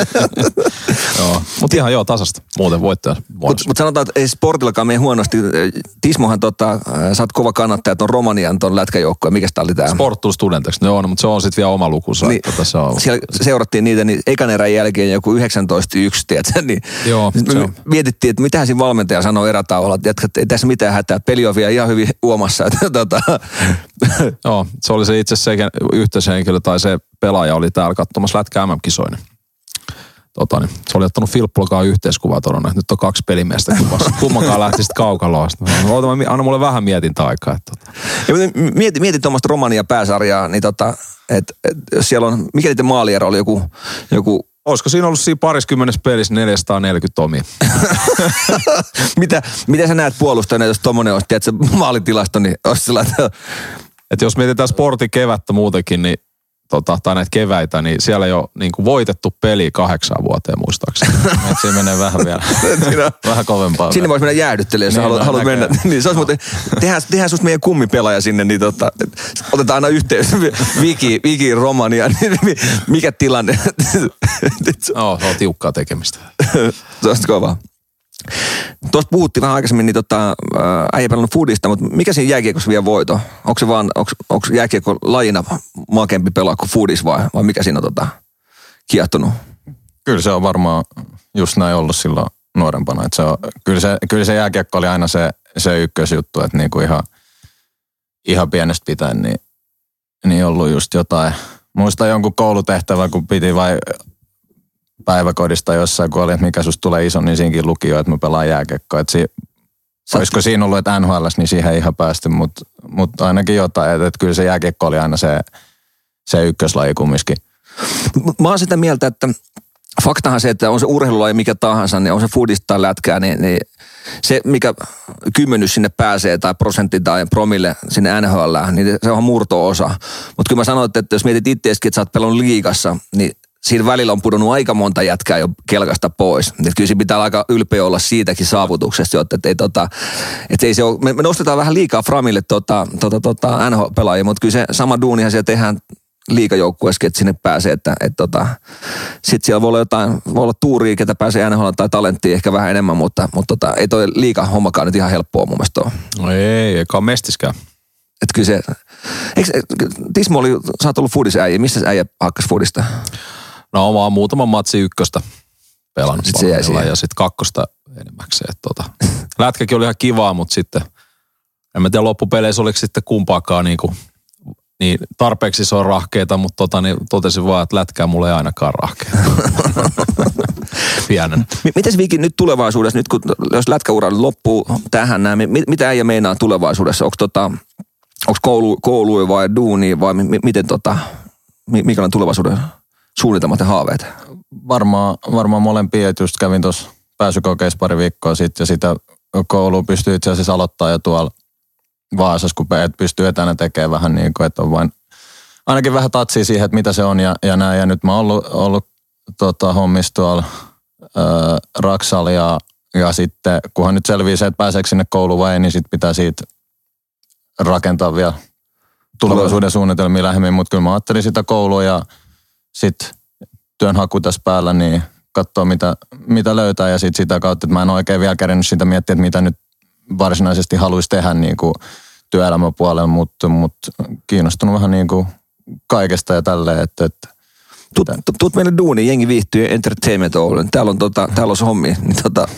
Joo. Mutta ihan joo tasasta. Muuten voittaja. Mutta mut sanotaan, että ei Sportillakaan mene huonosti. Tismohan tota, sä oot kova kannattaja ton Romanian ton lätkäjoukkoon. Mikäs tää oli tää? Sport Studenteksi, no, no, mutta se on sitten vielä oma lukunsa. Niin, se on. Siellä seurattiin niitä, niin ekan erän jälkeen joku yhdeksäntoista yksi, tiedätkö? Niin joo, se on. Mietittiin, että mitähän siinä valmentaja sanoi erätauolla, että jätkät, ei tässä mitään hätää, peli on vielä ihan hyvin uomassa. Että, tota. Joo, se oli se itse se yhteishenkilö tai se pelaaja oli täällä katsomassa lätkä M M-kisoinen. Tota, niin, se oli ottanut Filppulakaan yhteiskuvaa todella, että nyt on kaksi pelimiestä kuvassa. Kummakaan lähti sitten kaukaloa. Anna mulle vähän mietintäaikaa. Että, tota. Mieti, mieti tuommoista Romania pääsarjaa, niin tota, että et, jos siellä on, mikä niiden maaliero oli joku, joku olisiko siinä ollut siinä pariskymmenessä pelissä neljäsataaneljäkymmentä omia? mitä, mitä sä näet puolustajana, jos tommonen olisi, tiedätkö, maalitilasto, niin olisi sellainen. Että jos mietitään Sportin kevättä muutenkin, niin Tota, tai näitä keväitä, niin siellä ei ole niin kuin voitettu peli kahdeksaan vuoteen muistaakseni. Että siinä menee vähän vielä. Vähän kovempaa. Sinne voisi mennä jäähdyttelyyn, jos niin, haluat, haluat mennä. Niin, se olisi muuten, tehdään, tehdään susta meidän kummipelaaja sinne, niin tota, otetaan aina yhteys Viki, Viki Romania, niin mikä tilanne? Joo, se on tiukkaa tekemistä. Se on kovaa. Tuossa puhuttiin vähän aikaisemmin, niin tota, äijä pelannut foodista, mutta mikä siinä jääkiekossa vie voito? Onko se vaan, onko, onko jääkiekko lajina makempi pelaa kuin foodis vai, vai mikä siinä on tota, kiehtonut? Kyllä se on varmaan just näin ollut silloin nuorempana. Että se on, kyllä, se, kyllä se jääkiekko oli aina se, se ykkösjuttu, että niinku ihan, ihan pienestä pitäen, niin niin ollut just jotain. Muistan jonkun koulutehtävä, kun piti vai päiväkodista jossain, kun oli, että mikä susta tulee iso, niin siinäkin luki jo, että mä pelaan jääkiekkoa. Si- olisiko siinä ollut, että N H L, niin siihen ei ihan päästy, mutta mut ainakin jotain. Että et kyllä se jääkiekko oli aina se, se ykköslaji kumminkin. Mä oon sitä mieltä, että faktahan se, että on se urheilulaji mikä tahansa, niin on se foodista tai lätkää, niin, niin se mikä kymmenys sinne pääsee tai prosentti tai promille sinne N H L, niin se on murto-osa. Mutta kyllä mä sanoin, että jos mietit itseäskin, että sä oot pelannut liigassa, niin siinä välillä on pudonnut aika monta jätkää jo kelkasta pois. Et kyllä siinä pitää olla aika ylpeä olla siitäkin saavutuksesta, jotta et ei, tota, et ei se ole, me, me nostetaan vähän liikaa Framille tota, tota, tota N H L-pelaajia, mutta kyllä se sama duunihan siellä tehdään liigajoukkueessakin, että sinne pääsee, että et tota, sitten siellä voi olla jotain, voi olla tuuria, ketä pääsee N H L tai talenttia ehkä vähän enemmän, mutta, mutta tota, ei toi liiga hommakaan nyt ihan helppoa mun mielestä ole. No ei, eikä ole mestiskään. Että kyllä se, eikö, Tismo oli, sä oot ollut foodisäijä, missä äijä hakkas foodista? No mä oon muutaman matsi ykköstä pelannut sit se jäi siihen. Ja sitten kakkosta enimmäkseen. Tota. Lätkäkin oli ihan kivaa, mutta sitten en mä tiedä loppupeleissä oliko sitten kumpaakaan niinku, niin tarpeeksi se on rahkeita, mutta tota, niin totesin vaan, että lätkää mulle ei ainakaan rahkeita. Pienen. Miten Viki nyt tulevaisuudessa, nyt kun jos lätkäura loppuu tähän näin, mitä äijä meinaa tulevaisuudessa? Onko tota, koulu, kouluja vai duunia vai mi, miten tota, minkälainen tulevaisuuden suunnitelmat ja haaveet? Varmaan, varmaan molempia, että just kävin tuossa pääsykokeissa pari viikkoa sitten ja sitä koulua pystyy itse asiassa aloittaa jo tuolla Vaasassa, kun pystyy etänä tekemään vähän niin kuin, että on vain ainakin vähän tatsia siihen, että mitä se on ja, ja näin. Ja nyt mä oon ollut, ollut tota, hommissa tuolla ää, Raksalla ja, ja sitten kunhan nyt selviää se, että pääseekö sinne kouluun vai ei, niin sitten pitää siitä rakentaa vielä tulevaisuuden suunnitelmia lähemmin. Mutta kyllä mä ajattelin sitä koulua ja sitten työnhaku tässä päällä, niin katsoa mitä, mitä löytää ja sitten sitä kautta, että mä en oikein vielä kädennyt sitä miettiä, että mitä nyt varsinaisesti haluaisi tehdä niin kuin työelämän puolella, mutta, mutta kiinnostunut vähän niin kuin kaikesta ja tälleen, että, että Tuut, tuut meille duuniin, jengi viihtyy Entertainment Oulu. Täällä on, tota, täällä on hommi, niin tota,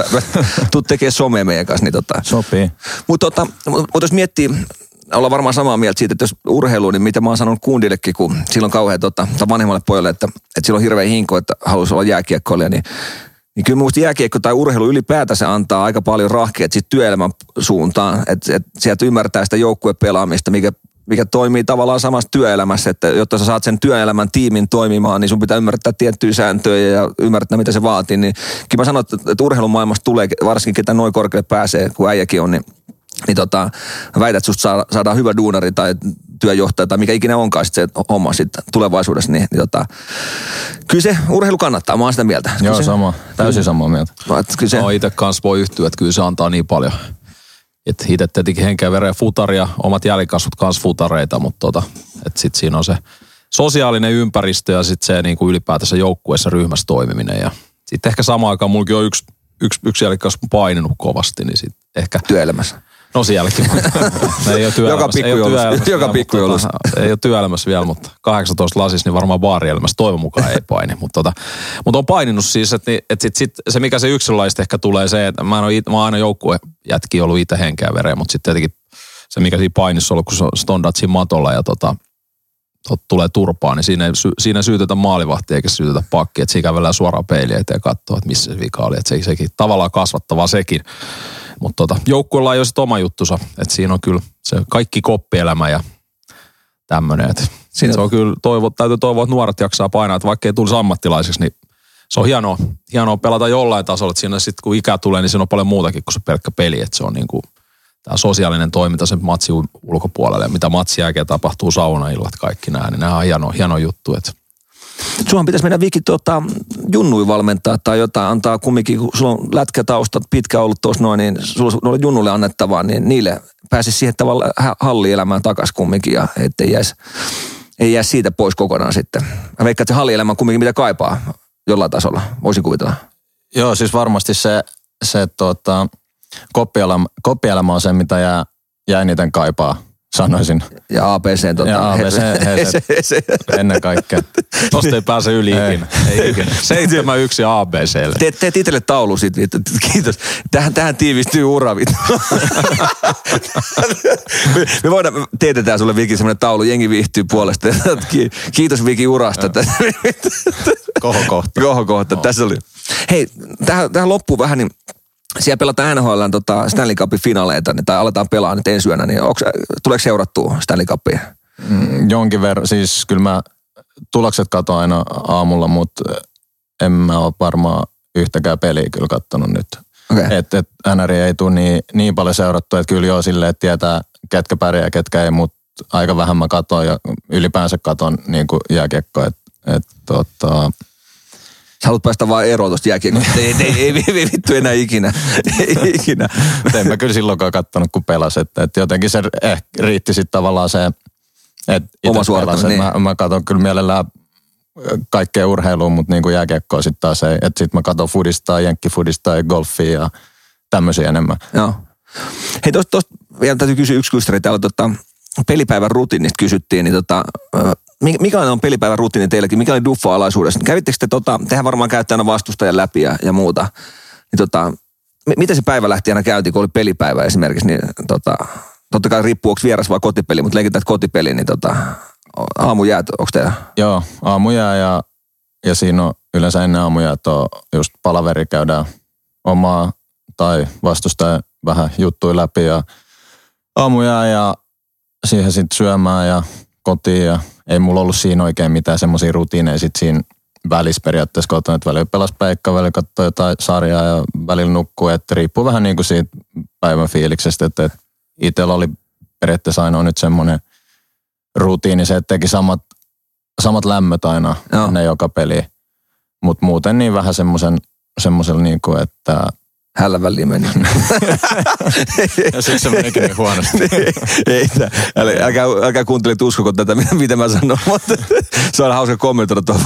tuut tekee somea meidän kanssa. Niin tota. Sopii. Mutta tota, mut jos miettii, ollaan varmaan samaa mieltä siitä, että jos urheilu, niin mitä mä oon sanonut kundillekin, kun silloin kauhean tota, vanhemmalle pojalle, että, että sillä on hirveä hinko, että haluaisi olla jääkiekkoilija, niin Niin kyllä minusta jääkiekko tai urheilu ylipäätänsä antaa aika paljon rahkeet siitä työelämän suuntaan, että et sieltä ymmärtää sitä joukkuepelaamista, mikä, mikä toimii tavallaan samassa työelämässä, että jotta sä saat sen työelämän tiimin toimimaan, niin sun pitää ymmärtää tiettyjä sääntöjä ja ymmärtää, mitä se vaatii. Niin kyllä mä sanon, että urheilun maailmasta tulee, varsinkin ketä noin korkealle pääsee, kun äijäkin on, niin, niin tota, väität, että susta saadaan hyvä duunari tai työjohtaja tai mikä ikinä onkaan sit se homma sitten tulevaisuudessa, niin, niin tota, kyllä se urheilu kannattaa, mä oon sitä mieltä. Joo, se, sama. Täysin samaa mieltä. Kyllä se... No itse kanssa voi yhtyä, että kyllä se antaa niin paljon. Että itse tietenkin henkeä, veren futaria, omat jälkikasvut kanssa futareita, mutta tota, että sitten siinä on se sosiaalinen ympäristö ja sitten se niinku ylipäätänsä joukkueessa ryhmässä toimiminen. Ja sitten ehkä samaan aikaan mullakin on yksi, yksi, yksi jälkikasvu paininut kovasti, niin sitten ehkä... Työelämässä. No sielläkin. Ei ole työelämässä. Ei ole työelämässä, Joka pikkujoulussa. Tota, ei ole työelämässä vielä, mutta kahdeksantoista lasissa, niin varmaan baarielämässä toivon mukaan ei paini. Mutta tota, mut on paininut siis, että et sit, sit, se mikä se yksilölaista ehkä tulee se, että mä, ole, mä oon aina joukkuejätkin ollut itse henkeä vereen, mutta sitten tietenkin se mikä siinä painissa on ollut, kun se on stondat siinä matolla ja tota, tot, tulee turpaan, niin siinä ei, siinä ei syytetä maalivahtia eikä syytetä pakkia, että siinä kävellään suoraan peiliä eteen ja katsoo, että missä se vika oli. Että se, sekin tavallaan kasvattavaa sekin. Mutta tota, joukkueella ei ole sitten oma juttusa, että siinä on kyllä se kaikki koppielämä ja tämmöinen. Siinä se on kyllä, toivo, täytyy toivoa, että nuoret jaksaa painaa, että vaikka ei tulisi ammattilaisiksi, niin se on hienoa, hienoa pelata jollain tasolla, että siinä sitten kun ikä tulee, niin siinä on paljon muutakin kuin se pelkkä peli, että se on niin kuin tämä sosiaalinen toiminta sen matsin ulkopuolelle ja mitä matsin jälkeen tapahtuu saunaillat, kaikki nämä, niin nämä on hieno, hieno juttu, että Suhan pitäisi mennä Viki tota, junnui valmentaa tai jotain, antaa kumminkin, kun sulla on lätkätaustat pitkä ollut tuossa noin, niin sulla on junnulle annettavaa, niin niille pääsisi siihen tavallaan hallielämään takaisin kumminkin ja ettei jäisi, ei jäisi siitä pois kokonaan sitten. Mä veikkaan, että se hallielämä on kumminkin mitä kaipaa jollain tasolla, voisin kuvitella. Joo, siis varmasti se, se tota, koppielämä, koppielämä on se, mitä jää, jää eniten kaipaa sanoisin. Ja A B C. Tota, ja A B C heset ennen kaikkea. Tosta ei pääse yli ikinä. Ei ikinä. seitsemän yksi A B C:lle. Teet, teet itselle taulu sit. Kiitos. Tähän, tähän tiivistyy ura. Me voidaan, teetetään sulle Viki semmoinen taulu. Jengi viihtyy puolesta. Kiitos Viki urasta. Kohokohta. Kohokohta. No. Tässä oli. Hei, tähän, tähän loppuun vähän, niin siellä pelataan N H L:n tota Stanley Cupin finaaleita, tai aletaan pelaa nyt ensi yönä, niin onks, tuleeko seurattua Stanley Cupia? Mm, jonkin verran, siis kyllä mä tulokset katon aina aamulla, mutta en mä ole varmaan yhtäkään peliä kyllä kattonut nyt. Okay. Että et N R ei tule niin, niin paljon seurattua, että kyllä joo silleen, että tietää ketkä pärjää ja ketkä ei, mutta aika vähän mä katon ja ylipäänsä katon niin kuin jääkiekkoa, että et, tota... Sä haluat päästä vaan eroon tosta jääkiekosta. ei, ei, ei, ei, ei vittu enää ikinä. Ei ikinä. En mä kyllä silloinkaan kattonut, kun pelasin. Että, että jotenkin se ehkä riitti sitten tavallaan se, että oma suoritus. Niin. Mä, mä katson kyllä mielellään kaikkea urheilua, mutta niin kuin jääkiekkoa sitten taas ei. Että sitten mä katson foodista, jenkkifudista ja golfia ja tämmöisiä enemmän. Joo. Hei tosta, tosta vielä täytyy kysyä yksi kysteri. Täällä tota, pelipäivän rutiinista kysyttiin, niin tota... Mikä on pelipäivän rutiini teillekin? Mikä oli Duffo-alaisuudessa? Kävittekö te, tota, tehän varmaan käytte aina vastustajan läpi ja, ja muuta. Niin tota, m- miten se päivä lähti aina käyntiin, kun oli pelipäivä esimerkiksi? Niin, tota, totta kai riippuu, onko vieras vai kotipeli, mutta leikitään kotipeli, niin tota, aamujäät, onko teillä? Joo, aamujää ja, ja siinä on yleensä ennen aamujäät on just palaveri, käydään omaa tai vastustajan vähän juttuja läpi ja aamujää ja siihen sitten syömään ja kotiin ja ei mulla ollut siinä oikein mitään semmoisia rutiineja sit siinä välissä periaatteessa kotona, että välillä pelas peikka, välillä katsoi jotain sarjaa ja välillä nukkuu, että riippuu vähän niin kuin siitä päivän fiiliksestä, että, että itsellä oli periaatteessa aina nyt semmoinen rutiini, se, että teki samat, samat lämmöt aina ennen joka peli, mutta muuten niin vähän semmoisen, semmoisella niin kuin, että hällä väliin meni. Ja siksi se menikin niin huonosti. ei, älä, älkää, älkää kuuntele, että uskoko tätä, mitä mä sanon, mutta se on hauska kommentoida tuohon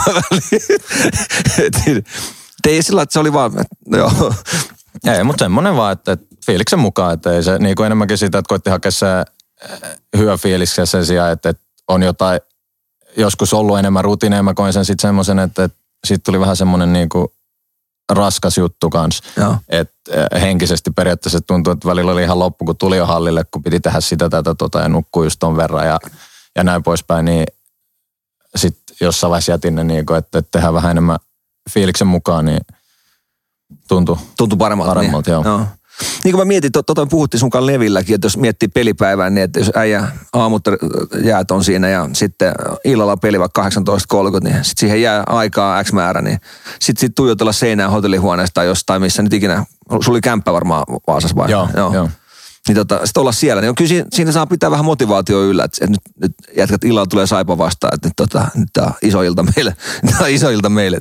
väliin. Ei sillä, että se oli vaan, no joo. Ei, mutta semmoinen vaan, että, että fiiliksen mukaan, että ei se niin kuin enemmänkin sitä, että koitti hakea se hyvä fiilis sen sijaan, että, että on jotain, joskus ollut enemmän rutiineja, mä koin sen sitten semmoisen, että, että siitä tuli vähän semmoinen niin kuin raskas juttu kanssa. Että henkisesti periaatteessa tuntui, että välillä oli ihan loppu, kun tuli jo hallille, kun piti tehdä sitä, tätä, tota ja nukkuu just ton verran ja, ja näin poispäin, niin sitten jossain vaiheessa jätin ne, niin kuin, että, että tehdään vähän enemmän fiiliksen mukaan, niin tuntui, tuntui paremmalta. paremmalta niin. joo. No. Niin kuin mä mietin, tota to, puhuttiin sunkaan Levilläkin, että jos miettii pelipäivää, niin että jos äijä aamut jäät on siinä ja sitten illalla peli vaikka kahdeksantoista kolmekymmentä, niin sitten siihen jää aikaa X määrä, niin sitten sit tuijotella seinään hotellihuoneesta tai jostain, missä nyt ikinä, sulla oli kämppä varmaan Vaasassa vai? Joo, joo. joo. Niin tota, sitten olla siellä, niin kyllä siinä, siinä saa pitää vähän motivaatio yllä, että nyt, nyt jätkät illalla tulee Saipa vastaan, että nyt, tota, nyt tää on iso ilta meille, tää on iso ilta meille.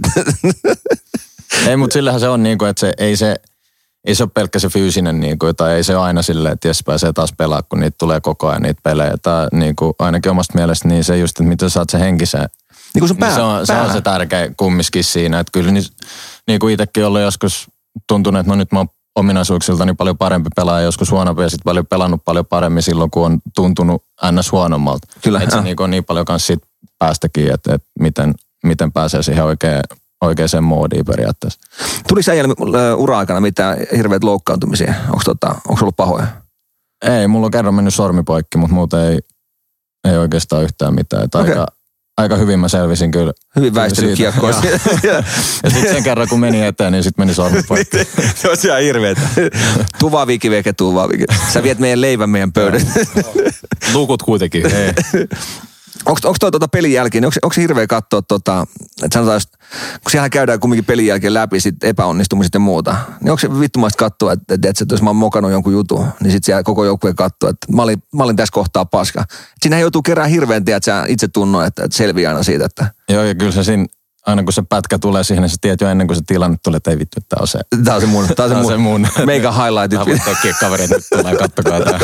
Ei, mutta sillähän se on niin kuin, että se ei se, ei se ole pelkkä se fyysinen, niin kuin, tai ei se ole aina silleen, että jes pääsee taas pelaa, kun niitä tulee koko ajan niitä pelejä. Tai niin kuin, ainakin omasta mielestä niin se just, että miten saat se henkisen. Niin kuin sun pää, niin se, on, se on se tärkeä kumminkin siinä. Että kyllä niin, niin kuin itsekin ollut joskus tuntunut, että no nyt mä oon ominaisuuksiltani paljon parempi pelaaja, joskus huonompi ja sitten paljon pelannut paljon paremmin silloin, kun on tuntunut ns. Huonommalta. Kyllä. Että se niin on niin paljon kanssa siitä päästäkin, että, että miten, miten pääsee siihen oikein oikeaan moodiin periaatteessa. Tuliko äijälle ura-aikana mitään hirveät loukkaantumisia? Onko tota, ollut pahoja? Ei, mulla on kerran mennyt sormi poikki, mutta muuten ei, ei oikeastaan yhtään mitään. Okay. Aika, aika hyvin mä selvisin kyllä. Hyvin väistynyt kiekkoa. Ja, ja sitten sen kerran kun meni eteen, niin sitten meni sormi poikki. Se on ihan hirveetä. Tuu vaan Viki, veke, tuu vaan Viki. Sä viet meidän leivän meidän pöydän. Lukut kuitenkin. Ei. Onko, onko toi tuota pelin jälkeen, onko, onko se hirveä katsoa, tota, että sanotaan, kun siellä käydään kumminkin pelin jälkeen läpi sit epäonnistumiset ja muuta, niin onko se vittumaista katsoa, että, että, että jos mä oon mokannut jonkun jutun, niin sitten siellä koko joukkue katsoo, että mä olin, mä olin tässä kohtaa paska. Siinähän joutuu kerään hirveän tiedä, että sä itse tunno, että, että selviää aina siitä. Että... Joo, ja kyllä se siinä aina kun se pätkä tulee siihen, niin sä tiedät jo ennen kuin se tilanne tulee, että ei vittu, että tää on se. Tää on se mun, tää on se mun, se mun. Meikä highlightit. Tää voit tekee kaverit, nyt tulee, kattokaa tää.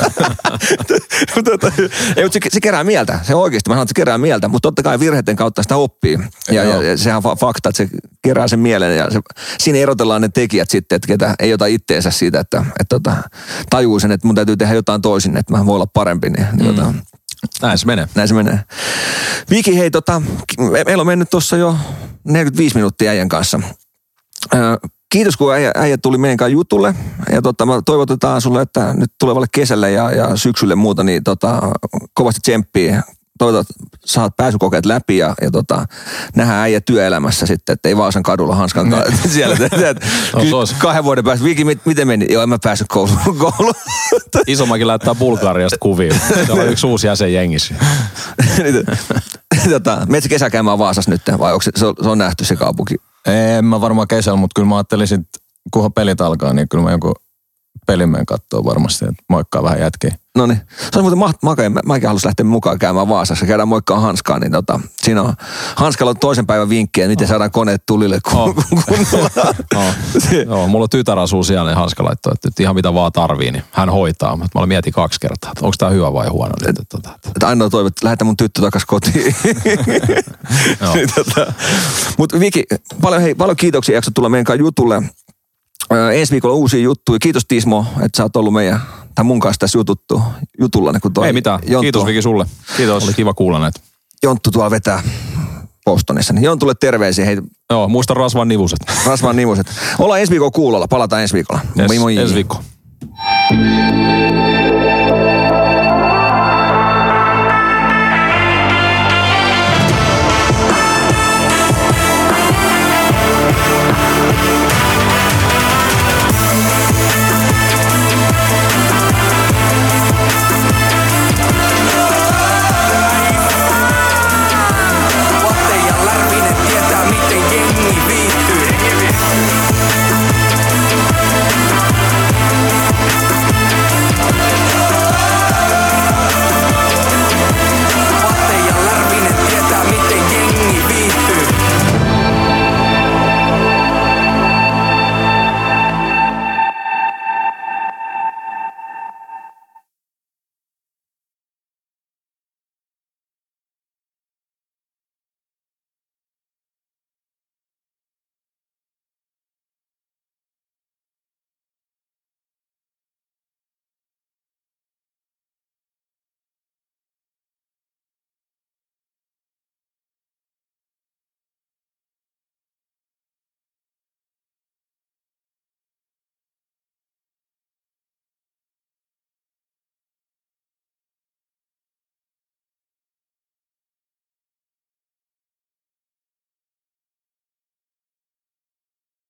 Ei, mutta se, se kerää mieltä. Se oikeasti, mä sanon, että se kerää mieltä, mutta totta kai virheiden kautta sitä oppii. Ja, ja, ja sehän on fakta, että se kerää sen mielen ja se, siinä erotellaan ne tekijät sitten, että ketä ei ota itteensä siitä, että, että, että tajuu sen, että mun täytyy tehdä jotain toisin, että mä voin olla parempi. Niin, mm. jota, näin se menee. Näin se menee. Viki, hei, tota, me, meillä on mennyt tuossa jo neljäkymmentäviisi minuuttia äijän kanssa. Ö, kiitos, kun äijä, äijä tuli meidän kanssa jutulle. Ja tota, mä toivotetaan sulle, että nyt tulevalle kesälle ja, ja syksylle muuta, niin tota, kovasti tsemppiä. Toivotaan, saat pääsykokeet läpi ja, ja tota, nähdään äijä työelämässä sitten, että ei Vaasan kadulla hanskan kanssa. Siellä no, kahden vuoden päästä. Viki, miten meni? Joo, en mä päässyt kouluun. kouluun. Isommakin laittaa Bulgariasta kuvia. Se on yksi uusi jäsen jengissä. tota, Menetkö kesä käymään Vaasassa nyt vai onko se, se, on, se on nähty se kaupunki? En mä varmaan kesällä, mutta kyllä mä ajattelin sit, kunhan pelit alkaa, niin kyllä mä jonkun pelin menen kattoo varmasti, että moikkaa vähän jätkiä. No niin. Se on muuten mahtavaa. Mä, mäkin halusin lähteä mukaan käymään Vaasassa. Käydään moikkaa Hanskaa, niin tota, siinä on Hanskalla on toisen päivän vinkkiä, miten oh. saadaan koneet tulille oh. kunnolla. oh. Joo, mulla on tytär asuu siellä, niin Hanska laittoi, että ihan mitä vaan tarvii, niin hän hoitaa. Mä olin mietin kaksi kertaa, että onko tää hyvä vai huono. Että, tota, että. että ainoa toive, että lähetä mun tyttö takas kotiin. tota. Mutta Viki, paljon, hei, paljon kiitoksia jaksot tulla meidän kanssa jutulle. Ö, ensi viikolla uusia juttuja. Kiitos Tismo, että sä oot ollut meidän, tai mun kanssa tässä jututtu, jutulla. Kun toi ei mitään. Jonttu, kiitos Viki sulle. Kiitos. Oli kiva kuulla näitä. Jonttu tuolla vetää Bostonissa. Niin Jontulle terveisiä. Hei. Joo, muista rasvan nivuset. Rasvan nivuset. Ollaan ensi viikolla kuulolla. Palataan ensi viikolla. Yes, ensi viikko.